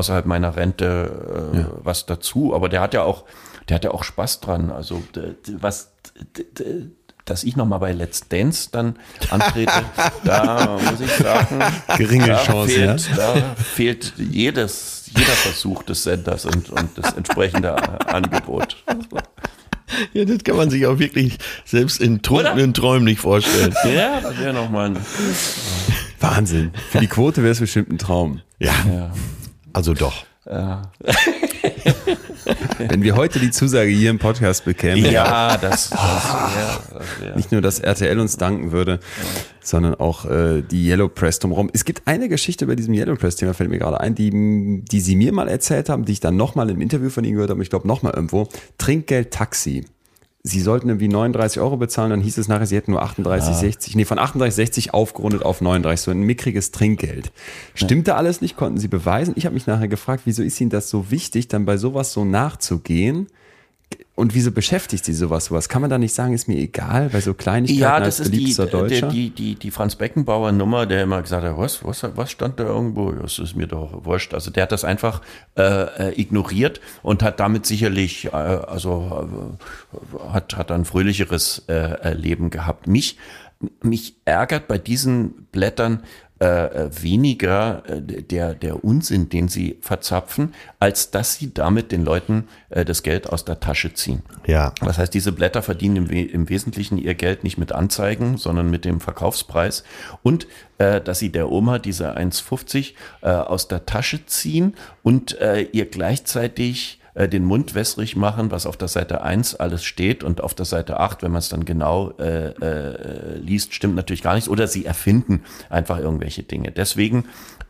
Rente was dazu. Aber der hat ja auch Spaß dran. Also dass ich nochmal bei Let's Dance dann antrete, da muss ich sagen, geringe Chance, da fehlt jeder Versuch des Senders und das entsprechende Angebot. Ja, das kann man sich auch wirklich selbst in trunkenen Träumen nicht vorstellen. Ja, das wäre nochmal ein Wahnsinn. Für die Quote wäre es bestimmt ein Traum. Ja. Also doch. Ja. Wenn wir heute die Zusage hier im Podcast bekämen, das wäre. Nicht nur, dass RTL uns danken würde, sondern auch die Yellow Press drumherum. Es gibt eine Geschichte bei diesem Yellow Press-Thema, fällt mir gerade ein, die Sie mir mal erzählt haben, die ich dann nochmal im Interview von Ihnen gehört habe, ich glaube nochmal irgendwo. Trinkgeld Taxi. Sie sollten irgendwie 39 € bezahlen, dann hieß es nachher, Sie hätten nur 38,60. Von 38,60 aufgerundet auf 39, so ein mickriges Trinkgeld. Stimmte alles nicht, konnten Sie beweisen. Ich habe mich nachher gefragt, wieso ist Ihnen das so wichtig, dann bei sowas so nachzugehen? Und wieso beschäftigt Sie sowas? Kann man da nicht sagen, ist mir egal, bei so Kleinigkeiten als beliebter Deutscher? Die Franz Beckenbauer Nummer, der immer gesagt hat, was stand da irgendwo? Das ist mir doch wurscht. Also der hat das einfach ignoriert und hat damit sicherlich, hat ein fröhlicheres Leben gehabt. Mich ärgert bei diesen Blättern weniger der Unsinn, den sie verzapfen, als dass sie damit den Leuten das Geld aus der Tasche ziehen. Ja. Das heißt, diese Blätter verdienen im Wesentlichen ihr Geld nicht mit Anzeigen, sondern mit dem Verkaufspreis und dass sie der Oma diese 1,50 aus der Tasche ziehen und ihr gleichzeitig den Mund wässrig machen, was auf der Seite 1 alles steht und auf der Seite 8, wenn man es dann genau liest, stimmt natürlich gar nichts. Oder sie erfinden einfach irgendwelche Dinge. Deswegen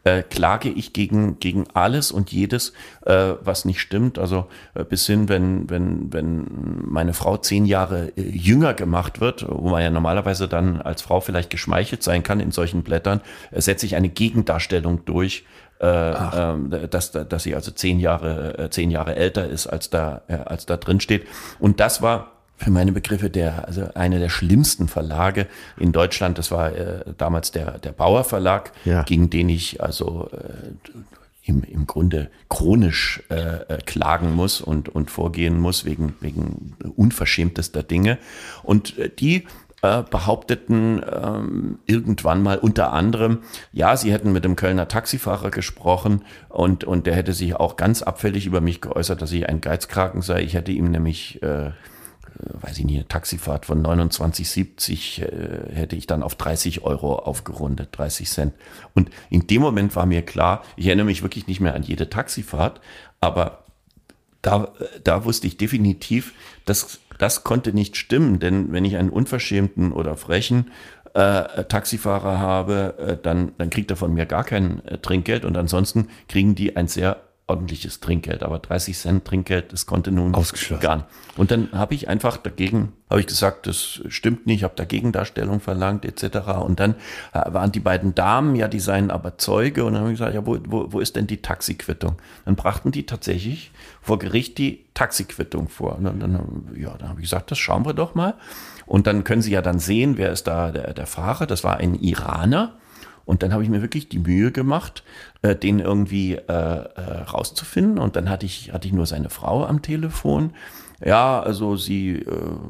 klage ich gegen alles und jedes, was nicht stimmt. Also bis hin, wenn meine Frau 10 Jahre jünger gemacht wird, wo man ja normalerweise dann als Frau vielleicht geschmeichelt sein kann in solchen Blättern, setze ich eine Gegendarstellung durch, dass sie also 10 Jahre älter ist, als da drin steht. Und das war für meine Begriffe eine der schlimmsten Verlage in Deutschland. Das war damals der Bauer Verlag, gegen den ich also im Grunde chronisch klagen muss und vorgehen muss wegen unverschämtester Dinge. Und die behaupteten irgendwann mal unter anderem, ja, sie hätten mit dem Kölner Taxifahrer gesprochen und der hätte sich auch ganz abfällig über mich geäußert, dass ich ein Geizkragen sei. Ich hätte ihm nämlich weiß ich nicht, eine Taxifahrt von 29,70 hätte ich dann auf 30 Euro aufgerundet, 30 Cent. Und in dem Moment war mir klar, ich erinnere mich wirklich nicht mehr an jede Taxifahrt, aber da wusste ich definitiv, dass das konnte nicht stimmen, denn wenn ich einen unverschämten oder frechen Taxifahrer habe, dann kriegt er von mir gar kein Trinkgeld und ansonsten kriegen die ein sehr ordentliches Trinkgeld, aber 30 Cent Trinkgeld, das konnte nun gar nicht. Und dann habe ich einfach gesagt, das stimmt nicht, ich habe dagegen Darstellung verlangt etc. Und dann waren die beiden Damen, ja, die seien aber Zeuge und dann habe ich gesagt, ja, wo ist denn die Taxiquittung? Dann brachten die tatsächlich vor Gericht die Taxiquittung vor. Und dann habe ich gesagt, das schauen wir doch mal. Und dann können Sie ja dann sehen, wer ist da der Fahrer. Das war ein Iraner. Und dann habe ich mir wirklich die Mühe gemacht, den irgendwie rauszufinden. Und dann hatte ich nur seine Frau am Telefon. Ja, also sie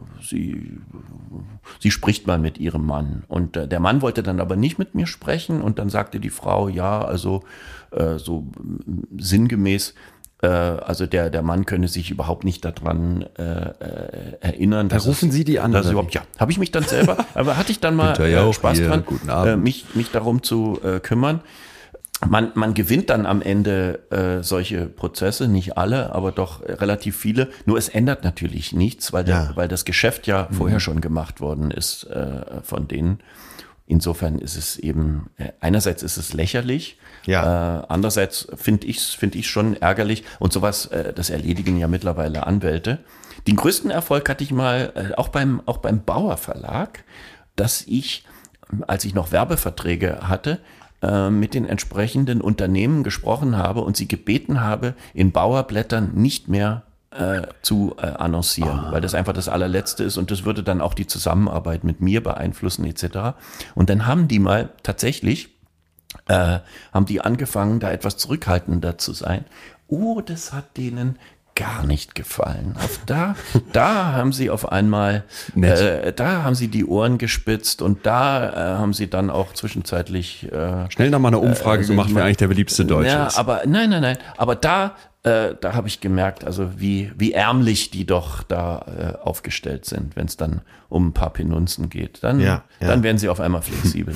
spricht mal mit ihrem Mann. Und der Mann wollte dann aber nicht mit mir sprechen. Und dann sagte die Frau, ja, also so sinngemäß, also der Mann könne sich überhaupt nicht daran erinnern. Da rufen Sie die an. Habe ich mich dann selber, aber hatte ich dann mal Spaß dran, mich darum zu kümmern. Man gewinnt dann am Ende solche Prozesse, nicht alle, aber doch relativ viele. Nur es ändert natürlich nichts, weil das Geschäft ja vorher schon gemacht worden ist von denen. Insofern ist es eben, einerseits ist es lächerlich, andererseits finde ich schon ärgerlich und sowas, das erledigen ja mittlerweile Anwälte. Den größten Erfolg hatte ich mal auch beim Bauer Verlag, dass ich, als ich noch Werbeverträge hatte, mit den entsprechenden Unternehmen gesprochen habe und sie gebeten habe, in Bauerblättern nicht mehr zu annoncieren, weil das einfach das allerletzte ist und das würde dann auch die Zusammenarbeit mit mir beeinflussen etc. Und dann haben die mal tatsächlich, haben die angefangen, da etwas zurückhaltender zu sein. Oh, das hat denen gar nicht gefallen. Da haben sie auf einmal, da haben sie die Ohren gespitzt und da haben sie dann auch zwischenzeitlich schnell nochmal eine Umfrage gemacht, wer eigentlich der beliebteste Deutsche ist. Aber nein, aber da habe ich gemerkt, also wie ärmlich die doch da aufgestellt sind, wenn es dann um ein paar Penunzen geht. Dann werden sie auf einmal flexibel.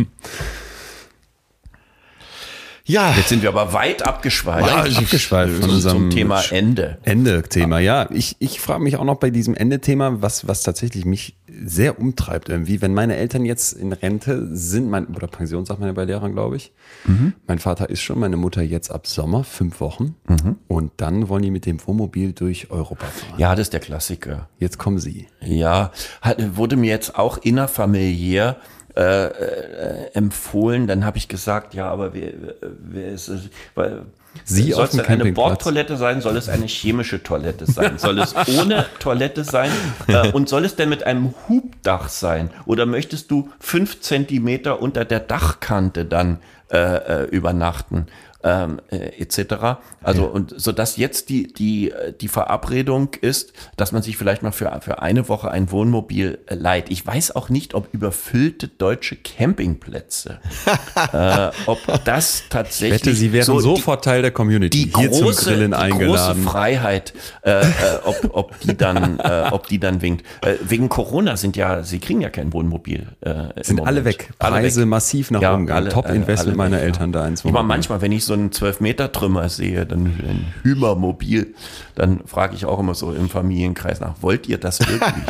Ja. Jetzt sind wir aber weit abgeschweift. Von unserem zum Thema Ende. Ende-Thema, ja. Ich frage mich auch noch bei diesem Ende-Thema, was tatsächlich mich sehr umtreibt irgendwie. Wenn meine Eltern jetzt in Rente sind, oder Pension sagt man ja bei Lehrern, glaube ich. Mhm. Mein Vater ist schon, meine Mutter jetzt ab Sommer, 5 Wochen. Mhm. Und dann wollen die mit dem Wohnmobil durch Europa fahren. Ja, das ist der Klassiker. Jetzt kommen sie. Ja, wurde mir jetzt auch innerfamiliär empfohlen, dann habe ich gesagt, ja, aber wer ist es? Weil soll es eine Bordtoilette sein? Soll es eine chemische Toilette sein? Soll es ohne Toilette sein? Und soll es denn mit einem Hubdach sein? Oder möchtest du 5 Zentimeter unter der Dachkante dann übernachten? Etc. Also und so dass jetzt die Verabredung ist, dass man sich vielleicht mal für eine Woche ein Wohnmobil leiht. Ich weiß auch nicht, ob überfüllte deutsche Campingplätze, ob das tatsächlich. Ich wette, sie wären sofort Teil der Community. Die große Freiheit, ob die dann winkt. Wegen Corona sie kriegen ja kein Wohnmobil. Sind alle weg. Preise massiv nach oben gegangen. Top-Investment meine Eltern da ins Wohnmobil. Manchmal, wenn ich so einen 12-Meter-Trümmer sehe, dann ein Hümermobil, dann frage ich auch immer so im Familienkreis nach, wollt ihr das wirklich?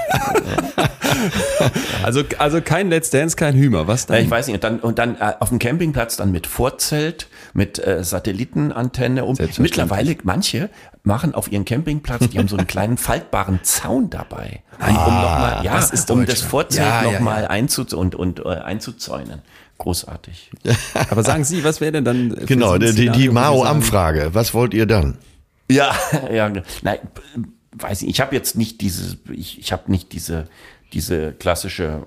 Also kein Let's Dance, kein Hümer, was dann? Ich weiß nicht, und dann auf dem Campingplatz dann mit Vorzelt, mit Satellitenantenne. Mittlerweile, manche machen auf ihren Campingplatz, die haben so einen kleinen faltbaren Zaun dabei. Um das Vorzelt nochmal einzuzäunen. Großartig. Aber sagen Sie, was wäre denn dann? Genau, die Mao-Am-Frage. Was wollt ihr dann? Ja, nein, weiß ich. Ich habe jetzt nicht diese klassische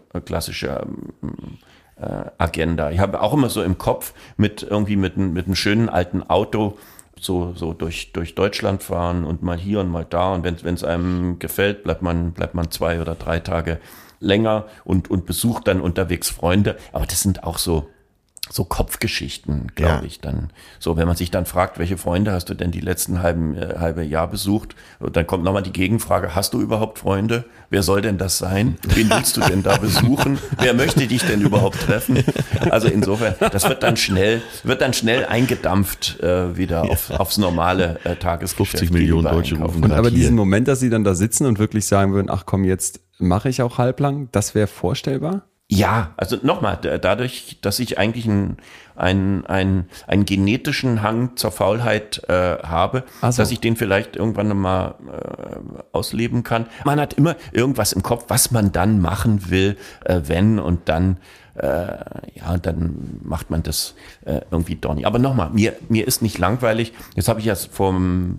Agenda. Ich habe auch immer so im Kopf mit einem schönen alten Auto so durch Deutschland fahren und mal hier und mal da, und wenn es einem gefällt, bleibt man 2 oder 3 Tage länger und besucht dann unterwegs Freunde. Aber das sind auch so Kopfgeschichten, glaube ich, dann. So, wenn man sich dann fragt, welche Freunde hast du denn die letzten halbe Jahr besucht? Und dann kommt nochmal die Gegenfrage, hast du überhaupt Freunde? Wer soll denn das sein? Wen willst du denn da besuchen? Wer möchte dich denn überhaupt treffen? Also insofern, das wird dann schnell eingedampft wieder aufs normale Tagesgeschäft. 50 Millionen Deutsche rufen. Aber diesen Moment, dass sie dann da sitzen und wirklich sagen würden, ach komm, jetzt mache ich auch halblang, das wäre vorstellbar? Ja, also nochmal, dadurch, dass ich eigentlich einen genetischen Hang zur Faulheit habe, dass ich den vielleicht irgendwann mal ausleben kann. Man hat immer irgendwas im Kopf, was man dann machen will, wenn, und dann dann macht man das irgendwie doch nicht. Aber nochmal, mir ist nicht langweilig. Jetzt habe ich ja vor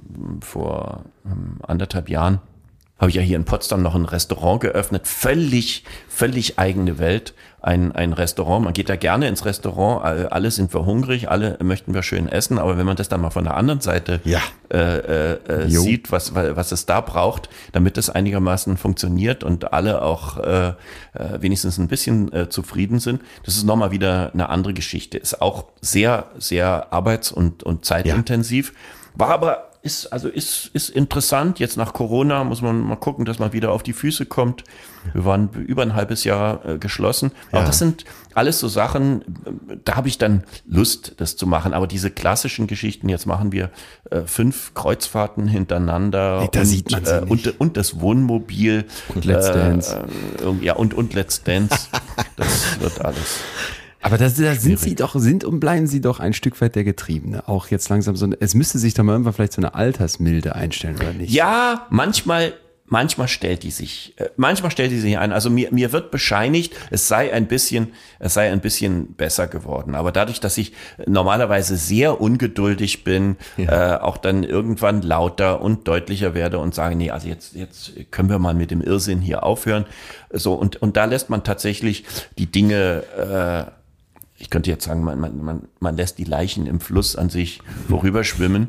1,5 Jahren habe ich ja hier in Potsdam noch ein Restaurant geöffnet, völlig eigene Welt, ein Restaurant. Man geht ja gerne ins Restaurant, alle sind wir hungrig, alle möchten wir schön essen, aber wenn man das dann mal von der anderen Seite sieht, was es da braucht, damit es einigermaßen funktioniert und alle auch wenigstens ein bisschen zufrieden sind, das ist nochmal wieder eine andere Geschichte. Ist auch sehr, sehr arbeits- und zeitintensiv, war aber ist interessant. Jetzt nach Corona muss man mal gucken, dass man wieder auf die Füße kommt. Wir waren über ein halbes Jahr geschlossen. Aber das sind alles so Sachen, da habe ich dann Lust, das zu machen. Aber diese klassischen Geschichten, jetzt machen wir 5 Kreuzfahrten hintereinander und das Wohnmobil. Und Let's Dance. Und Let's Dance. Das wird alles. Aber da sind und bleiben Sie doch ein Stück weit der Getriebene. Auch jetzt langsam es müsste sich da mal irgendwann vielleicht so eine Altersmilde einstellen, oder nicht? Ja, manchmal stellt die sich ein. Also mir wird bescheinigt, es sei ein bisschen besser geworden. Aber dadurch, dass ich normalerweise sehr ungeduldig bin, auch dann irgendwann lauter und deutlicher werde und sage, nee, also jetzt können wir mal mit dem Irrsinn hier aufhören. So, und da lässt man tatsächlich die Dinge, ich könnte jetzt sagen, man lässt die Leichen im Fluss an sich vorüberschwimmen.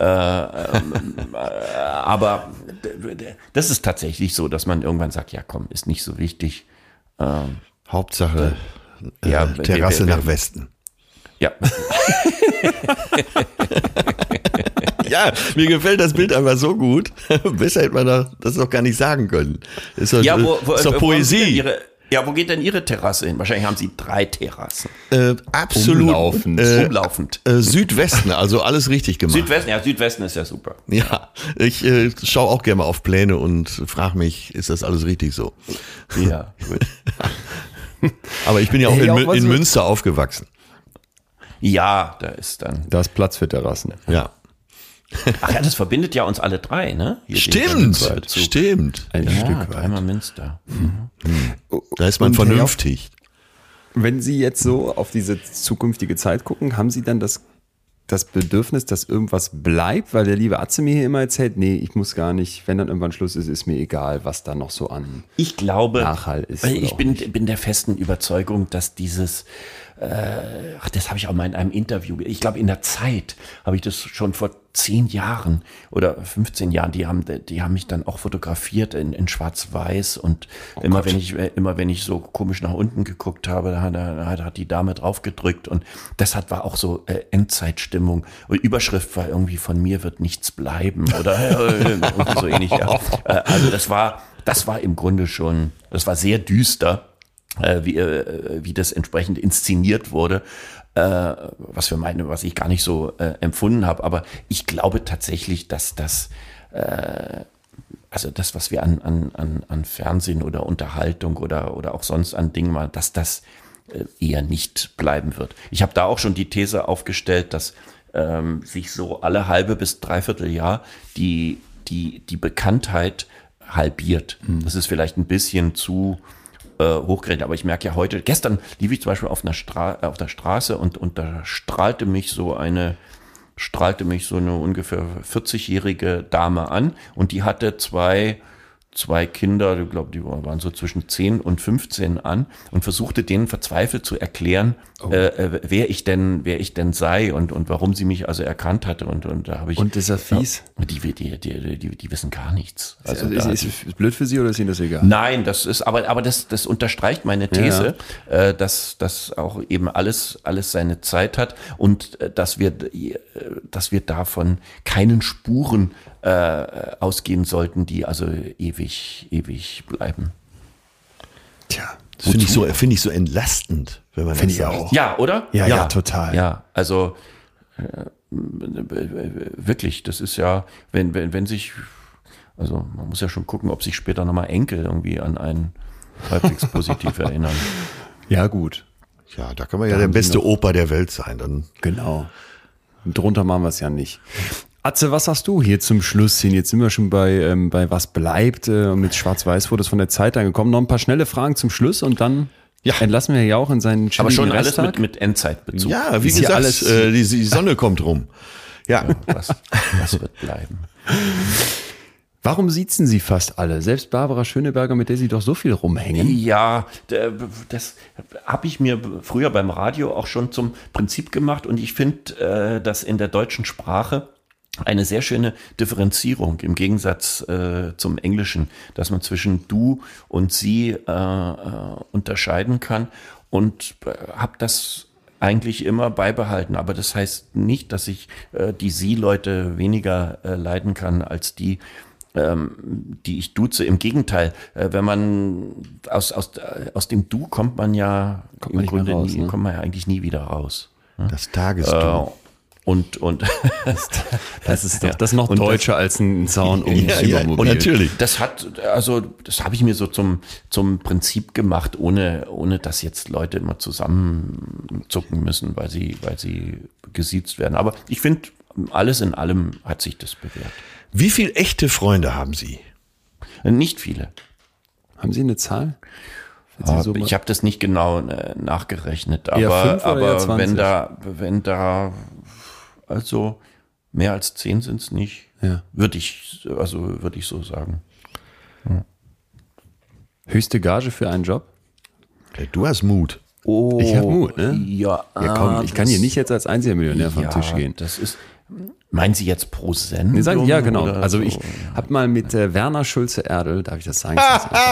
Aber das ist tatsächlich so, dass man irgendwann sagt, ja komm, ist nicht so wichtig. Hauptsache Terrasse nach Westen. Ja. Ja, mir gefällt das Bild einfach so gut. Besser hätte man das doch gar nicht sagen können. Ist doch, ist doch Poesie. Wo geht denn Ihre Terrasse hin? Wahrscheinlich haben Sie 3 Terrassen. Absolut. Umlaufend. Südwesten, also alles richtig gemacht. Südwesten ist ja super. Ja, ich schaue auch gerne mal auf Pläne und frage mich, ist das alles richtig so? Ja, gut. Aber ich bin ja auch in Münster aufgewachsen. Ja, da ist Platz für Terrassen. Ja. Ach ja, das verbindet ja uns alle 3, ne? Hier stimmt. Ein Stück weit. Dreimal Münster. Da ist man vernünftig. Wenn Sie jetzt so auf diese zukünftige Zeit gucken, haben Sie dann das Bedürfnis, dass irgendwas bleibt? Weil der liebe Atze mir hier immer erzählt, nee, ich muss gar nicht, wenn dann irgendwann Schluss ist mir egal, was da noch so an Nachhall ist. Ich bin der festen Überzeugung, dass dieses das habe ich auch mal in einem Interview, ich glaube in der Zeit habe ich das schon vor 10 Jahren oder 15 Jahren, die haben mich dann auch fotografiert in Schwarz-Weiß und immer wenn ich so komisch nach unten geguckt habe, da hat die Dame drauf gedrückt und das war auch so Endzeitstimmung und Überschrift war irgendwie von mir wird nichts bleiben oder irgendwie so ähnlich. Ja. Also das war im Grunde schon, das war sehr düster. wie das entsprechend inszeniert wurde, was ich gar nicht so empfunden habe. Aber ich glaube tatsächlich, dass also das, was wir an Fernsehen oder Unterhaltung oder auch sonst an Dingen machen, dass das eher nicht bleiben wird. Ich habe da auch schon die These aufgestellt, dass sich so alle halbe bis dreiviertel Jahr die Bekanntheit halbiert. Das ist vielleicht ein bisschen zu hochgerechnet, aber ich merke ja heute, gestern lief ich zum Beispiel auf der Straße und da strahlte mich so eine ungefähr 40-jährige Dame an und die hatte zwei Kinder, ich glaube, die waren so zwischen 10 und 15 an und versuchte denen verzweifelt zu erklären, wer ich denn sei und warum sie mich also erkannt hatte und da habe ich. Und ist das fies? Die wissen gar nichts. Also ist es blöd für Sie oder ist Ihnen das egal? Nein, das ist, aber das unterstreicht meine These, dass auch eben alles seine Zeit hat und dass wir davon keinen Spuren ausgehen sollten, die also ewig bleiben. Tja, das finde ich so entlastend, wenn man das sagt. Auch. Ja, oder? Ja, total. Ja, also wirklich, das ist ja, wenn sich, also man muss ja schon gucken, ob sich später nochmal Enkel irgendwie an einen halbwegs positiv erinnern. Ja, gut. Ja, da kann man ja der beste Opa der Welt sein. Dann. Genau. Drunter machen wir es ja nicht. Atze, was hast du hier zum Schluss hin? Jetzt sind wir schon bei Was bleibt mit Schwarz-Weiß-Fotos von der Zeit angekommen. Noch ein paar schnelle Fragen zum Schluss und dann entlassen wir ja auch in seinen aber schon alles mit Endzeitbezug. Ja, wie gesagt, alles, die Sonne kommt rum. Ja. Was wird bleiben? Warum siezen Sie fast alle? Selbst Barbara Schöneberger, mit der Sie doch so viel rumhängen. Ja, das habe ich mir früher beim Radio auch schon zum Prinzip gemacht und ich finde, dass in der deutschen Sprache eine sehr schöne Differenzierung im Gegensatz zum Englischen, dass man zwischen du und sie unterscheiden kann und habe das eigentlich immer beibehalten. Aber das heißt nicht, dass ich die Sie-Leute weniger leiden kann als die ich duze. Im Gegenteil, wenn man aus dem Du kommt man ja kommt man ja eigentlich nie wieder raus. Das Tagesdu. Und das ist doch das noch deutscher als ein Zaun ums Übermobil. Und natürlich. Das habe ich mir so zum Prinzip gemacht, ohne dass jetzt Leute immer zusammenzucken müssen, weil sie gesiezt werden. Aber ich finde, alles in allem hat sich das bewährt. Wie viele echte Freunde haben Sie? Nicht viele. Haben Sie eine Zahl? Ich habe das nicht genau nachgerechnet, eher 5 oder eher 20? wenn da also mehr als 10 sind es nicht, würde ich so sagen. Ja. Höchste Gage für einen Job? Du hast Mut. Oh, ich habe Mut, ne? Ja, komm, ich kann hier nicht jetzt als einziger Millionär vom Tisch gehen. Das ist. Meinen Sie jetzt pro Sendung? Nee, sagen, ja, genau. Also so? Ich habe mal mit Werner Schulze-Erdel, darf ich das sagen?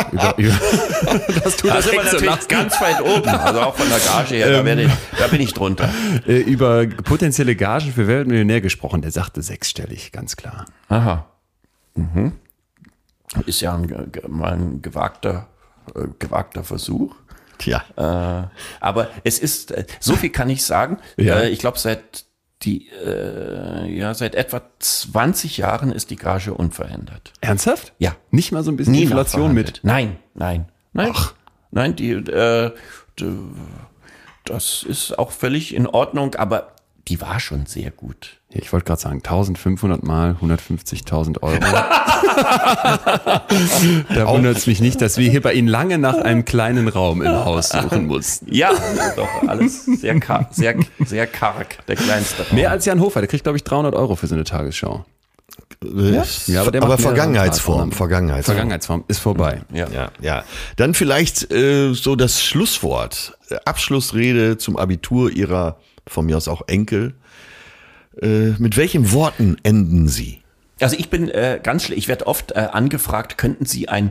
Das tut das immer natürlich ganz weit oben, also auch von der Gage her, da bin ich drunter. Über potenzielle Gagen für Weltmillionär gesprochen, der sagte 6-stellig, ganz klar. Aha. Mhm. Ist ja mal ein gewagter Versuch. Tja. Aber es ist, so viel kann ich sagen, ich glaube seit etwa 20 Jahren ist die Gage unverändert. Ernsthaft? Ja. Nicht mal so ein bisschen Nie Inflation mit? Nein. Ach. Nein, das ist auch völlig in Ordnung, aber die war schon sehr gut. Ja, ich wollte gerade sagen, 1500 mal 150.000 Euro. Da wundert es mich nicht, dass wir hier bei Ihnen lange nach einem kleinen Raum im Haus suchen mussten. Ja, doch, alles sehr karg, der kleinste Raum. Mehr als Jan Hofer, der kriegt, glaube ich, 300 Euro für so eine Tagesschau. Ja, aber Vergangenheitsform ist vorbei. Ja. Dann vielleicht so das Schlusswort, Abschlussrede zum Abitur Ihrer, von mir aus auch Enkel. Mit welchen Worten enden Sie? Also ich bin ganz schlecht. Ich werde oft angefragt, könnten Sie eine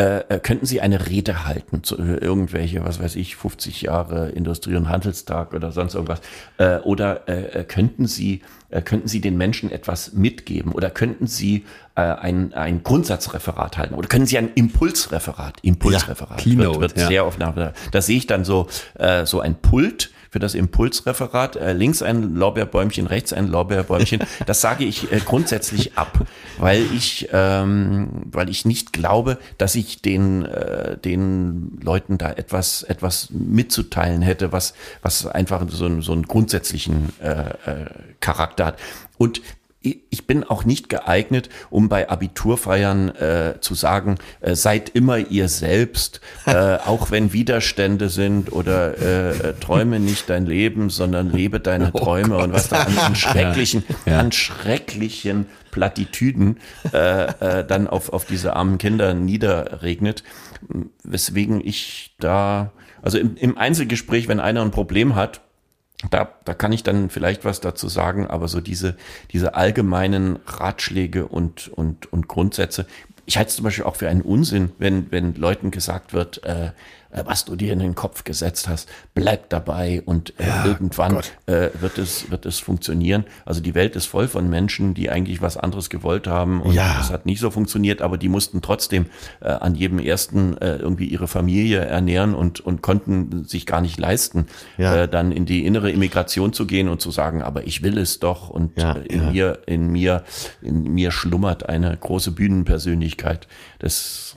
Rede halten zu irgendwelche, was weiß ich, 50 Jahre Industrie- und Handelstag oder sonst irgendwas. Oder könnten Sie den Menschen etwas mitgeben? Oder könnten Sie ein Grundsatzreferat halten? Oder können Sie ein Impulsreferat? Keynote, wird sehr oft nach. Da sehe ich dann so ein Pult für das Impulsreferat, links ein Lorbeerbäumchen, rechts ein Lorbeerbäumchen. Das sage ich grundsätzlich ab, weil ich nicht glaube, dass ich den Leuten da etwas mitzuteilen hätte, was einfach so einen grundsätzlichen Charakter hat. Und ich bin auch nicht geeignet, um bei Abiturfeiern zu sagen, seid immer ihr selbst, auch wenn Widerstände sind oder träume nicht dein Leben, sondern lebe deine Träume und was da an schrecklichen Plattitüden dann auf diese armen Kinder niederregnet, weswegen ich da, also im Einzelgespräch, wenn einer ein Problem hat, da kann ich dann vielleicht was dazu sagen, aber so diese allgemeinen Ratschläge und Grundsätze. Ich halte es zum Beispiel auch für einen Unsinn, wenn Leuten gesagt wird, was du dir in den Kopf gesetzt hast, bleib dabei und irgendwann wird es funktionieren. Also die Welt ist voll von Menschen, die eigentlich was anderes gewollt haben und das hat nicht so funktioniert, aber die mussten trotzdem an jedem ersten irgendwie ihre Familie ernähren und konnten sich gar nicht leisten, dann in die innere Immigration zu gehen und zu sagen, aber ich will es doch und in mir schlummert eine große Bühnenpersönlichkeit. Das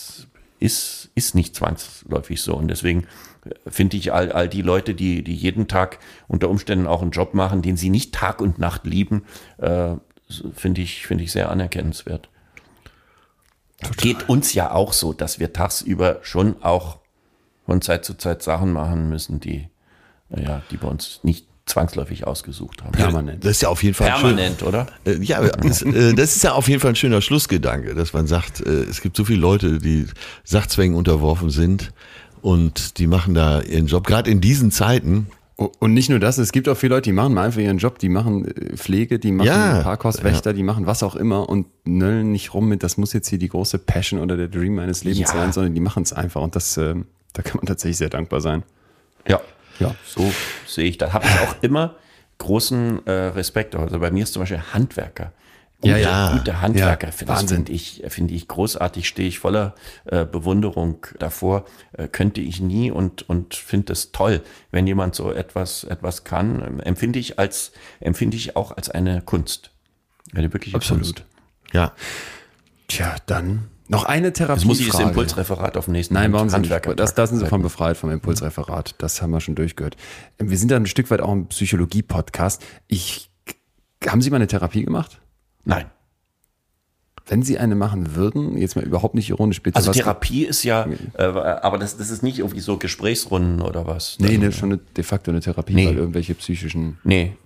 ist nicht zwangsläufig so. Und deswegen finde ich all die Leute, die jeden Tag unter Umständen auch einen Job machen, den sie nicht Tag und Nacht lieben, finde ich sehr anerkennenswert. Total. Geht uns ja auch so, dass wir tagsüber schon auch von Zeit zu Zeit Sachen machen müssen, die wir uns nicht zwangsläufig ausgesucht haben. Permanent. Das ist ja auf jeden Fall permanent, oder? Das ist ja auf jeden Fall ein schöner Schlussgedanke, dass man sagt, es gibt so viele Leute, die Sachzwängen unterworfen sind und die machen da ihren Job, gerade in diesen Zeiten. Und nicht nur das, es gibt auch viele Leute, die machen mal einfach ihren Job, die machen Pflege, die machen Parkhauswächter, die machen was auch immer und nöllen nicht rum mit, das muss jetzt hier die große Passion oder der Dream meines Lebens sein, sondern die machen es einfach und das, da kann man tatsächlich sehr dankbar sein. Ja, so sehe ich das. Habe ich auch immer großen Respekt. Also bei mir ist zum Beispiel Handwerker. Gute Handwerker, finde ich großartig, stehe ich voller Bewunderung davor, könnte ich nie und finde es toll, wenn jemand so etwas kann, empfinde ich auch als eine Kunst. Eine wirkliche Kunst. Ja. Tja, dann noch eine Therapiefrage. Jetzt muss ich das Impulsreferat auf den nächsten Handwerker. Da sind Sie von befreit vom Impulsreferat. Das haben wir schon durchgehört. Wir sind da ein Stück weit auch ein Psychologie-Podcast. Haben Sie mal eine Therapie gemacht? Nein. Wenn Sie eine machen würden, jetzt mal überhaupt nicht ironisch, bitte. Also Therapie ist ja, aber das ist nicht irgendwie so Gesprächsrunden oder was? Nee, schon de facto eine Therapie, weil irgendwelche psychischen... Nee.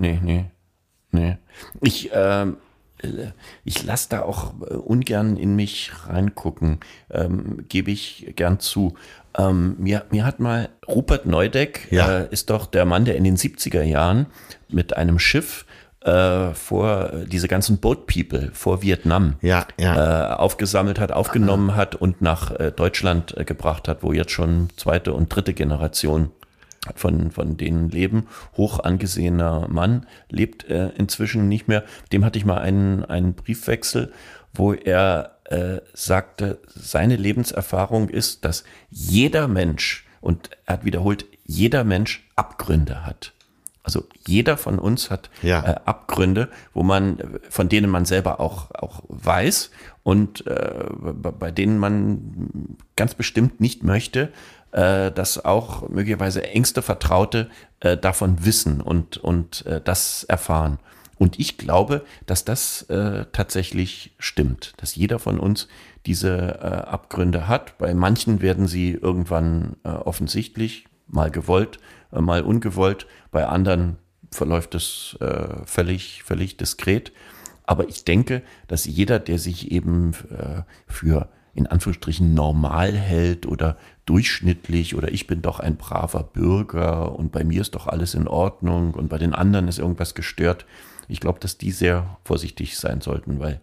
Ich lasse da auch ungern in mich reingucken, gebe ich gern zu. Mir hat mal Rupert Neudeck, ist doch der Mann, der in den 70er Jahren mit einem Schiff vor diese ganzen Boat People vor Vietnam aufgesammelt hat, aufgenommen hat und nach Deutschland gebracht hat, wo jetzt schon zweite und dritte Generation von denen leben. Hoch angesehener Mann, lebt inzwischen nicht mehr. Mit dem hatte ich mal einen Briefwechsel, wo er sagte, seine Lebenserfahrung ist, dass jeder Mensch, und er hat wiederholt, jeder Mensch Abgründe hat. Also jeder von uns hat Abgründe, von denen man selber auch weiß und bei denen man ganz bestimmt nicht möchte, dass auch möglicherweise engste Vertraute davon wissen und das erfahren. Und ich glaube, dass das tatsächlich stimmt, dass jeder von uns diese Abgründe hat. Bei manchen werden sie irgendwann offensichtlich, mal gewollt, mal ungewollt. Bei anderen verläuft es völlig diskret. Aber ich denke, dass jeder, der sich eben für in Anführungsstrichen normal hält oder durchschnittlich oder ich bin doch ein braver Bürger und bei mir ist doch alles in Ordnung und bei den anderen ist irgendwas gestört. Ich glaube, dass die sehr vorsichtig sein sollten, weil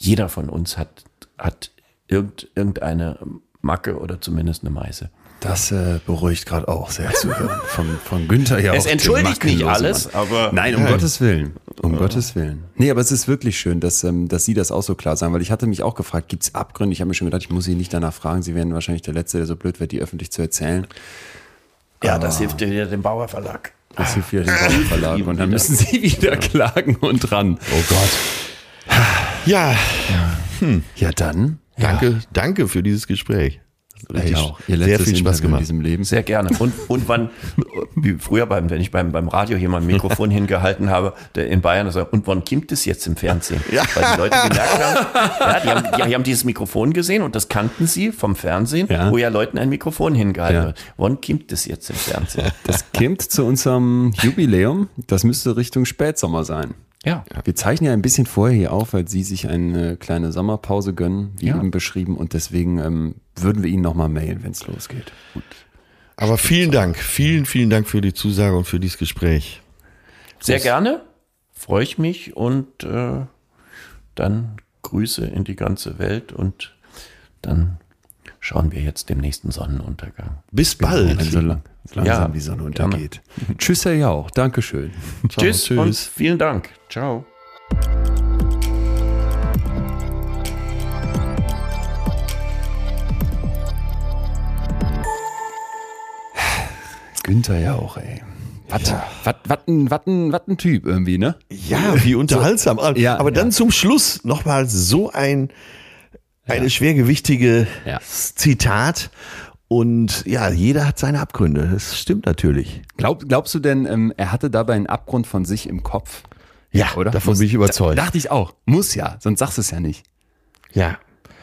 jeder von uns hat irgendeine Macke oder zumindest eine Meise. Das beruhigt gerade auch sehr zu hören. Von Günther ja auch. Es entschuldigt nicht alles, aber... Nein, um Gottes Willen. Gottes Willen. Nee, aber es ist wirklich schön, dass Sie das auch so klar sagen, weil ich hatte mich auch gefragt, gibt es Abgründe? Ich habe mir schon gedacht, ich muss Sie nicht danach fragen. Sie wären wahrscheinlich der Letzte, der so blöd wird, die öffentlich zu erzählen. Ja, das hilft ja wieder dem Bauer Verlag. Das hilft wieder dem Bauer Verlag. Und dann müssen Sie wieder klagen und dran. Oh Gott. Ja. Ja, dann. Danke für dieses Gespräch. Richtig, auch. Ihr sehr viel Spaß gemacht in diesem Leben. Sehr gerne. Und wann, wie früher, wenn ich beim Radio jemand ein Mikrofon hingehalten habe, der in Bayern sagt, und wann kommt es jetzt im Fernsehen? Ja. Weil die Leute gemerkt haben, die haben dieses Mikrofon gesehen und das kannten sie vom Fernsehen, wo ja Leuten ein Mikrofon hingehalten wird. Wann kommt es jetzt im Fernsehen? Das kommt zu unserem Jubiläum. Das müsste Richtung Spätsommer sein. Ja. Wir zeichnen ja ein bisschen vorher hier auf, weil Sie sich eine kleine Sommerpause gönnen, wie eben beschrieben. Und deswegen würden wir Ihnen nochmal mailen, wenn es losgeht. Gut. Aber vielen Dank. Vielen Dank für die Zusage und für dieses Gespräch. Sehr gerne. Freue ich mich und dann Grüße in die ganze Welt und dann schauen wir jetzt dem nächsten Sonnenuntergang. Bis bald. Wenn so langsam die Sonne untergeht. Tschüss, Herr Jauch. Dankeschön. Tschüss und vielen Dank. Ciao. Günther Jauch, ey. Was ein Typ irgendwie, ne? Ja, wie unterhaltsam. Aber dann zum Schluss nochmal so eine schwergewichtige Zitat. Und ja, jeder hat seine Abgründe. Das stimmt natürlich. Glaubst du denn, er hatte dabei einen Abgrund von sich im Kopf? Ja, oder? Davon bin ich überzeugt. Dachte ich auch. Muss ja, sonst sagst du es ja nicht. Ja.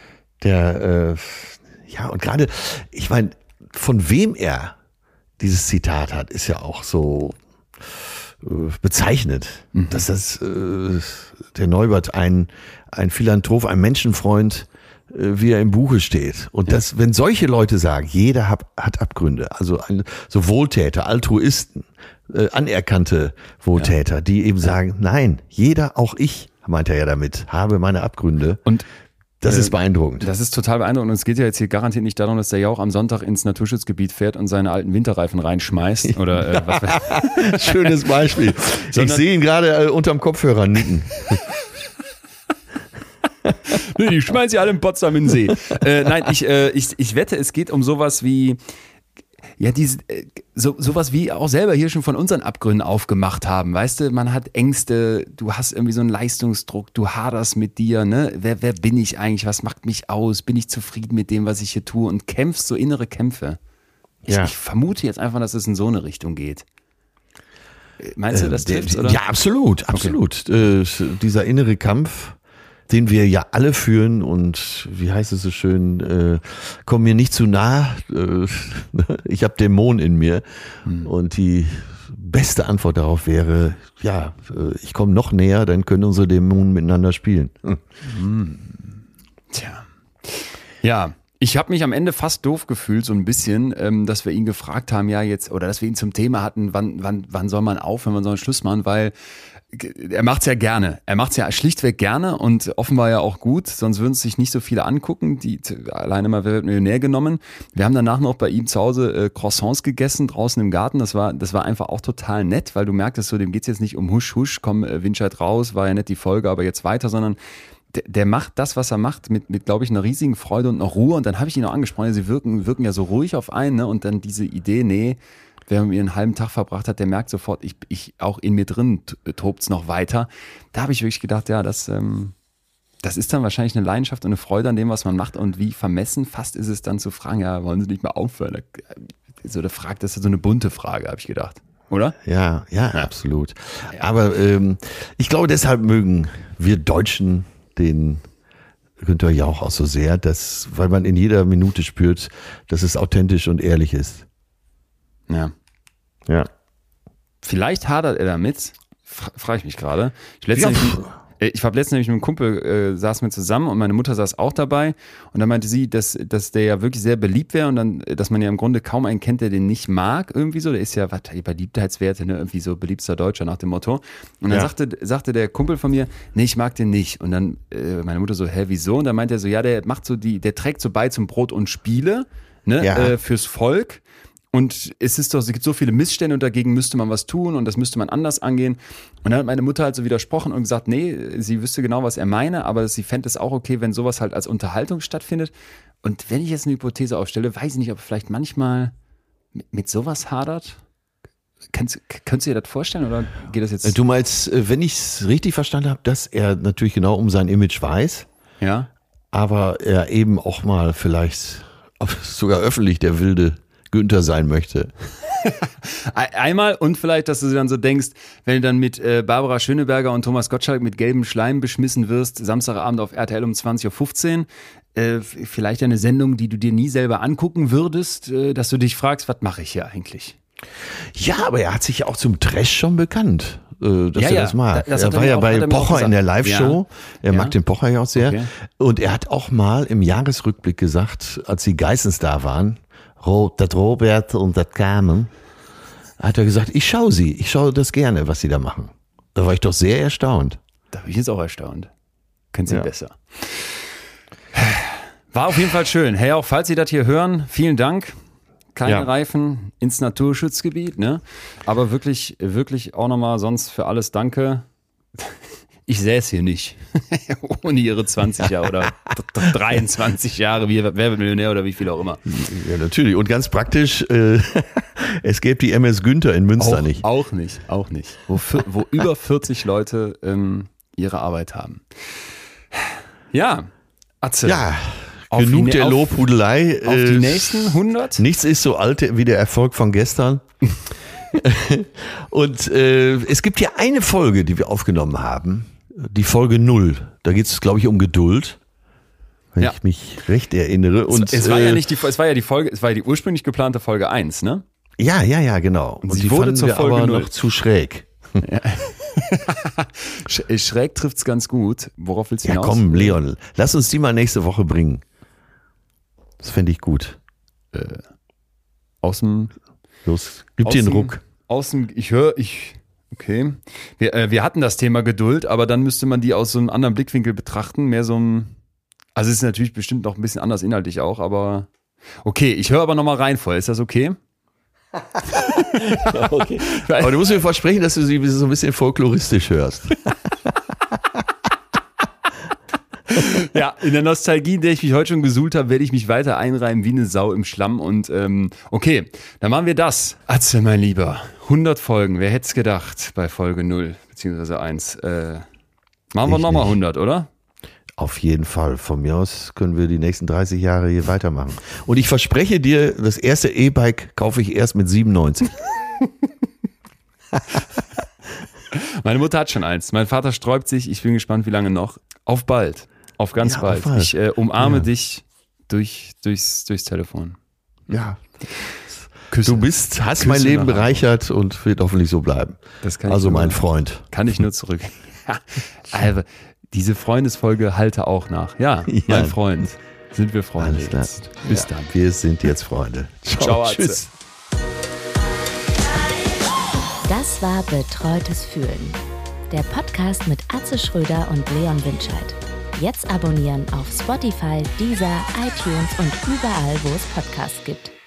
Und gerade, ich meine, von wem er dieses Zitat hat, ist ja auch so bezeichnet, dass das der Neubert ein Philanthrop, ein Menschenfreund, wie er im Buche steht. Und das, wenn solche Leute sagen, jeder hat Abgründe, also so Wohltäter, Altruisten, anerkannte Wohltäter, die eben sagen, nein, jeder, auch ich, meint er ja damit, habe meine Abgründe. Und das ist beeindruckend. Das ist total beeindruckend. Und es geht ja jetzt hier garantiert nicht darum, dass der Jauch am Sonntag ins Naturschutzgebiet fährt und seine alten Winterreifen reinschmeißt. Oder was. Schönes Beispiel. Ich sehe ihn gerade unterm Kopfhörer nicken. Nee, die schmeißen sie alle in Potsdam in den See. Nein, ich wette, es geht um sowas wie, sowas wie auch selber hier schon von unseren Abgründen aufgemacht haben. Weißt du, man hat Ängste, du hast irgendwie so einen Leistungsdruck, du haderst mit dir, ne? Wer bin ich eigentlich? Was macht mich aus? Bin ich zufrieden mit dem, was ich hier tue? Und kämpfst so innere Kämpfe. Ich vermute jetzt einfach, dass es in so eine Richtung geht. Meinst du, das trifft's, oder? Ja, absolut. Okay. Dieser innere Kampf, den wir ja alle führen und wie heißt es so schön, komm mir nicht zu nah, ich habe Dämonen in mir und die beste Antwort darauf wäre, ich komme noch näher, dann können unsere Dämonen miteinander spielen. Tja. Ja, ich habe mich am Ende fast doof gefühlt, so ein bisschen, dass wir ihn gefragt haben, oder dass wir ihn zum Thema hatten, wann soll man aufhören, wann soll man Schluss machen, weil er macht's ja gerne. Er macht's ja schlichtweg gerne und offenbar ja auch gut, sonst würden es sich nicht so viele angucken, die alleine mal Wer wird Millionär genommen. Wir haben danach noch bei ihm zu Hause Croissants gegessen, draußen im Garten. Das war einfach auch total nett, weil du merktest so, dem geht's jetzt nicht um Husch, Husch, komm, Winscheid raus, war ja nett die Folge, aber jetzt weiter, sondern der macht das, was er macht, mit glaube ich, einer riesigen Freude und einer Ruhe. Und dann habe ich ihn auch angesprochen, sie wirken ja so ruhig auf einen, ne? Und dann diese Idee, wer mit mir einen halben Tag verbracht hat, der merkt sofort, ich auch in mir drin tobt's noch weiter. Da habe ich wirklich gedacht, das ist dann wahrscheinlich eine Leidenschaft und eine Freude an dem, was man macht. Und wie vermessen fast ist es dann zu fragen, wollen Sie nicht mal aufhören? So eine Frage, das ist so eine bunte Frage, habe ich gedacht. Oder? Ja, absolut. Ja. Aber ich glaube, deshalb mögen wir Deutschen den Günther Jauch auch so sehr, weil man in jeder Minute spürt, dass es authentisch und ehrlich ist. Ja. Vielleicht hadert er damit, frage ich mich gerade. Ich war letztens nämlich mit einem Kumpel, saßen wir zusammen und meine Mutter saß auch dabei und dann meinte sie, dass der ja wirklich sehr beliebt wäre und dann, dass man ja im Grunde kaum einen kennt, der den nicht mag, irgendwie so. Der ist ja, Beliebtheitswerte, ne? Irgendwie so beliebster Deutscher nach dem Motto. Und dann sagte der Kumpel von mir, nee, ich mag den nicht. Und dann meine Mutter so, wieso? Und dann meinte er so, ja, der trägt so bei zum Brot und Spiele, ne? Fürs Volk. Und es gibt so viele Missstände und dagegen müsste man was tun und das müsste man anders angehen. Und dann hat meine Mutter halt so widersprochen und gesagt, nee, sie wüsste genau, was er meine, aber sie fände es auch okay, wenn sowas halt als Unterhaltung stattfindet. Und wenn ich jetzt eine Hypothese aufstelle, weiß ich nicht, ob er vielleicht manchmal mit sowas hadert. Könntest du dir das vorstellen oder geht das jetzt? Du meinst, wenn ich es richtig verstanden habe, dass er natürlich genau um sein Image weiß, aber er eben auch mal vielleicht sogar öffentlich der wilde Günther sein möchte. Einmal und vielleicht, dass du dann so denkst, wenn du dann mit Barbara Schöneberger und Thomas Gottschalk mit gelbem Schleim beschmissen wirst, Samstagabend auf RTL um 20.15 Uhr, vielleicht eine Sendung, die du dir nie selber angucken würdest, dass du dich fragst, was mache ich hier eigentlich? Ja, aber er hat sich ja auch zum Trash schon bekannt, dass er das mag. Er war ja bei Pocher in der Live-Show. Er mag den Pocher ja auch sehr. Okay. Und er hat auch mal im Jahresrückblick gesagt, als die Geissens da waren, das Robert und das Carmen, hat er gesagt, ich schaue das gerne, was sie da machen. Da war ich doch sehr erstaunt. Da bin ich jetzt auch erstaunt. Können Sie besser. War auf jeden Fall schön. Hey, auch falls Sie das hier hören, vielen Dank. Keine Reifen ins Naturschutzgebiet, ne? Aber wirklich, wirklich auch nochmal sonst für alles danke. Ich säß hier nicht. Ohne ihre 20 Jahre oder 23 Jahre, wer wird Millionär oder wie viel auch immer. Ja, natürlich. Und ganz praktisch, es gäbe die MS Günther in Münster nicht. Auch nicht. Wo über 40 Leute ihre Arbeit haben. Ja, Atze. Ja, genug der Lobhudelei. Auf die nächsten 100? Nichts ist so alt wie der Erfolg von gestern. Und es gibt hier eine Folge, die wir aufgenommen haben. Die Folge 0. Da geht es, glaube ich, um Geduld. Wenn ich mich recht erinnere. Und es war ja die ursprünglich geplante Folge 1, ne? Ja, genau. Und die wurde zur Folge aber 0. noch zu schräg. Ja. Schräg trifft's ganz gut. Worauf willst du hinaus? Ja, komm, Leon, lass uns die mal nächste Woche bringen. Das fände ich gut. Los, gib dir einen Ruck. Okay. Wir hatten das Thema Geduld, aber dann müsste man die aus so einem anderen Blickwinkel betrachten. Mehr so ein, also es ist natürlich bestimmt noch ein bisschen anders inhaltlich auch, aber okay, ich höre aber nochmal rein vorher. Ist das okay? Ja, okay. Aber du musst mir versprechen, dass du sie so ein bisschen folkloristisch hörst. Ja, in der Nostalgie, in der ich mich heute schon gesuhlt habe, werde ich mich weiter einreiben wie eine Sau im Schlamm. Und okay, dann machen wir das. Atze, mein Lieber, 100 Folgen, wer hätte es gedacht bei Folge 0 beziehungsweise 1. Machen wir nochmal 100, oder? Auf jeden Fall. Von mir aus können wir die nächsten 30 Jahre hier weitermachen. Und ich verspreche dir, das erste E-Bike kaufe ich erst mit 97. Meine Mutter hat schon eins. Mein Vater sträubt sich. Ich bin gespannt, wie lange noch. Auf bald. Auf ganz bald. Ich umarme dich durchs Telefon. Ja. Küsse. Hast Küsse mein Leben bereichert und wird hoffentlich so bleiben. Also mein Freund. Kann ich nur zurück. Also, diese Freundesfolge halte auch nach. Ja, mein Freund. Sind wir Freunde Alles klar. jetzt. Bis dann. Wir sind jetzt Freunde. Ciao, tschüss. Das war Betreutes Fühlen. Der Podcast mit Atze Schröder und Leon Winscheid. Jetzt abonnieren auf Spotify, Deezer, iTunes und überall, wo es Podcasts gibt.